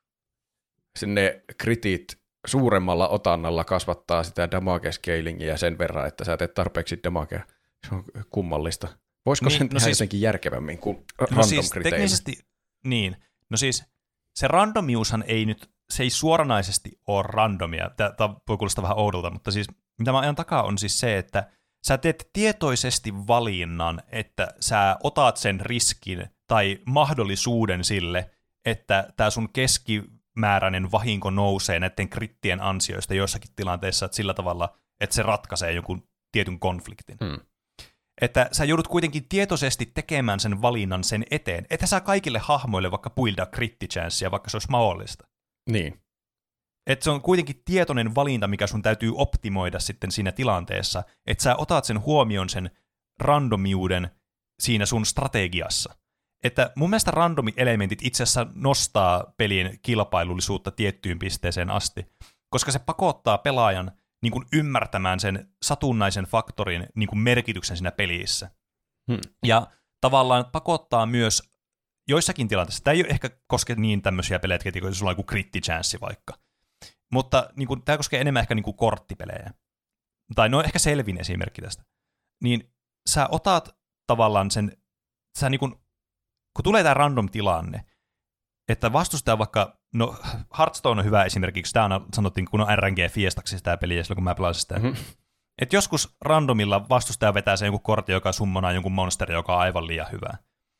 ne kritit suuremmalla otannalla kasvattaa sitä damage-scalingia sen verran, että sä teet tarpeeksi damagea. Se on kummallista. Voisiko niin, sen no tehdä siis, jotenkin järkevämmin kuin no random siis teknisesti, niin. No siis se randomiushan ei nyt, se ei suoranaisesti ole randomia. Tämä voi kuulostaa vähän oudolta, mutta siis mitä mä ajan takaa on siis se, että sä teet tietoisesti valinnan, että sä otat sen riskin tai mahdollisuuden sille, että tämä sun keskimääräinen vahinko nousee näiden krittien ansioista joissakin tilanteissa, että sillä tavalla, että se ratkaisee jonkun tietyn konfliktin. Hmm. että sä joudut kuitenkin tietoisesti tekemään sen valinnan sen eteen, että sä kaikille hahmoille vaikka buildaa crit-chancea, vaikka se olisi mahdollista. Niin. Että se on kuitenkin tietoinen valinta, mikä sun täytyy optimoida sitten siinä tilanteessa, että sä otat sen huomioon sen randomiuden siinä sun strategiassa. Että mun mielestä randomi-elementit itse asiassa nostaa pelin kilpailullisuutta tiettyyn pisteeseen asti, koska se pakottaa pelaajan niin kuin ymmärtämään sen satunnaisen faktorin niin kuin merkityksen siinä pelissä. Hmm. Ja tavallaan pakottaa myös joissakin tilanteissa, tämä ei ehkä koske niin tämmöisiä pelejä, että sulla on joku kritti-chanssi vaikka, mutta niin kuin, tämä koskee enemmän ehkä niin kuin korttipelejä. Tai no ehkä selvin esimerkki tästä. Niin sä otat tavallaan sen, sä niin kuin, kun tulee tämä random tilanne, että vastustaja vaikka, no Hearthstone on hyvä esimerkiksi, tämä sanottiin, kun on R N G-fiestaksi tämä peli, silloin kun mä pelasin sitä. Mm-hmm. Että joskus randomilla vastustaja vetää sen jonkun kortin, joka summonaa jonkun monsteri, joka on aivan liian hyvä.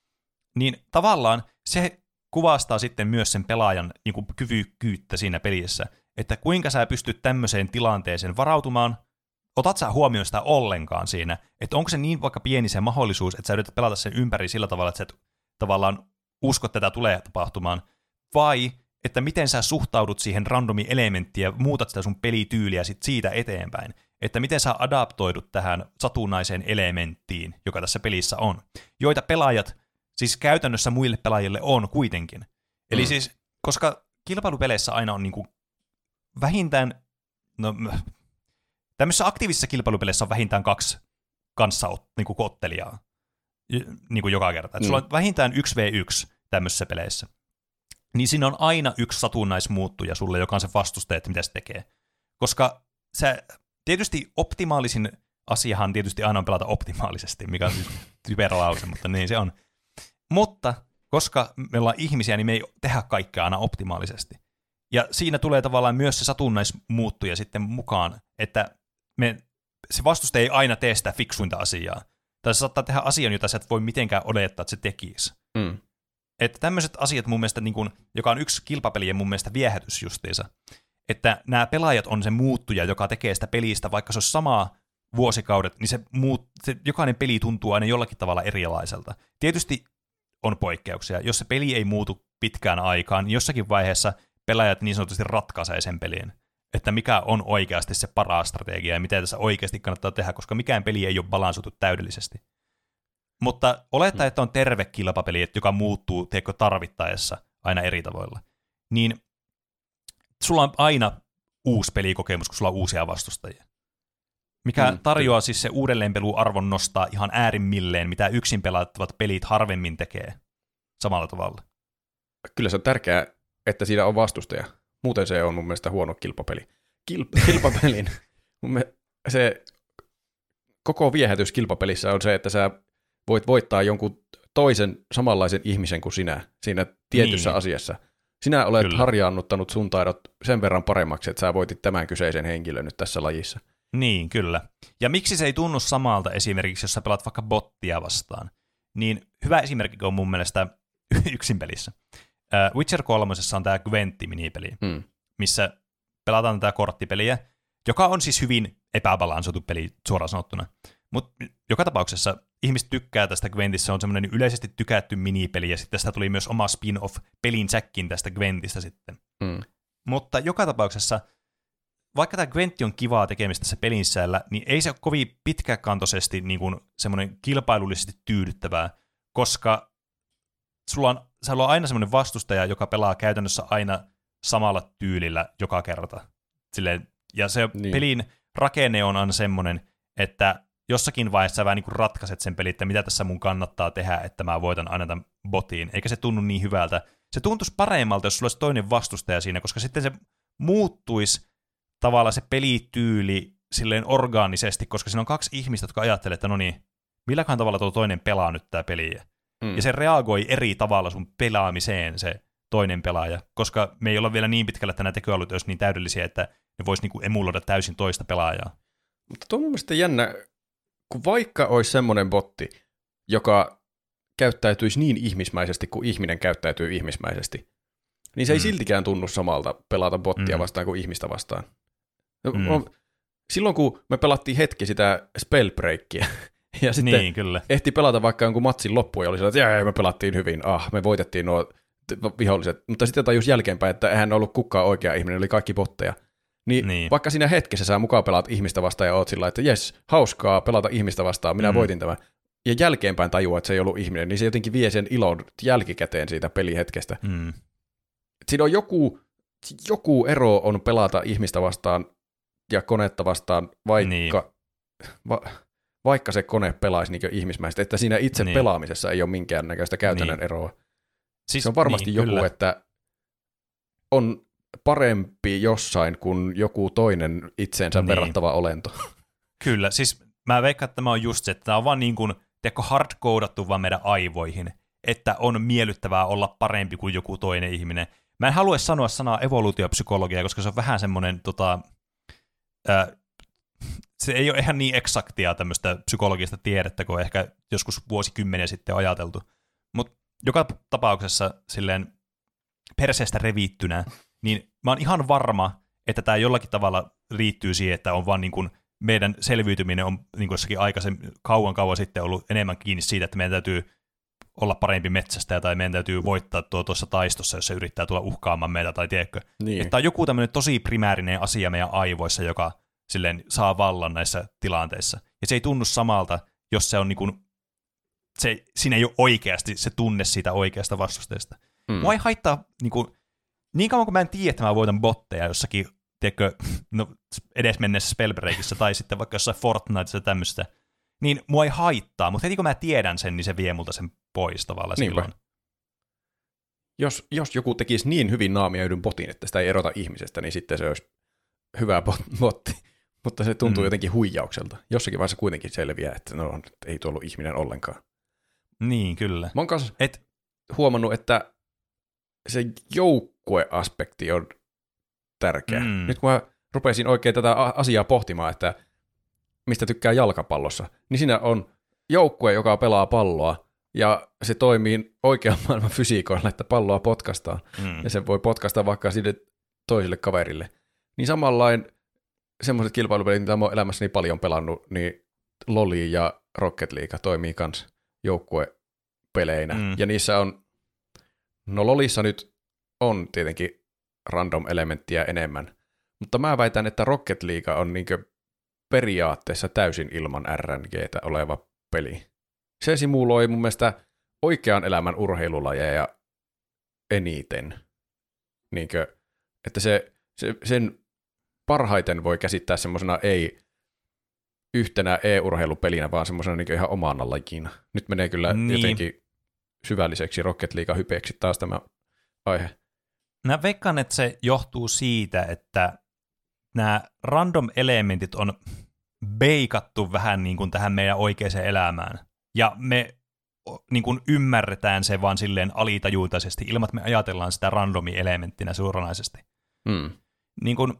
Niin tavallaan se kuvastaa sitten myös sen pelaajan niin kuin kyvykkyyttä siinä pelissä, että kuinka sä pystyt tämmöiseen tilanteeseen varautumaan, otat sä huomioon sitä ollenkaan siinä, että onko se niin vaikka pieni se mahdollisuus, että sä yrität pelata sen ympäri sillä tavalla, että sä et tavallaan uskot, että tätä tulee tapahtumaan, vai että miten sä suhtaudut siihen randomi elementtiin ja muutat sitä sun pelityyliä sit siitä eteenpäin, että miten sä adaptoidut tähän satunnaiseen elementtiin, joka tässä pelissä on, joita pelaajat siis käytännössä muille pelaajille on kuitenkin. Eli mm. siis, koska kilpailupeleissä aina on niinku vähintään, no tämmöisissä aktiivisissa kilpailupeleissä on vähintään kaksi kanssa niinku ottelijaa, niinku joka kerta. Mm. Sulla on vähintään yksi vastaan yksi tämmöisissä peleissä. Niin siinä on aina yksi satunnaismuuttuja sulle, joka on se vastustaja, että mitä se tekee. Koska se tietysti optimaalisin asiahan tietysti aina on pelata optimaalisesti, mikä on typerä lause, mutta niin se on. Mutta koska me ollaan ihmisiä, niin me ei tehdä kaikkea aina optimaalisesti. Ja siinä tulee tavallaan myös se satunnaismuuttuja sitten mukaan, että me, se vastustaja ei aina tee sitä fiksuinta asiaa. Tai se saattaa tehdä asian, jota sä et voi mitenkään odottaa, että se tekisi. Mm. Että tämmöiset asiat mun mielestä, niin kun, joka on yksi kilpapelien mun mielestä viehätys justiinsa, että nämä pelaajat on se muuttuja, joka tekee sitä pelistä, vaikka se olisi samaa vuosikaudet, niin se, muut, se jokainen peli tuntuu aina jollakin tavalla erilaiselta. Tietysti on poikkeuksia. Jos se peli ei muutu pitkään aikaan, niin jossakin vaiheessa pelaajat niin sanotusti ratkaisee sen pelin, että mikä on oikeasti se paras strategia ja mitä tässä oikeasti kannattaa tehdä, koska mikään peli ei ole balanssoitu täydellisesti. Mutta olettaa, että on terve kilpapeli, joka muuttuu teekö tarvittaessa aina eri tavoilla, niin sulla on aina uusi pelikokemus, kun sulla on uusia vastustajia. Mikä mm, tarjoaa siis se uudelleenpeluarvon nostaa ihan äärimmilleen, mitä yksin pelattavat pelit harvemmin tekee samalla tavalla. Kyllä se on tärkeää, että siinä on vastustaja. Muuten se on mun mielestä huono kilpapeli. Kilp- kilpapelin. Se koko viehätys kilpapelissä on se, että sä voit voittaa jonkun toisen samanlaisen ihmisen kuin sinä siinä tietyssä niin. asiassa. Sinä olet Kyllä. harjaannuttanut sun taidot sen verran paremmaksi, että sä voitit tämän kyseisen henkilön nyt tässä lajissa. Niin, kyllä. Ja miksi se ei tunnu samalta esimerkiksi, jos sä pelaat vaikka bottia vastaan? Niin hyvä esimerkki on mun mielestä yksin pelissä. Uh, Witcher kolmosessa on tämä Gwent-minipeli, hmm. missä pelataan tätä korttipeliä, joka on siis hyvin epäbalansoitu peli suoraan sanottuna. Mutta joka tapauksessa ihmiset tykkää tästä Gwentissä, on semmoinen yleisesti tykätty minipeli, ja sitten tästä tuli myös oma spin-off pelin säkkin tästä Gwentistä sitten. Hmm. Mutta joka tapauksessa, vaikka tämä Gwentti on kivaa tekemistä tässä pelin sisällä, niin ei se ole kovin pitkäkantoisesti niin kuin semmoinen kilpailullisesti tyydyttävää, koska sulla on, sulla on aina semmoinen vastustaja, joka pelaa käytännössä aina samalla tyylillä joka kerta. Silleen, ja se niin. pelin rakenne on aina semmoinen, että jossakin vaiheessa sä vähän niin kuin ratkaiset sen pelin, että mitä tässä mun kannattaa tehdä, että mä voitan aina tämän botiin, eikä se tunnu niin hyvältä. Se tuntuisi paremmalta, jos sulla olisi toinen vastustaja siinä, koska sitten se muuttuisi tavallaan se pelityyli silleen orgaanisesti, koska siinä on kaksi ihmistä, jotka ajattelee, että no niin, milläköhän tavalla tuo toinen pelaa nyt tää peliä. Mm. Ja se reagoi eri tavalla sun pelaamiseen se toinen pelaaja, koska me ei olla vielä niin pitkällä, että nämä tekoälyt olisi niin täydellisiä, että ne vois niinku emuloida täysin toista pelaajaa. Mutta tuo on mun mielestä jännä, kun vaikka olisi semmoinen botti, joka käyttäytyisi niin ihmismäisesti kuin ihminen käyttäytyy ihmismäisesti, niin se mm. ei siltikään tunnu samalta pelata bottia mm. vastaan kuin ihmistä vastaan. Mm. Silloin kun me pelattiin hetki sitä Spellbreakia, Ja sitten niin, kyllä. ehti pelata vaikka jonkun matsin loppuun ja oli sellainen, että me pelattiin hyvin, ah, me voitettiin nuo viholliset. Mutta sitten tajus jälkeenpäin, että eihän ollut kukaan oikea ihminen, oli kaikki botteja. Niin, niin vaikka siinä hetkessä sä mukaan pelaat ihmistä vastaan ja oot sillä, että jes, hauskaa pelata ihmistä vastaan, minä mm. voitin tämän. Ja jälkeenpäin tajua, että se ei ollut ihminen, niin se jotenkin vie sen ilon jälkikäteen siitä pelihetkestä. Mm. Siinä on joku, joku ero on pelata ihmistä vastaan ja konetta vastaan, vaikka, niin. va, vaikka se kone pelaisi niin ihmismäisesti, että siinä itse niin. pelaamisessa ei ole minkäännäköistä käytännön niin. eroa. Siis, se on varmasti niin, joku, kyllä. että on parempi jossain kuin joku toinen itseensä niin. verrattava olento. Kyllä, siis mä veikkaan, että tämä on just se, että tämä on vaan niin kuin, tiedätkö, hardcodattu vaan meidän aivoihin, että on miellyttävää olla parempi kuin joku toinen ihminen. Mä en halua sanoa sanaa evoluutiopsykologia, koska se on vähän semmoinen, tota, ää, se ei ole ihan niin eksaktia tämmöistä psykologista tiedettä, kuin ehkä joskus vuosikymmeniä sitten ajateltu. Mutta joka tapauksessa silleen perseestä reviittynä, niin mä oon ihan varma, että tämä jollakin tavalla liittyy siihen, että on vaan niin kuin meidän selviytyminen on niin kuin jossakin aikaisemmin kauan kauan sitten ollut enemmän kiinni siitä, että meidän täytyy olla parempi metsästä tai meidän täytyy voittaa tuo tuossa taistossa, jos se yrittää tulla uhkaamaan meitä tai tiedätkö. Niin. Että on joku tämmöinen tosi primäärinen asia meidän aivoissa, joka silleen saa vallan näissä tilanteissa. Ja se ei tunnu samalta, jos se on niin kuin, se, siinä ei ole oikeasti se tunne siitä oikeasta vastustajasta. Hmm. Mua ei haittaa niin kuin, niin kauan kuin mä en tiedä, että mä voitan botteja jossakin, tiedätkö, no, edesmenneessä Spellbreakissa tai sitten vaikka jossain Fortniteissa tämmöistä, niin mua ei haittaa, mutta heti kun mä tiedän sen, niin se vie multa sen pois tavallaan silloin. Jos, jos joku tekisi niin hyvin naamioidun botin, että sitä ei erota ihmisestä, niin sitten se olisi hyvä botti. Mutta se tuntuu mm. jotenkin huijaukselta. Jossakin vaiheessa kuitenkin selviää, että no, ei tuo ollut ihminen ollenkaan. Niin, kyllä. Mä oon kanssa Et... huomannut, että se joukkueaspekti on tärkeä. Mm. Nyt kun mä rupesin oikein tätä asiaa pohtimaan, että mistä tykkää jalkapallossa, niin siinä on joukkue, joka pelaa palloa, ja se toimii oikean maailman fysiikoilla, että palloa potkastaan, mm. ja se voi potkastaa vaikka sille toiselle kaverille. Niin samanlain semmoiset kilpailupelit, mitä mä oon elämässäni paljon pelannut, niin Loli ja Rocket League toimii kans joukkuepeleinä, mm. ja niissä on, no Lolissa nyt on tietenkin random-elementtiä enemmän, mutta mä väitän, että Rocket League on niinkö periaatteessa täysin ilman R N G:tä oleva peli. Se simuloi mun mielestä oikean elämän urheilulajeja eniten. Niinkö, että se, se, sen parhaiten voi käsittää semmoisena ei yhtenä e-urheilupelinä, vaan semmoisena niinkö ihan omana lajina. Nyt menee kyllä niin jotenkin syvälliseksi Rocket League hypeeksi taas tämä aihe. Mä veikkaan, että se johtuu siitä, että nämä random-elementit on beikattu vähän niin kuin tähän meidän oikeaan elämään. Ja me niin kuin ymmärretään se vaan silleen alitajuutaisesti, ilman että me ajatellaan sitä randomi-elementtinä suoranaisesti. Hmm. Niin kuin,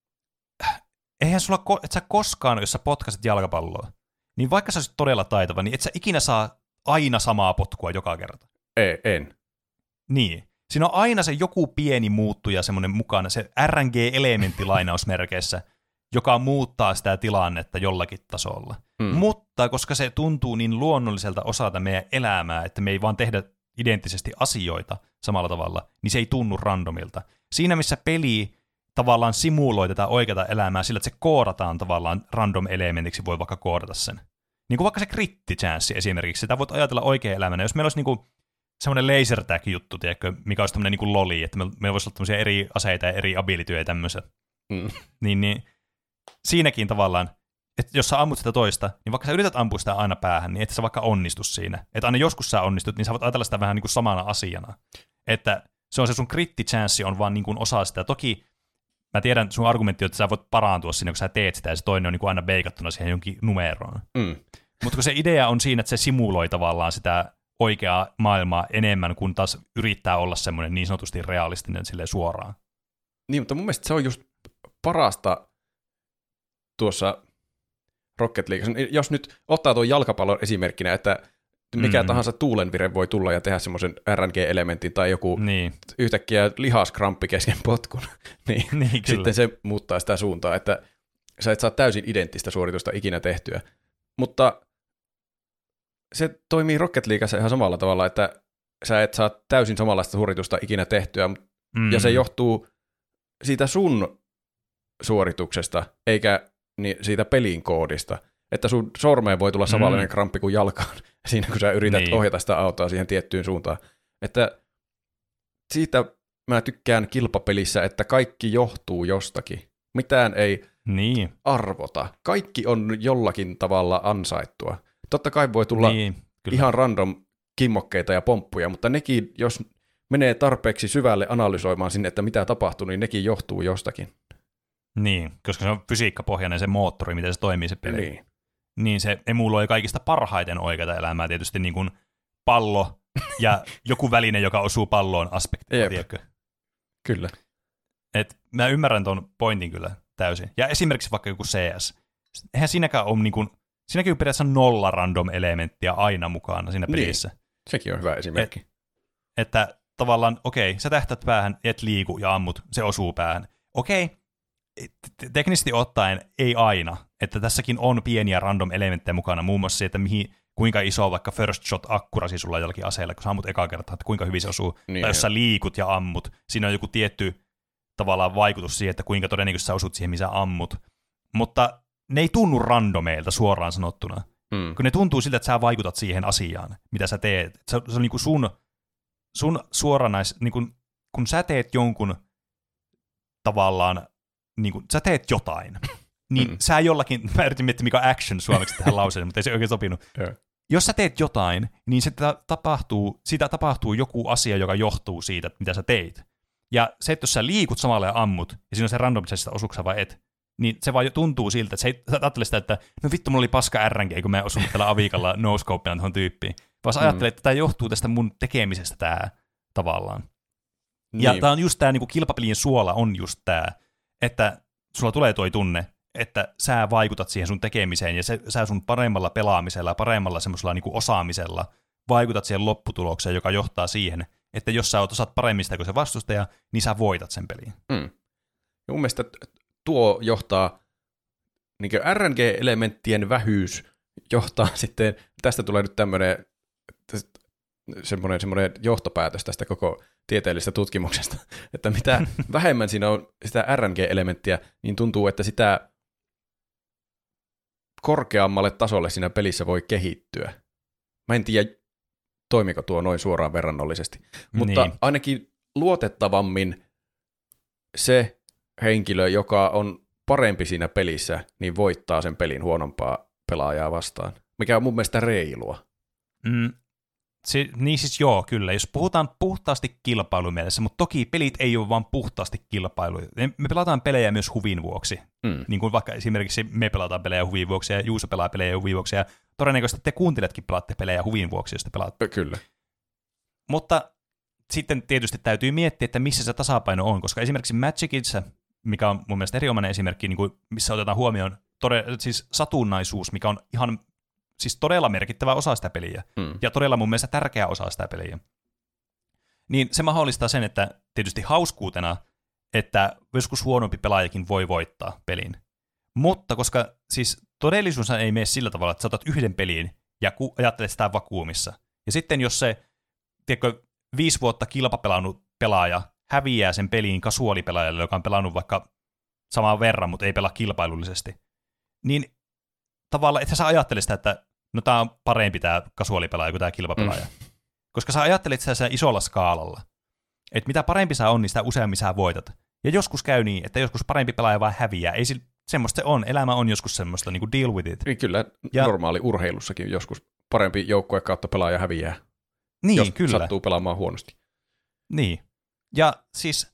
eihän sulla, et sä koskaan, jos sä potkasit jalkapalloa, niin vaikka sä olisit todella taitava, niin et sä ikinä saa aina samaa potkua joka kerta. Ei, en. Niin. Siinä on aina se joku pieni muuttuja semmoinen mukana, se R N G-elementti lainausmerkeissä, joka muuttaa sitä tilannetta jollakin tasolla. Hmm. Mutta koska se tuntuu niin luonnolliselta osalta meidän elämää, että me ei vaan tehdä identtisesti asioita samalla tavalla, niin se ei tunnu randomilta. Siinä missä peli tavallaan simuloi tätä oikeata elämää sillä, että se koodataan tavallaan random-elementiksi, voi vaikka koodata sen. Niin kuin vaikka se kritti-chanssi esimerkiksi, sitä voit ajatella oikea elämänä. Jos meillä olisi niin kuin semmoinen laser tag-juttu, tiedätkö, mikä olisi tämmöinen niin kuin loli, että meillä me voisi olla tämmöisiä eri aseita ja eri abilityjä ja tämmöisiä. Mm. Niin, niin siinäkin tavallaan, että jos sä ammut sitä toista, niin vaikka sä yrität ampua sitä aina päähän, niin et sä vaikka onnistu siinä. Että aina joskus sä onnistut, niin sä voit ajatella sitä vähän niin kuin samana asiana. Että se on se sun kritti-chanssi on vaan niin kuin osa sitä. Toki mä tiedän sun argumentti, että sä voit parantua siinä, kun sä teet sitä, ja se toinen on niin kuin aina beikattuna siihen jonkin numeroon. Mm. Mutta kun se idea on siinä, että se simuloi tavallaan sitä oikeaa maailmaa enemmän, kun taas yrittää olla semmoinen niin sanotusti realistinen silleen suoraan. Niin, mutta mun mielestä se on just parasta tuossa Rocket League. Jos nyt ottaa tuon jalkapallon esimerkkinä, että mikä mm. tahansa tuulenvire voi tulla ja tehdä semmoisen R N G-elementin tai joku niin. yhtäkkiä lihaskramppi kesken potkun, niin, niin sitten se muuttaa sitä suuntaa, että sä et saa täysin identtistä suoritusta ikinä tehtyä. Mutta se toimii Rocket Leagueassa ihan samalla tavalla, että sä et saa täysin samanlaista suoritusta ikinä tehtyä, mm. ja se johtuu siitä sun suorituksesta, eikä niin siitä pelin koodista. Että sun sormeen voi tulla samanlainen mm. kramppi kuin jalkaan siinä, kun sä yrität niin. ohjata sitä autoa siihen tiettyyn suuntaan. Että siitä mä tykkään kilpapelissä, että kaikki johtuu jostakin. Mitään ei niin. arvota. Kaikki on jollakin tavalla ansaittua. Totta kai voi tulla niin, ihan random kimmokkeita ja pomppuja, mutta nekin, jos menee tarpeeksi syvälle analysoimaan sinne, että mitä tapahtuu, niin nekin johtuu jostakin. Niin, koska se on fysiikkapohjainen se moottori, miten se toimii se peli. Niin. Niin se emuloi kaikista parhaiten oikeata elämää, tietysti niin kuin pallo ja joku väline, joka osuu palloon aspektiin, tiedätkö? Kyllä. Et mä ymmärrän ton pointin kyllä täysin. Ja esimerkiksi vaikka joku C S. Eihän siinäkään ole niin kuin, siinäkin on periaatteessa nolla random elementtiä aina mukana siinä pelissä. Niin. Sekin on hyvä esimerkki. Et, että tavallaan, okei, sä tähtät päähän, et liiku ja ammut, se osuu päähän. Okei, te- teknisesti ottaen ei aina, että tässäkin on pieniä random elementtejä mukana, muun muassa se, että mihin, kuinka iso vaikka first shot akkurasi sulla jollakin aseella, kun sä ammut ekaa kertaa, että kuinka hyvin se osuu, niin, tai jos sä liikut ja ammut, siinä on joku tietty tavallaan vaikutus siihen, että kuinka todennäköisesti sä osut siihen, missä ammut, mutta ne ei tunnu randomeilta suoraan sanottuna, hmm. kun ne tuntuu siltä, että sä vaikutat siihen asiaan, mitä sä teet. Se, se on niin kuin sun, sun suoranais, niin kuin, kun sä teet jonkun tavallaan, niin kuin, sä teet jotain, niin hmm. sä jollakin, mä yritin miettiä, mikä on action suomeksi tähän lauseeseen, mutta ei se oikein sopinut. Yeah. Jos sä teet jotain, niin se tapahtuu, siitä tapahtuu joku asia, joka johtuu siitä, mitä sä teit. Ja se, että jos sä liikut samalla ja ammut, ja siinä on se randomisesta osuuko vai et, niin se vaan tuntuu siltä, että sä ajattelee sitä, että no vittu, mulla oli paska R N G, kun mä en osunut tällä avikalla no-scopena tuohon tyyppiin. Vaan sä ajattelet, että tämä johtuu tästä mun tekemisestä tää tavallaan. Niin. Ja tää on just tää niinku kilpapelien suola on just tää, että sulla tulee toi tunne, että sä vaikutat siihen sun tekemiseen, ja se, sä sun paremmalla pelaamisella ja paremmalla semmoisella niinku osaamisella vaikutat siihen lopputulokseen, joka johtaa siihen, että jos sä osaat paremmin sitä kuin se vastustaja, niin sä voitat sen peliin. Mm. Ja mun mielestä tuo johtaa, niin kuin R N G-elementtien vähyys johtaa sitten, tästä tulee nyt tämmöinen semmoinen, semmoinen johtopäätös tästä koko tieteellisestä tutkimuksesta, että mitä vähemmän siinä on sitä R N G-elementtiä, niin tuntuu, että sitä korkeammalle tasolle siinä pelissä voi kehittyä. Mä en tiedä, toimiko tuo noin suoraan verrannollisesti, mutta niin. ainakin luotettavammin se henkilö, joka on parempi siinä pelissä, niin voittaa sen pelin huonompaa pelaajaa vastaan, mikä on mun mielestä reilua. Mm. Si- niin siis joo, kyllä. Jos puhutaan puhtaasti kilpailumielessä, mutta toki pelit ei ole vaan puhtaasti kilpailu. Me pelataan pelejä myös huvin vuoksi. Mm. Niin kuin vaikka esimerkiksi me pelataan pelejä huvin vuoksi ja Juuso pelaa pelejä huvin vuoksi ja todennäköisesti te kuunteletkin pelaatte pelejä huvin vuoksi, jos te pelaatte. Kyllä. Mutta sitten tietysti täytyy miettiä, että missä se tasapaino on, koska esimerkiksi Magicissa, mikä on mun mielestä erinomainen esimerkki, niin kuin missä otetaan huomioon tode- siis satunnaisuus, mikä on ihan siis todella merkittävä osa sitä peliä, mm. ja todella mun mielestä tärkeä osa sitä peliä. Niin se mahdollistaa sen, että tietysti hauskuutena, että joskus huonompi pelaajakin voi voittaa pelin. Mutta koska siis todellisuus ei mene sillä tavalla, että sä otat yhden pelin ja ku- ajattelet sitä vakuumissa. Ja sitten jos se, tiedätkö, viisi vuotta kilpapelannut pelaaja häviää sen pelin kasuaalipelaajalle, joka on pelannut vaikka samaan verran, mutta ei pelaa kilpailullisesti, niin tavallaan, että sä ajattelet sitä, että no tää on parempi tää kasuaalipelaaja kuin tää kilpapelaaja. Mm. Koska sä ajattelet sitä isolla skaalalla. Että mitä parempi sä on, niin sitä useammin sä voitat. Ja joskus käy niin, että joskus parempi pelaaja vaan häviää. Ei sillä, semmoista se on. Elämä on joskus semmoista, niin kuin deal with it. Niin kyllä, ja normaali urheilussakin joskus parempi joukkue kautta pelaaja häviää. Niin, jos kyllä. sattuu pelaamaan huonosti. Niin. Ja siis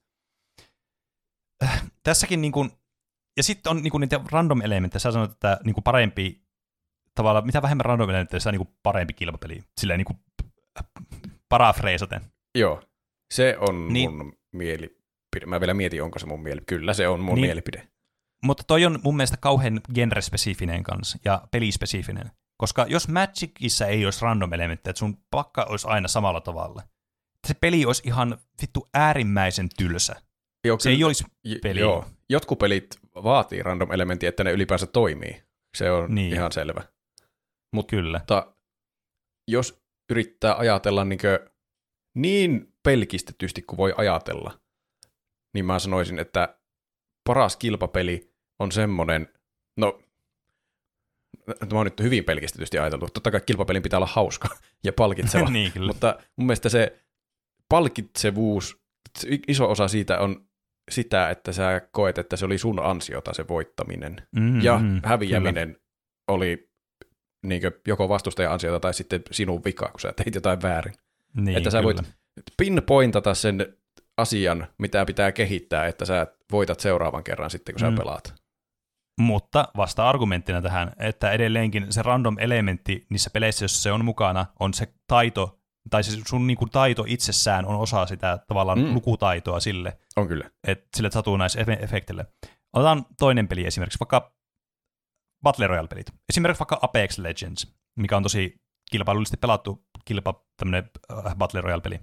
äh, tässäkin niin kuin, ja sitten on niin kuin niitä random elementtejä. Sä sanoit, että niin kuin parempi, tavallaan mitä vähemmän random elementtejä, se on niin kuin parempi kilpapeli. Silleen niin kuin parafreesaten. Joo, se on niin, mun mielipide. Mä vielä mietin, onko se mun mielipide. Kyllä se on mun niin, mielipide. Mutta toi on mun mielestä kauhean genre-spesifinen kanssa ja pelispesifinen. Koska jos Magicissa ei olisi random elementtejä, että sun pakka olisi aina samalla tavalla, se peli olisi ihan vittu äärimmäisen tylsä. Joo, se kyllä, ei olisi peli. Joo, jotkut pelit vaatii random elementtiä, että ne ylipäänsä toimii. Se on niin. ihan selvä. Mut, kyllä. Mutta jos yrittää ajatella niin, niin pelkistetysti kuin voi ajatella, niin mä sanoisin, että paras kilpapeli on semmoinen, no, tämä on nyt hyvin pelkistetysti ajateltu. Totta kai kilpapelin pitää olla hauska ja palkitseva, niin, mutta mun mielestä se palkitsevuus, iso osa siitä on sitä, että sä koet, että se oli sun ansiota se voittaminen. Mm, ja mm, häviäminen kyllä. oli niin joko vastustajan ansiota tai sitten sinun vika, kun sä teit jotain väärin. Niin, että sä kyllä. voit pinpointata sen asian, mitä pitää kehittää, että sä voitat seuraavan kerran sitten, kun sä mm. pelaat. Mutta vasta argumenttina tähän, että edelleenkin se random elementti niissä peleissä, jos se on mukana, on se taito, tai se sun niin kuin taito itsessään on osa sitä tavallaan mm. lukutaitoa sille. On kyllä. Et, sille satunnaisefektille. Otetaan toinen peli esimerkiksi, vaikka Battle Royale-pelit. Esimerkiksi vaikka Apex Legends, mikä on tosi kilpailullisesti pelattu kilpa, tämmöinen äh, Battle Royale-peli.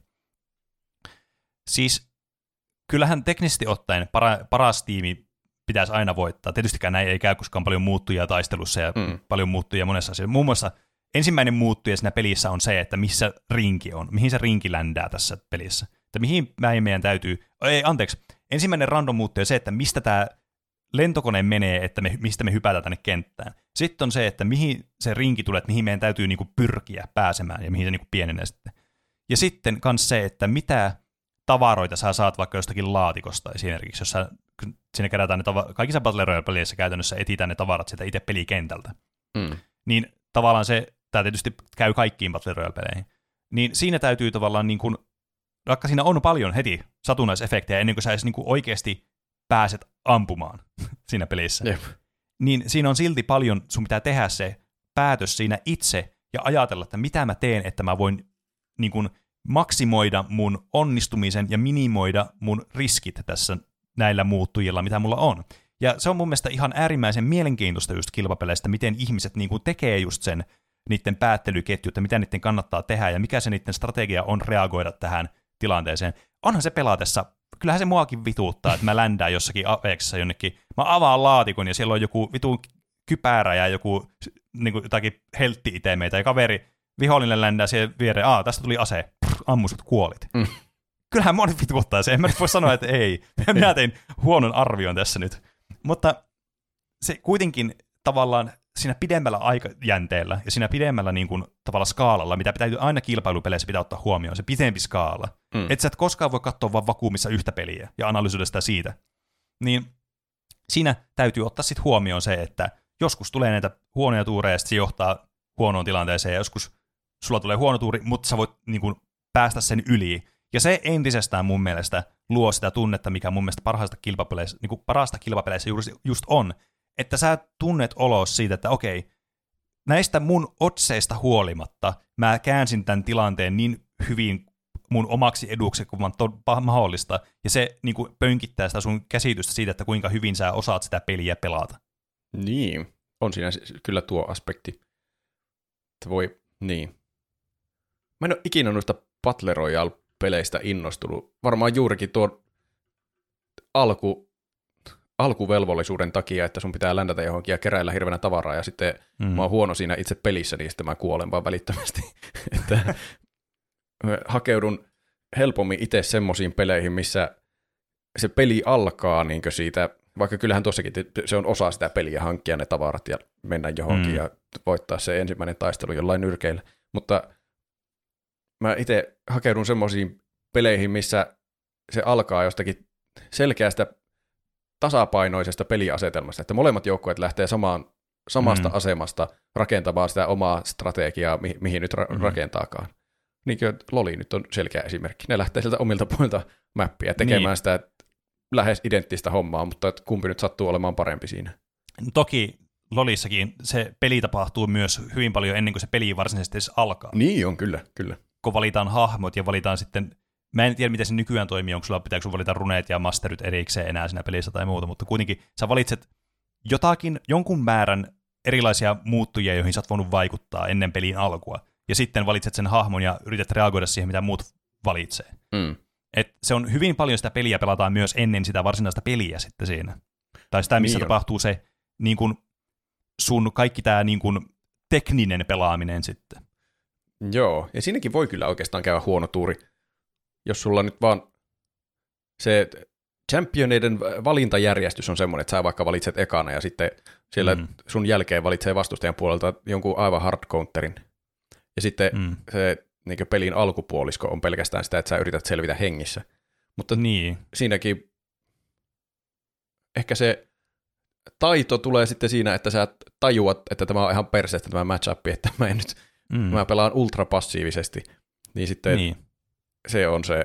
Siis kyllähän teknisesti ottaen para, paras tiimi pitäisi aina voittaa. Tietystikään näin ei käy, koska on paljon muuttujia taistelussa ja mm. paljon muuttujia monessa asiassa. Muun muassa ensimmäinen muuttuja siinä pelissä on se, että missä rinki on, mihin se rinki ländää tässä pelissä. Että mihin meidän täytyy, ei anteeksi, ensimmäinen random muuttuja on se, että mistä tämä lentokone menee, että me, mistä me hypätään tänne kenttään. Sitten on se, että mihin se rinki tulee, että mihin meidän täytyy niinku pyrkiä pääsemään ja mihin se niinku pienenee sitten. Ja sitten myös se, että mitä tavaroita sä saat vaikka jostakin laatikosta esimerkiksi, jos sä, sinne kerätään ne tava- kaikissa Battle Royale-peleissä käytännössä etitään ne tavarat sieltä itse pelikentältä. Mm. Niin tavallaan se, tämä tietysti käy kaikkiin Battle Royale-peleihin, niin siinä täytyy tavallaan, niin kuin, vaikka siinä on paljon heti satunnaisefektejä ennen kuin sä edes niin kuin oikeasti pääset ampumaan siinä pelissä, Jep. niin siinä on silti paljon, sun pitää tehdä se päätös siinä itse ja ajatella, että mitä mä teen, että mä voin niin kuin maksimoida mun onnistumisen ja minimoida mun riskit tässä näillä muuttujilla, mitä mulla on. Ja se on mun mielestä ihan äärimmäisen mielenkiintoista just kilpapeleistä, miten ihmiset niin kuin tekee just sen niiden päättelyketjut, mitä niiden kannattaa tehdä ja mikä se niiden strategia on reagoida tähän tilanteeseen. Onhan se pelatessa, kyllähän se muakin vituuttaa, että mä ländään jossakin Apexissa jonnekin, mä avaan laatikon ja siellä on joku vitun kypärä ja joku niin kuin jotakin heltti-itemeitä ja kaveri, vihollinen ländää siihen viereen, aa, tästä tuli ase, Pff, ammusut, kuolit. Mm. Kyllähän mua nyt vituuttaa se, en mä nyt voi sanoa, että ei. Minä tein huonon arvion tässä nyt. Mutta se kuitenkin tavallaan siinä pidemmällä aikajänteellä ja siinä pidemmällä niin kuin, tavallaan skaalalla, mitä pitää aina kilpailupeleissä pitää ottaa huomioon, se pitempi skaala. Mm. Että sä et koskaan voi katsoa vaan vakuumissa yhtä peliä ja analysoida sitä siitä. Niin siinä täytyy ottaa sitten huomioon se, että joskus tulee näitä huonoja tuureja ja se johtaa huonoon tilanteeseen ja joskus sulla tulee huono tuuri, mutta sä voit niin kuin, päästä sen yli. Ja se entisestään mun mielestä luo sitä tunnetta, mikä mun mielestä parhaista kilpapeleissä, niin kuin parasta kilpapeleissä just, just on, että sä tunnet olos siitä, että okei, näistä mun otseista huolimatta mä käänsin tämän tilanteen niin hyvin mun omaksi eduksi kuin vaan to- mahdollista, ja se niin kuin pönkittää sitä sun käsitystä siitä, että kuinka hyvin sä osaat sitä peliä pelata. Niin, on siinä kyllä tuo aspekti. Että voi, niin. Mä en ole ikinä noista Battle Royale-peleistä innostunut. Varmaan juurikin tuon alku, alkuvelvollisuuden takia, että sun pitää ländätä johonkin ja keräillä hirveänä tavaraa, ja sitten mm. mä oon huono siinä itse pelissä, niin sitten mä kuolen vaan välittömästi. Että hakeudun helpommin itse semmoisiin peleihin, missä se peli alkaa niin siitä, vaikka kyllähän tuossakin se on osa sitä peliä, hankkia ne tavarat ja mennä johonkin mm. ja voittaa se ensimmäinen taistelu jollain nyrkeillä, mutta mä itse hakeudun semmoisiin peleihin, missä se alkaa jostakin selkeästä tasapainoisesta peliasetelmasta, että molemmat joukkueet lähtee samaan, samasta mm. asemasta rakentamaan sitä omaa strategiaa, mi- mihin nyt ra- mm. rakentaakaan. Niin kuin Loli nyt on selkeä esimerkki. Ne lähtee sieltä omilta puolilta mäppiä tekemään niin. sitä lähes identtistä hommaa, mutta kumpi nyt sattuu olemaan parempi siinä. Toki Lolissakin se peli tapahtuu myös hyvin paljon ennen kuin se peli varsinaisesti edes alkaa. Niin on, kyllä, kyllä. Kun valitaan hahmot ja valitaan sitten, mä en tiedä miten se nykyään toimii, onko sulla, pitääkö sun valita runeet ja masterit erikseen enää siinä pelissä tai muuta, mutta kuitenkin sä valitset jotakin, jonkun määrän erilaisia muuttujia, joihin sä oot voinut vaikuttaa ennen pelin alkua, ja sitten valitset sen hahmon ja yrität reagoida siihen, mitä muut valitsee. Mm. Et se on hyvin paljon sitä peliä pelataan myös ennen sitä varsinaista peliä sitten siinä. Tai sitä, missä niin tapahtuu se niin kun sun kaikki tämä niin kun tekninen pelaaminen sitten. Joo, ja siinäkin voi kyllä oikeastaan käydä huono tuuri, jos sulla nyt vaan se championeiden valintajärjestys on semmoinen, että sä vaikka valitset ekana ja sitten siellä mm. sun jälkeen valitsee vastustajan puolelta jonkun aivan hard counterin. Ja sitten mm. se niin pelin alkupuolisko on pelkästään sitä, että sä yrität selvitä hengissä. Mutta niin. Siinäkin ehkä se taito tulee sitten siinä, että sä tajuat, että tämä on ihan perseestä tämä match-up, että mä, en nyt, mm. mä pelaan ultrapassiivisesti. Niin sitten niin. se on se,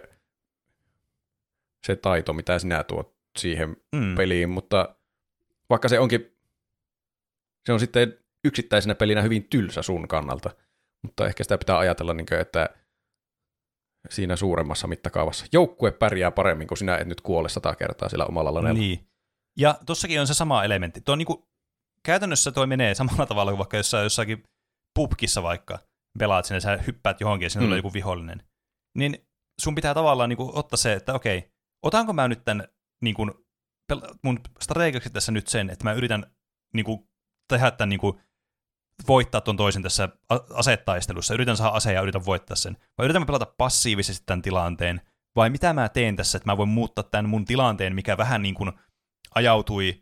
se taito, mitä sinä tuot siihen mm. peliin, mutta vaikka se onkin, se on sitten yksittäisenä pelinä hyvin tylsä sun kannalta, mutta ehkä sitä pitää ajatella, niin kuin, että siinä suuremmassa mittakaavassa joukkue pärjää paremmin, kun sinä et nyt kuole sata kertaa sillä omalla laneella. Niin. Ja tossakin on se sama elementti. Tuo on niin kuin, käytännössä toi menee samalla tavalla kuin vaikka jossain, jossakin pubkissa vaikka pelaat sinne, sä hyppäät johonkin ja sinne mm. on joku vihollinen. Niin sun pitää tavallaan niin kuin, ottaa se, että okei, otanko mä nyt tämän niin kuin, mun strategiaksi tässä nyt sen, että mä yritän niin kuin, tehdä tämän niin kuin, voittaa ton toisen tässä asetaistelussa, yritän saada aseen ja yritän voittaa sen. Vai yritän mä pelata passiivisesti tämän tilanteen, vai mitä mä teen tässä, että mä voin muuttaa tämän mun tilanteen, mikä vähän niin kuin ajautui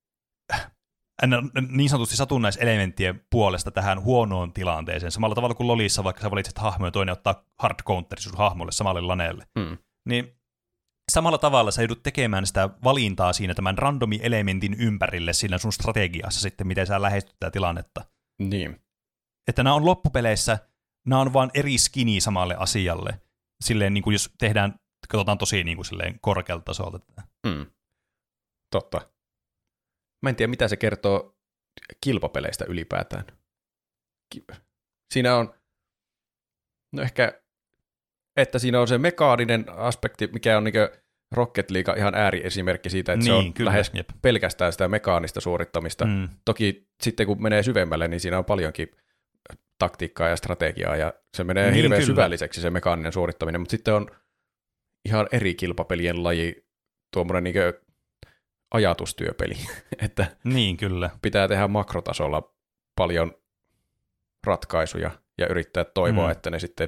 niin sanotusti satunnaiselementtien puolesta tähän huonoon tilanteeseen. Samalla tavalla kuin LoLissa, vaikka sä valitset hahmoja ja toinen ottaa hard counteri sun hahmolle samalle laneelle. Hmm. Niin samalla tavalla sä joudut tekemään sitä valintaa siinä tämän randomi-elementin ympärille siinä sun strategiassa sitten, miten sä lähestyt tätä tilannetta. Niin. Että nämä on loppupeleissä, nämä on vaan eri skini samalle asialle. Silleen niin kuin jos tehdään, katsotaan tosi niin kuin silleen korkealta tasolta. Hmm. Totta. Mä en tiedä, mitä se kertoo kilpapeleistä ylipäätään. Siinä on, no ehkä, että siinä on se mekaaninen aspekti, mikä on niin kuin Rocket League ihan ääriesimerkki siitä, että niin, se on kyllä, lähes jep. pelkästään sitä mekaanista suorittamista. Mm. Toki sitten kun menee syvemmälle, niin siinä on paljonkin taktiikkaa ja strategiaa, ja se menee niin, hirveän kyllä. syvälliseksi se mekaaninen suorittaminen, mutta sitten on ihan eri kilpapelien laji, tuommoinen niin kuin ajatustyöpeli, että niin, kyllä. pitää tehdä makrotasolla paljon ratkaisuja ja yrittää toivoa, mm. että ne sitten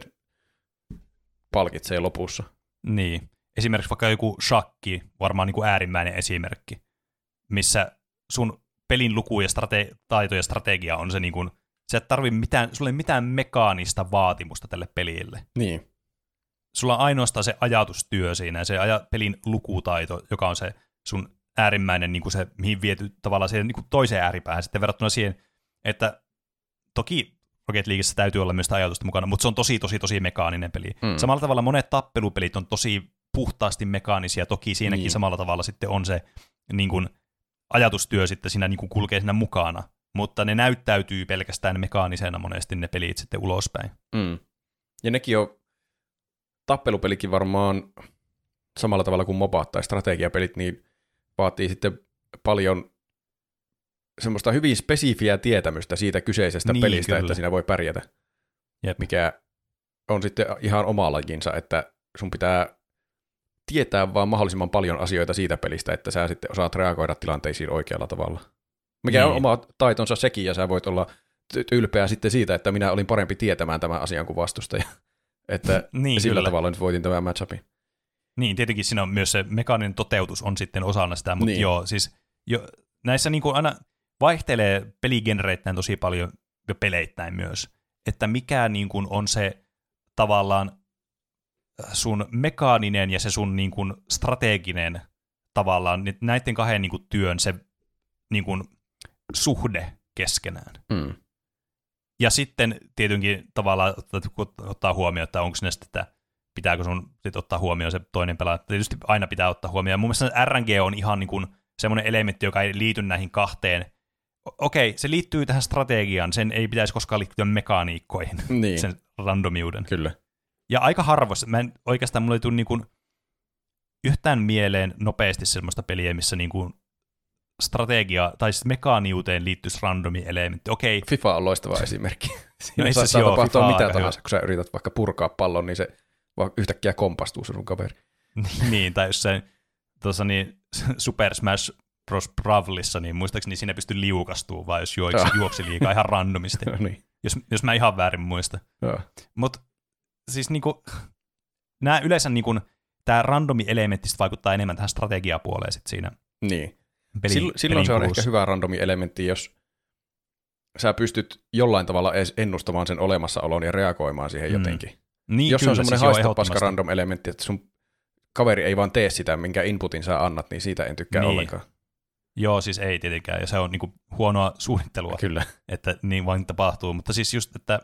palkitsee lopussa. Niin. Esimerkiksi vaikka joku shakki, varmaan niin kuin äärimmäinen esimerkki, missä sun pelin luku ja strate- taito ja strategia on se, niin kuin, sä et tarvitse mitään, sulla ei mitään mekaanista vaatimusta tälle pelille. Niin. Sulla on ainoastaan se ajatustyö siinä ja se aja, pelin lukutaito, joka on se sun äärimmäinen, niin kuin se, mihin viety tavallaan siihen niin kuin toiseen ääripäähän sitten verrattuna siihen, että toki Rocket Leagueissä täytyy olla myös sitä ajatusta mukana, mutta se on tosi, tosi, tosi mekaaninen peli. Mm. Samalla tavalla monet tappelupelit on tosi puhtaasti mekaanisia, toki siinäkin niin. samalla tavalla sitten on se niin kuin, ajatustyö sitten siinä niin kuin kulkee siinä mukana, mutta ne näyttäytyy pelkästään mekaanisena monesti ne pelit sitten ulospäin. Mm. Ja nekin on, tappelupelikin varmaan samalla tavalla kuin MOBA tai strategiapelit, niin vaatii sitten paljon semmoista hyvin spesifiä tietämystä siitä kyseisestä niin, pelistä, kyllä. että siinä voi pärjätä. Jep. Mikä on sitten ihan oma lajinsa, että sun pitää tietää vaan mahdollisimman paljon asioita siitä pelistä, että sä sitten osaat reagoida tilanteisiin oikealla tavalla. Mikä niin. on oma taitonsa sekin, ja sä voit olla ylpeä sitten siitä, että minä olin parempi tietämään tämän asian kuin vastustaja. Että niin, sillä kyllä. tavalla nyt voitin tämän matchupin. Niin, tietenkin siinä on myös se mekaaninen toteutus on sitten osana sitä, mutta niin. joo, siis jo, näissä niin kuin aina vaihtelee peligenereittäin tosi paljon ja peleittäin myös, että mikä niin kuin on se tavallaan sun mekaaninen ja se sun niin kuin strateginen tavallaan, näiden kahden niin kuin työn se niin kuin suhde keskenään. Mm. Ja sitten tietenkin tavallaan ottaa huomioon, että onko ne sitten, että pitääkö sun sit ottaa huomioon se toinen pelaaja. Tietysti aina pitää ottaa huomioon. Mun mielestä R N G on ihan niin kuin semmoinen elementti, joka ei liity näihin kahteen. Okei, se liittyy tähän strategiaan, sen ei pitäisi koskaan liittyä mekaniikkoihin, niin. sen randomiuden. Kyllä. Ja aika harvoissa, mä en, oikeastaan mulle ei tule niin kuin yhtään mieleen nopeasti semmoista peliä, missä niin kuin strategia, tai siis mekaaniuteen liittyisi randomi-elementti. Okei. FIFA on loistava esimerkki. Siinä no saattaa joo, tapahtua mitä tahansa, kun sä yrität vaikka purkaa pallon, niin se vaan yhtäkkiä kompastuu sun kaveri. Niin, tai jossain tuossa niin Super Smash Bros. Bravlissa, niin muistaakseni siinä pystyy liukastumaan, vaan jos juoksi, juoksi liikaa ihan randomisti. No niin. jos, jos mä ihan väärin muista. Joo. Mutta siis niinku, nämä yleensä niinku, tämä randomi elementti vaikuttaa enemmän tähän strategiapuoleen sit siinä. Niin. Peli, Silloin, silloin se on ehkä hyvä randomi elementti, jos sä pystyt jollain tavalla ennustamaan sen olemassaolon ja reagoimaan siihen mm. jotenkin. Niin, jos kyllä, on semmoinen siis haistapaska random elementti, että sun kaveri ei vaan tee sitä, minkä inputin sä annat, niin siitä en tykkää niin. ollenkaan. Joo, siis ei tietenkään, ja se on niinku huonoa suunnittelua, Kyllä. että niin vain tapahtuu. Mutta siis just, että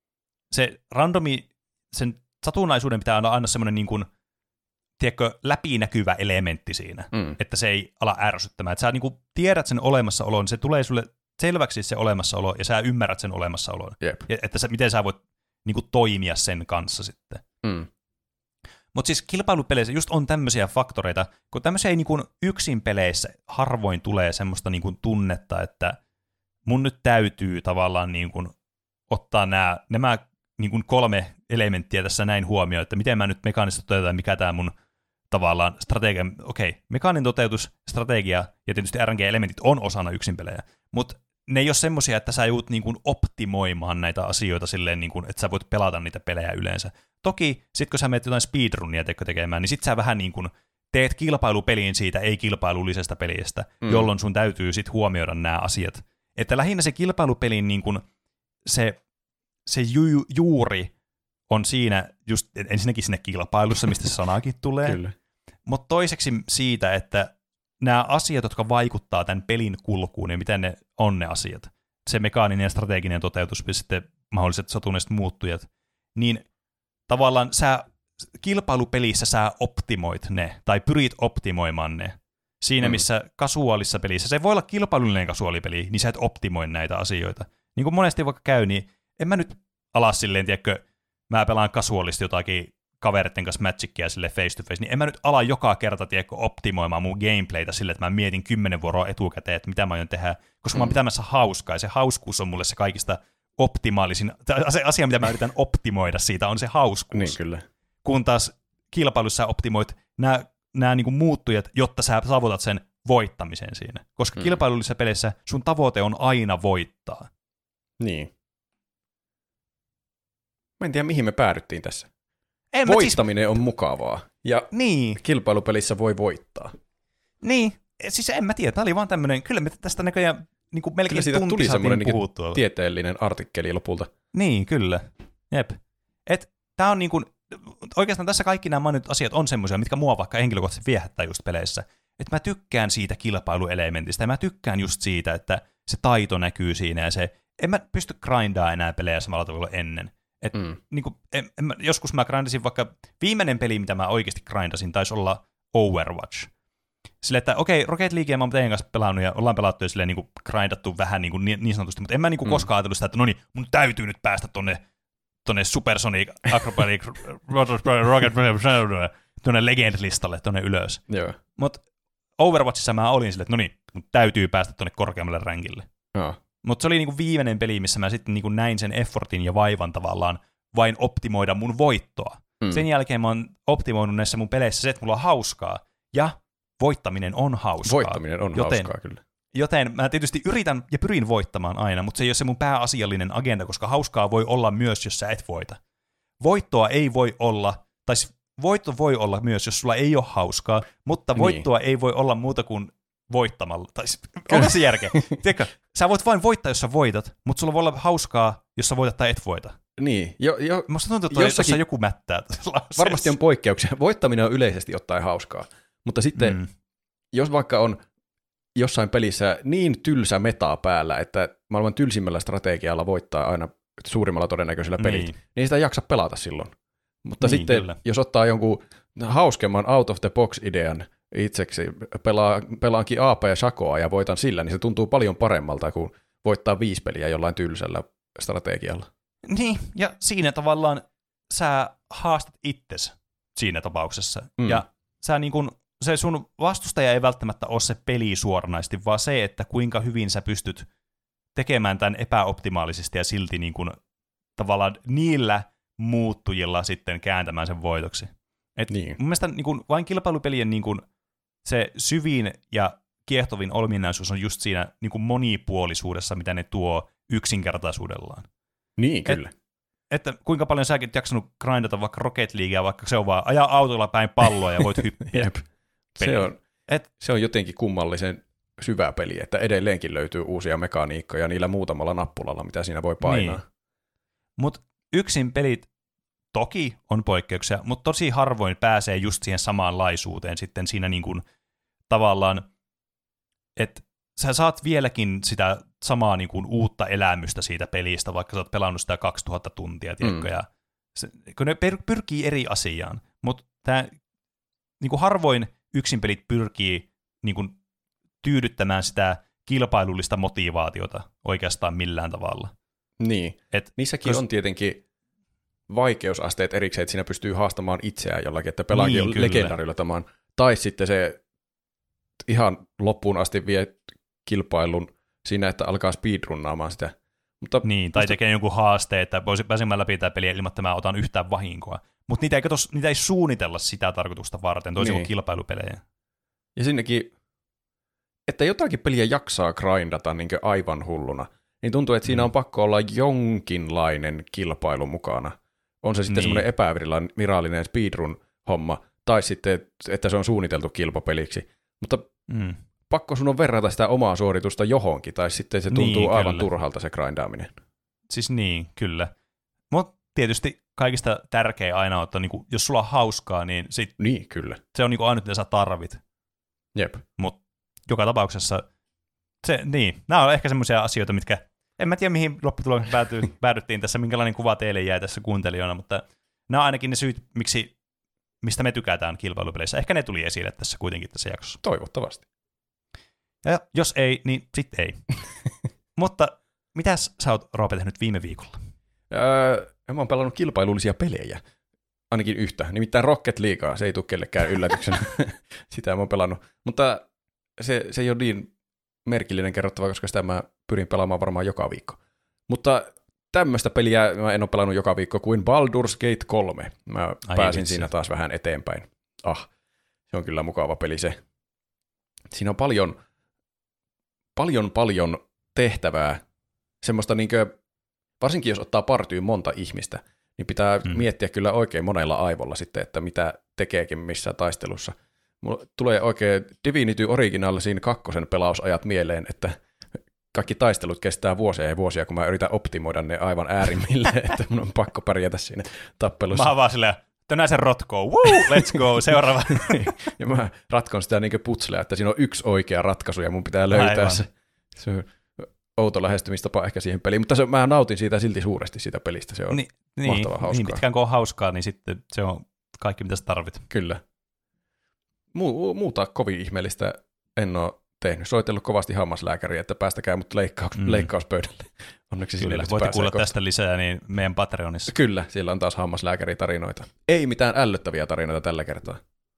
se randomi, sen satunnaisuuden pitää olla aina semmoinen niin kuin, tiedätkö, läpinäkyvä elementti siinä, mm. että se ei ala ärsyttämään. Että sä niin kuin tiedät sen olemassaolon, se tulee sulle selväksi se olemassaolo, ja sä ymmärrät sen olemassaolon. Yep. Ja, että sä, miten sä voit niin kuin toimia sen kanssa sitten. Mm. Mutta siis kilpailupeleissä just on tämmöisiä faktoreita, kun tämmöisiä ei niin kuin yksin peleissä harvoin tulee semmoista niin kuin tunnetta, että mun nyt täytyy tavallaan niin kuin ottaa nämä, nämä niin kuin kolme elementtiä tässä näin huomioon, että miten mä nyt mekaanisesti toteutan, mikä tämä mun tavallaan strategia, okei, okay, mekaaninen toteutus, strategia ja tietysti R N G-elementit on osana yksin pelejä, mutta ne ei ole semmoisia, että sä joudut niin kuin optimoimaan näitä asioita silleen, niin kuin, että sä voit pelata niitä pelejä yleensä. Toki, sit kun sä menet jotain speedrunia tekemään, niin sit sä vähän niin kuin teet kilpailupeliin siitä ei-kilpailullisesta pelistä, mm. jolloin sun täytyy sit huomioida nämä asiat. Että lähinnä se kilpailupelin niin kuin se, se ju- juuri on siinä, just ensinnäkin siinä kilpailussa, mistä se sanakin tulee, mutta toiseksi siitä, että nämä asiat, jotka vaikuttaa tämän pelin kulkuun ja miten ne on ne asiat, se mekaaninen ja strateginen toteutus ja sitten mahdolliset satunnaiset muuttujat, niin tavallaan sä kilpailupelissä sä optimoit ne, tai pyrit optimoimaan ne. Siinä, mm. missä kasuaalissa pelissä, se voi olla kilpailullinen kasuaalipeli, niin sä et optimoi näitä asioita. Niin kuin monesti vaikka käy, niin en mä nyt ala silleen, tiedätkö, mä pelaan kasuaalisesti jotakin kaveritten kanssa Magicia sille face to face, niin en mä nyt ala joka kerta, tiedätkö, optimoimaan mun gameplaytä sille, että mä mietin kymmenen vuoroa etukäteen, että mitä mä aion tehdä, koska mm. mä oon pitämässä hauskaa, ja se hauskuus on mulle se kaikista optimaalisin, se asia, mitä mä yritän optimoida siitä, on se hauskuus. Niin kyllä. Kun taas kilpailussa optimoit nämä, nämä niin kuin muuttujat, jotta sä saavutat sen voittamisen siinä. Koska mm. kilpailullisissa peleissä sun tavoite on aina voittaa. Niin. Mä en tiedä, mihin me päädyttiin tässä. En Voittaminen siis... on mukavaa, ja niin. kilpailupelissä voi voittaa. Niin, siis en mä tiedä, tämä oli vaan tämmöinen, kyllä me tästä näköjään niin kuin melkein siitä tunti tuli semmoinen niin tieteellinen artikkeli lopulta. Niin, kyllä. Jep. Et tää on niin kuin, oikeastaan tässä kaikki nämä mainitut asiat on semmoisia, mitkä mua vaikka henkilökohtaisesti viehättää just peleissä. Että mä tykkään siitä kilpailuelementistä, ja mä tykkään just siitä, että se taito näkyy siinä, ja se, en mä pysty grindaa enää pelejä samalla tavalla ennen. Et, mm. niin kuin, en, en, joskus mä grindasin vaikka, viimeinen peli, mitä mä oikeasti grindasin, taisi olla Overwatch. Silleen, että okei, Rocket Leaguea mä oon teidän kanssa pelannut, ja ollaan pelattu jo silleen niin kuin grindattu vähän niin, kuin, niin, niin sanotusti, mutta en mä niin kuin mm. koskaan ajatellut sitä, että no niin, mun täytyy nyt päästä tonne tuonne Supersonic, Acrobatic, Rocket, tuonne Legend-listalle, tuonne ylös. Joo. Mutta Overwatchissa mä olin silleen, että no niin, mun täytyy päästä tuonne korkeammalle rankille. Joo. Mutta se oli niinku viimeinen peli, missä mä sitten niinku näin sen effortin ja vaivan tavallaan vain optimoida mun voittoa. Mm. Sen jälkeen mä oon optimoinut näissä mun peleissä se, että mulla on hauskaa, ja voittaminen on hauskaa. Voittaminen on joten, hauskaa, kyllä. Joten mä tietysti yritän ja pyrin voittamaan aina, mutta se ei ole se mun pääasiallinen agenda, koska hauskaa voi olla myös, jos sä et voita. Voittoa ei voi olla, tai voitto voi olla myös, jos sulla ei ole hauskaa, mutta voittoa niin. ei voi olla muuta kuin voittamalla. Tai onko se järkeä? Tiedätkö, sä voit vain voittaa, jos sä voitat, mutta sulla voi olla hauskaa, jos sä voitat tai et voita. Niin. Jo, jo, Musta tuntuu, että jossakin joku mättää. Varmasti on poikkeuksia. Voittaminen on yleisesti ottaen hauskaa. Mutta sitten, mm. jos vaikka on jossain pelissä niin tylsä metaa päällä, että maailman tylsimmällä strategialla voittaa aina suurimmalla todennäköisellä pelit, niin, niin sitä ei jaksa pelata silloin. Mutta niin, sitten, kyllä. jos ottaa jonkun hauskemman out of the box-idean itseksi, pelaa, pelaankin A P ja Shakoa ja voitan sillä, niin se tuntuu paljon paremmalta kuin voittaa viisi peliä jollain tylsällä strategialla. Niin, ja siinä tavallaan sä haastat itsesi siinä tapauksessa. Mm. Ja sä niin kun, se sun vastustaja ei välttämättä ole se peli suoranaisesti, vaan se, että kuinka hyvin sä pystyt tekemään tämän epäoptimaalisesti ja silti niin kun, tavallaan niillä muuttujilla sitten kääntämään sen voitoksi. Et niin. Mun mielestä niin kun, vain kilpailupelien niin kun, se syvin ja kiehtovin ominaisuus on just siinä niin kun monipuolisuudessa, mitä ne tuo yksinkertaisuudellaan. Niin, kyllä. Et, että kuinka paljon säkin jaksanut grindata vaikka Rocket Leaguea, vaikka se on vaan ajaa autolla päin palloa ja voit hyppiä. Jep. Se on, Et, se on jotenkin kummallisen syvä peli, että edelleenkin löytyy uusia mekaniikkoja niillä muutamalla nappulalla, mitä siinä voi painaa. Niin. Mutta yksin pelit toki on poikkeuksia, mutta tosi harvoin pääsee just siihen samanlaisuuteen sitten siinä niin kuin tavallaan, että sä saat vieläkin sitä samaa niin kuin uutta elämystä siitä pelistä, vaikka sä oot pelannut sitä kaksituhatta tuntia, tiedätkö, mm. ja se, kun ne pyrkii eri asiaan, mutta tämä niin kuin harvoin yksin pelit pyrkii niin kuin tyydyttämään sitä kilpailullista motivaatiota oikeastaan millään tavalla. Niin, Et, niissäkin kos... on tietenkin vaikeusasteet erikseen, että siinä pystyy haastamaan itseään jollakin, että pelaakin niin, legendarilla tämän, tai sitten se ihan loppuun asti vie kilpailun siinä, että alkaa speedrunnaamaan sitä. Mutta, niin, tai musta... tekee jonkun haasteen, että voisi pääsemään läpi tämä peliä ilman, että mä otan yhtään vahinkoa. Mutta niitä, niitä ei suunnitella sitä tarkoitusta varten, toisin niin. kuin kilpailupelejä. Ja sinnekin, että jotakin peliä jaksaa grindata niin aivan hulluna, niin tuntuu, että siinä on pakko olla jonkinlainen kilpailu mukana. On se sitten niin. semmoinen epävirallinen speedrun-homma, tai sitten, että se on suunniteltu kilpapeliksi. Mutta mm. pakko sun on verrata sitä omaa suoritusta johonkin, tai sitten se tuntuu niin, aivan turhalta se grindaaminen. Siis niin, kyllä. Mutta tietysti kaikista tärkeä aina on, että niinku, jos sulla on hauskaa, niin, sit niin kyllä. se on niinku ainut, mitä sä tarvit. Jep. Mutta joka tapauksessa, se, niin, nämä on ehkä semmoisia asioita, mitkä, en mä tiedä mihin lopputulokseen pääty, päädyttiin tässä, minkälainen kuva teille jäi tässä kuuntelijana, mutta nämä on ainakin ne syyt, miksi, mistä me tykätään kilpailupeleissä. Ehkä ne tuli esille tässä kuitenkin tässä jaksossa. Toivottavasti. Ja jos ei, niin sitten ei. Mutta mitäs sä oot, Roope, tehnyt viime viikolla? Öö, mä oon pelannut kilpailullisia pelejä. Ainakin yhtä. Nimittäin Rocket Leaguea. Se ei tule kellekään yllätyksenä. Sitä mä oon pelannut. Mutta se, se ei ole niin merkillinen kerrottava, koska sitä mä pyrin pelaamaan varmaan joka viikko. Mutta tämmöistä peliä mä en ole pelannut joka viikko kuin Baldur's Gate kolme. Mä Ai pääsin vitsi. siinä taas vähän eteenpäin. Ah, se on kyllä mukava peli se. Siinä on paljon, paljon, paljon tehtävää. Semmoista niinkö, varsinkin jos ottaa partyyn monta ihmistä, niin pitää hmm. miettiä kyllä oikein monella aivolla sitten, että mitä tekeekin missään taistelussa. Mulla tulee oikein Divinity Originalsin kakkosen pelausajat mieleen, että kaikki taistelut kestää vuosia ja vuosia, kun mä yritän optimoida ne aivan äärimmille, että mun on pakko pärjätä siinä tappelussa. Mä oon vaan silleen, tänään se rotkoo, woo, let's go, seuraava. Ja mä ratkon sitä niin kuin putsleja, että siinä on yksi oikea ratkaisu ja mun pitää löytää aivan. se. Se on outo lähestymistapa ehkä siihen peliin, mutta se, mä nautin siitä silti suuresti siitä pelistä, se on Ni, mahtavaa niin, hauskaa. Niin pitkään kun on hauskaa, niin sitten se on kaikki mitä sä tarvit. Kyllä. Mu- muuta kovin ihmeellistä en ole tehnyt. Soitellut kovasti hammaslääkäriä, että päästäkää mut leikkaus- mm. leikkauspöydälle. Onneksi Kyllä, sinne voitte kuulla kohta tästä lisää niin meidän Patreonissa. Kyllä, siellä on taas hammaslääkäritarinoita. Ei mitään ällöttäviä tarinoita tällä kertaa.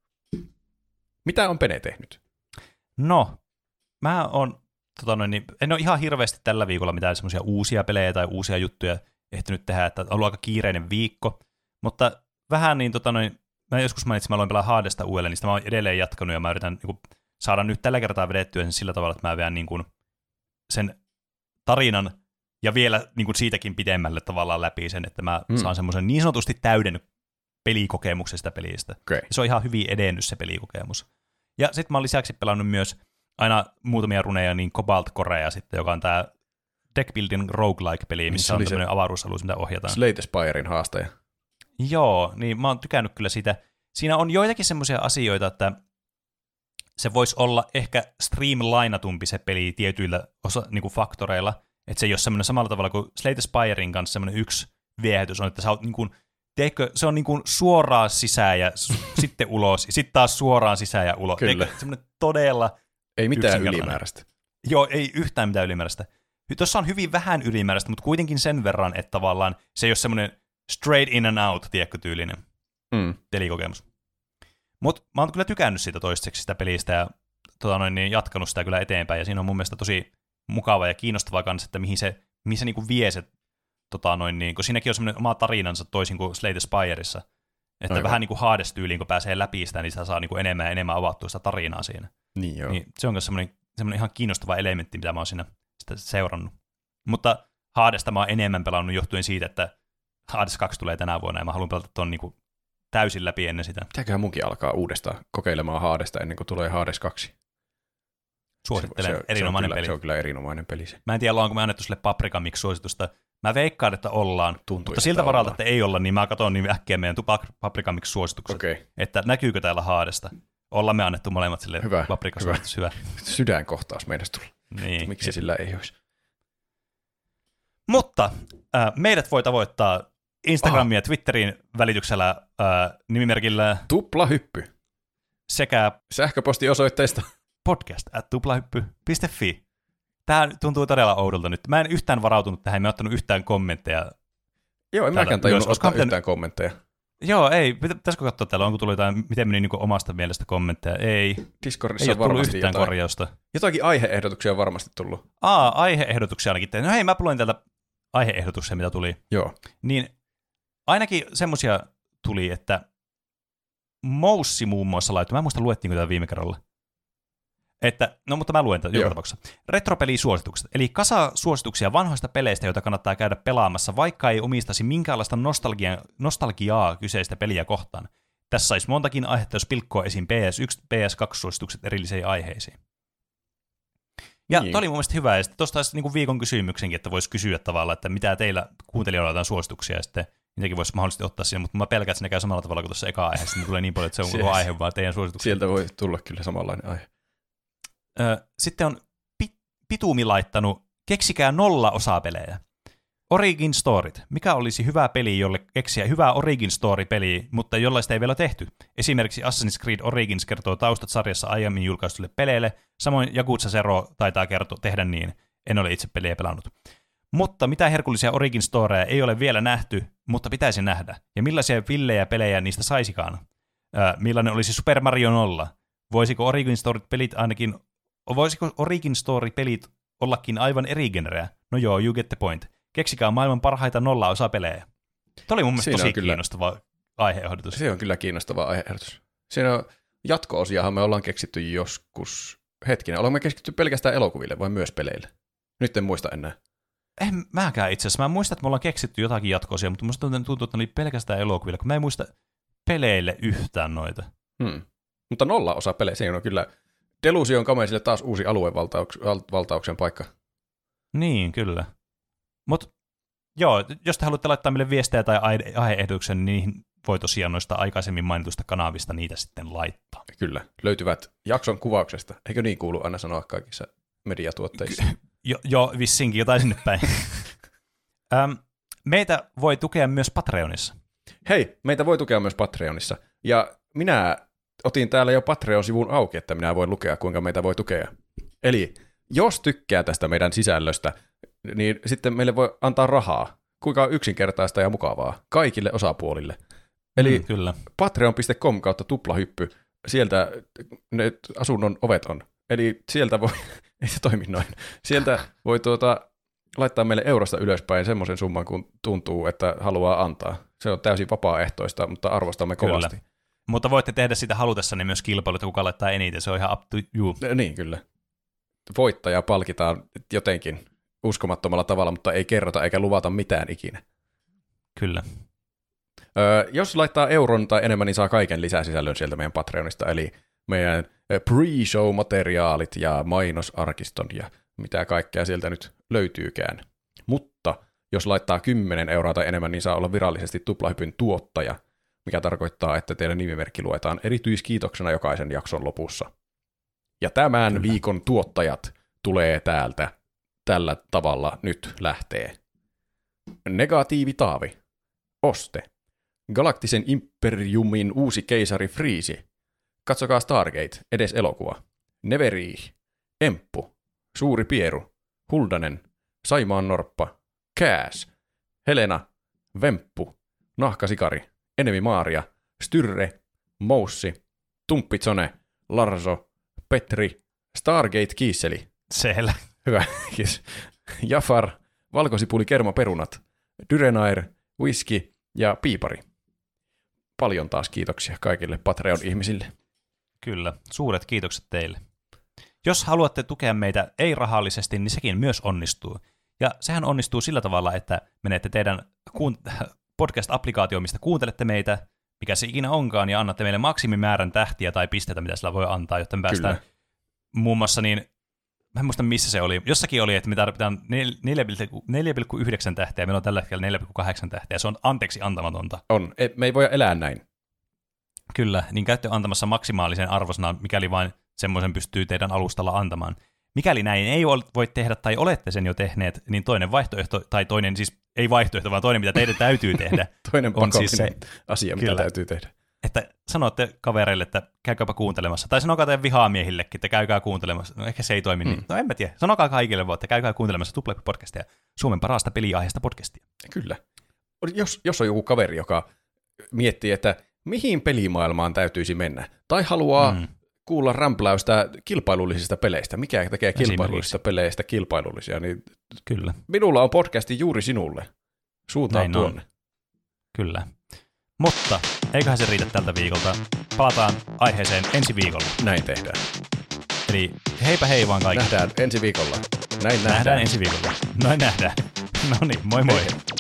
Mitä on Pene tehnyt? No, mä oon, tota noin, niin, en ole ihan hirveästi tällä viikolla mitään semmoisia uusia pelejä tai uusia juttuja ehtinyt tehdä, että on ollut aika kiireinen viikko, mutta vähän niin, tota noin, mä joskus mainitsin, mä aloin pelaa Hadesta uudelleen, niin sitä mä oon edelleen jatkanut ja mä yritän niin kuin, saada nyt tällä kertaa vedettyä sen sillä tavalla, että mä veän niin kuin, sen tarinan ja vielä niin kuin siitäkin pidemmälle tavallaan läpi sen, että mä mm. saan semmoisen niin sanotusti täyden pelikokemuksen sitä pelistä. Okay. Se on ihan hyvin edennyt se pelikokemus. Ja sitten mä oon lisäksi pelannut myös aina muutamia runeja, niin Cobalt Corea sitten, joka on tää deckbuilding roguelike-peli, missä on tämmöinen avaruusalus, mitä ohjataan. Slate Spiren haastaja. Joo, niin mä oon tykännyt kyllä siitä. Siinä on joitakin semmoisia asioita, että se voisi olla ehkä streamlinatumpi se peli tietyillä osa, niin kuin faktoreilla, että se ei ole semmoinen samalla tavalla kuin Slate Spiren kanssa semmoinen yksi viehätys on, että sä oot niin kuin, teekö, se on niin kuin suoraan sisään ja sitten ulos, ja sitten taas suoraan sisään ja ulos. Kyllä. Teekö, semmoinen todella ei mitään ylimääräistä. Joo, ei yhtään mitään ylimääräistä. Tuossa on hyvin vähän ylimääräistä, mutta kuitenkin sen verran, että tavallaan se ei ole semmoinen straight in and out, tiedätkö, tyylinen mm. pelikokemus. Mutta mä oon kyllä tykännyt siitä toistaiseksi sitä pelistä ja tota noin, niin jatkanut sitä kyllä eteenpäin, ja siinä on mun mielestä tosi mukava ja kiinnostavaa kanssa, että mihin se, mihin se niinku vie se, tota noin, niin, kun siinäkin on semmoinen oma tarinansa toisin kuin Slay the Spireissa, että Aivan. vähän niin kuin Hades-tyyliin, kun pääsee läpi sitä, niin sitä saa niinku enemmän ja enemmän avattua sitä tarinaa siinä. Niin joo. Niin se on myös semmoinen, semmoinen ihan kiinnostava elementti, mitä mä oon siinä sitä seurannut. Mutta Hadesta mä oon enemmän pelannut johtuen siitä, että Hades kaksi tulee tänä vuonna, ja mä haluan pelata ton niinku täysin läpi ennen sitä. Pitääköhän munkin alkaa uudestaan kokeilemaan Hadesta ennen kuin tulee Hades kaksi? Suosittelen, se, se, erinomainen se peli. Se on kyllä erinomainen peli se. Mä en tiedä, onko me annettu sille Paprika Mix-suositusta. Mä veikkaan, että ollaan, Tuntuu, mutta siltä varalta, että ei olla, niin mä katson niin äkkiä meidän Paprika Mix-suositukset, okay. että näkyykö täällä Hadesta. Ollaan me annettu molemmat sille hyvä, Paprika-suositus. Hyvä. Sydänkohtaus meinas tulla. Niin. Miksi ja sillä ei olisi? Mutta äh, meidät voi tavoittaa Instagramin ja Twitterin välityksellä äh, nimimerkillä Tuplahyppy. Sekä sähköpostiosoitteesta podcast at tuplahyppy piste fi. Tämä tuntuu todella oudolta nyt. Mä en yhtään varautunut tähän, mä en ottanut yhtään kommentteja. Joo, en mäkään tajunnut ottaa yhtään pitänyt... kommentteja. Joo, ei. Pitäisikö katsoa täällä, onko tullut jotain, miten meni niin omasta mielestä kommentteja? Ei. Discordissa ei on varmasti tullut yhtään jotain. korjausta. Jotakin aihe-ehdotuksia on varmasti tullut. Aa, aihe-ehdotuksia ainakin. No hei, mä luin täältä aihe-ehdotuksia, mitä tuli. Joo. Niin ainakin semmoisia tuli, että Moussi muun muassa laittoi. Mä en muista, luettiinko tätä viime kerralla. Että, no mutta mä luen tätä joka tapauksessa. Retropelisuositukset, eli kasa suosituksia vanhoista peleistä, joita kannattaa käydä pelaamassa, vaikka ei omistaisi minkäänlaista nostalgia, nostalgiaa kyseistä peliä kohtaan. Tässä saisi montakin aihetta, jos pilkkoa esiin P S yksi, P S kaksi suositukset erillisiin aiheisiin. Ja niin. Tämä oli mun mielestä hyvä, ja sitten tuosta olisi niin kuin viikon kysymyksenkin, että voisi kysyä tavallaan, että mitä teillä kuuntelijoilla on suosituksia, ja sitten niitäkin voisi mahdollisesti ottaa siihen, mutta mä pelkään, että se käy samalla tavalla kuin tuossa eka aiheessa, niin tulee niin paljon, että se on koko aihe vaan teidän suosituksia. Sieltä voi tulla kyllä samanlainen aihe. Sitten on Pitumi laittanut, keksikää nolla osapelejä. Origin Storyt. Mikä olisi hyvä peli, jolle keksiä hyvää Origin Story-peliä, mutta jollaista ei vielä tehty? Esimerkiksi Assassin's Creed Origins kertoo taustat sarjassa aiemmin julkaistuille peleille, samoin Yakuza Zero taitaa kertoa tehdä niin. En ole itse peliä pelannut. Mutta mitä herkullisia Origin Storeja ei ole vielä nähty, mutta pitäisi nähdä? Ja millaisia villejä pelejä niistä saisikaan? Äh, millainen olisi Super Mario nolla? Voisiko Origin Story-pelit ainakin... Voisiko Origin Story-pelit ollakin aivan eri generejä? No joo, you get the point. Keksikää maailman parhaita nolla-osapelejä. Tämä oli mun mielestä tosi kyllä kiinnostava aiheehdotus. Se on kyllä kiinnostava aiheehdotus. Siinä on jatko-osiahan me ollaan keksitty joskus... Hetkinen, olemme keskitty pelkästään elokuville vai myös peleille? Nyt en muista enää. En mäkään itse asiassa. Mä muistan, että me ollaan keksitty jotakin jatko-osia, mutta musta tuntuu, että ne oli pelkästään elokuville, kun mä en muista peleille yhtään noita. Hmm. Mutta nolla-osa pelejä, siinä on kyllä... Delusion Gamersille taas uusi aluevaltauksen paikka. Niin, kyllä. Mutta joo, jos te haluatte laittaa meille viestejä tai aihe-ehdotuksen, niin voi tosiaan noista aikaisemmin mainitusta kanavista niitä sitten laittaa. Kyllä, löytyvät jakson kuvauksesta. Eikö niin kuulu aina sanoa kaikissa mediatuotteissa? Jo, jo vissinkin jotain sinne päin. ähm, meitä voi tukea myös Patreonissa. Hei, meitä voi tukea myös Patreonissa. Ja minä... Otin täällä jo Patreon-sivun auki, että minä voin lukea, kuinka meitä voi tukea. Eli jos tykkää tästä meidän sisällöstä, niin sitten meille voi antaa rahaa. Kuinka yksinkertaista ja mukavaa kaikille osapuolille. Eli mm, kyllä. patreon piste com kautta tuplahyppy, sieltä ne asunnon ovet on. Eli sieltä voi, ei se toimi noin, sieltä voi tuota, laittaa meille eurosta ylöspäin semmoisen summan, kun tuntuu, että haluaa antaa. Se on täysin vapaaehtoista, mutta arvostamme kovasti. Kyllä. Mutta voitte tehdä sitä halutessanne myös kilpailu, että kuka laittaa eniten, se on ihan up to you. Niin, kyllä. Voittaja palkitaan jotenkin uskomattomalla tavalla, mutta ei kerrota eikä luvata mitään ikinä. Kyllä. Öö, jos laittaa euron tai enemmän, niin saa kaiken lisäsisällön sieltä meidän Patreonista, eli meidän pre-show-materiaalit ja mainosarkiston ja mitä kaikkea sieltä nyt löytyykään. Mutta jos laittaa kymmenen euroa tai enemmän, niin saa olla virallisesti Tuplahypyn tuottaja, mikä tarkoittaa, että teidän nimimerkki luetaan erityiskiitoksena jokaisen jakson lopussa. Ja tämän Kyllä. viikon tuottajat tulee täältä. Tällä tavalla nyt lähtee. Negatiivi Taavi. Oste. Galaktisen imperiumin uusi keisari Friisi. Katsokaa Stargate, edes elokuva. Neveri. Emppu. Suuri Pieru. Huldanen. Saimaan Norppa. Kääs. Helena. Vemppu. Nahkasikari. Enemi Maaria, Styrre, Moussi, Tumppitsone, Larso, Petri, Stargate Kiisseli. Siellä. Hyvä, kiitos. Jafar, Valkosipuli Kermaperunat, Dyrenair, Whisky ja Piipari. Paljon taas kiitoksia kaikille Patreon-ihmisille. Kyllä, suuret kiitokset teille. Jos haluatte tukea meitä ei-rahallisesti, niin sekin myös onnistuu. Ja sehän onnistuu sillä tavalla, että menette teidän podcast-applikaatioon, mistä kuuntelette meitä, mikä se ikinä onkaan, ja annatte meille maksimimäärän tähtiä tai pisteitä, mitä sillä voi antaa, jotta me päästään Kyllä. muun muassa niin, mä en muista missä se oli, jossakin oli, että me tarvitaan neljä pilkku yhdeksän tähteä, meillä on tällä hetkellä neljä pilkku kahdeksan tähteä, se on anteeksi antamatonta. On, me ei voi elää näin. Kyllä, niin käytte antamassa maksimaalisen arvosanan, mikäli vain semmoisen pystyy teidän alustalla antamaan. Mikäli näin ei voi tehdä tai olette sen jo tehneet, niin toinen vaihtoehto, tai toinen siis ei vaihtoehto, vaan toinen, mitä teidän täytyy tehdä, toinen on siis se asia, mitä kyllä, täytyy tehdä. Että sanotte kavereille, että käykääpä kuuntelemassa, tai sanokaa teidän vihaamiehillekin, että käykää kuuntelemassa. No ehkä se ei toimi mm. niin. No en mä tiedä. Sanokaa kaikille vaan, että käykää kuuntelemassa Tupleppi-podcastia, Suomen parasta peliaiheesta podcastia. Kyllä. Jos, jos on joku kaveri, joka miettii, että mihin pelimaailmaan täytyisi mennä, tai haluaa mm. kuulla rämpläystä kilpailullisista peleistä, mikä tekee kilpailullisista peleistä kilpailullisia, niin kyllä. Minulla on podcasti juuri sinulle. Suuntaan Näin tuonne. On. Kyllä. Mutta eiköhän se riitä tältä viikolta. Palataan aiheeseen ensi viikolla. Näin tehdään. Eli heipä hei vaan kaikille. Nähdään ensi viikolla. Näin nähdään. Nähdään ensi viikolla. Näin nähdään. No niin, moi moi. Hei.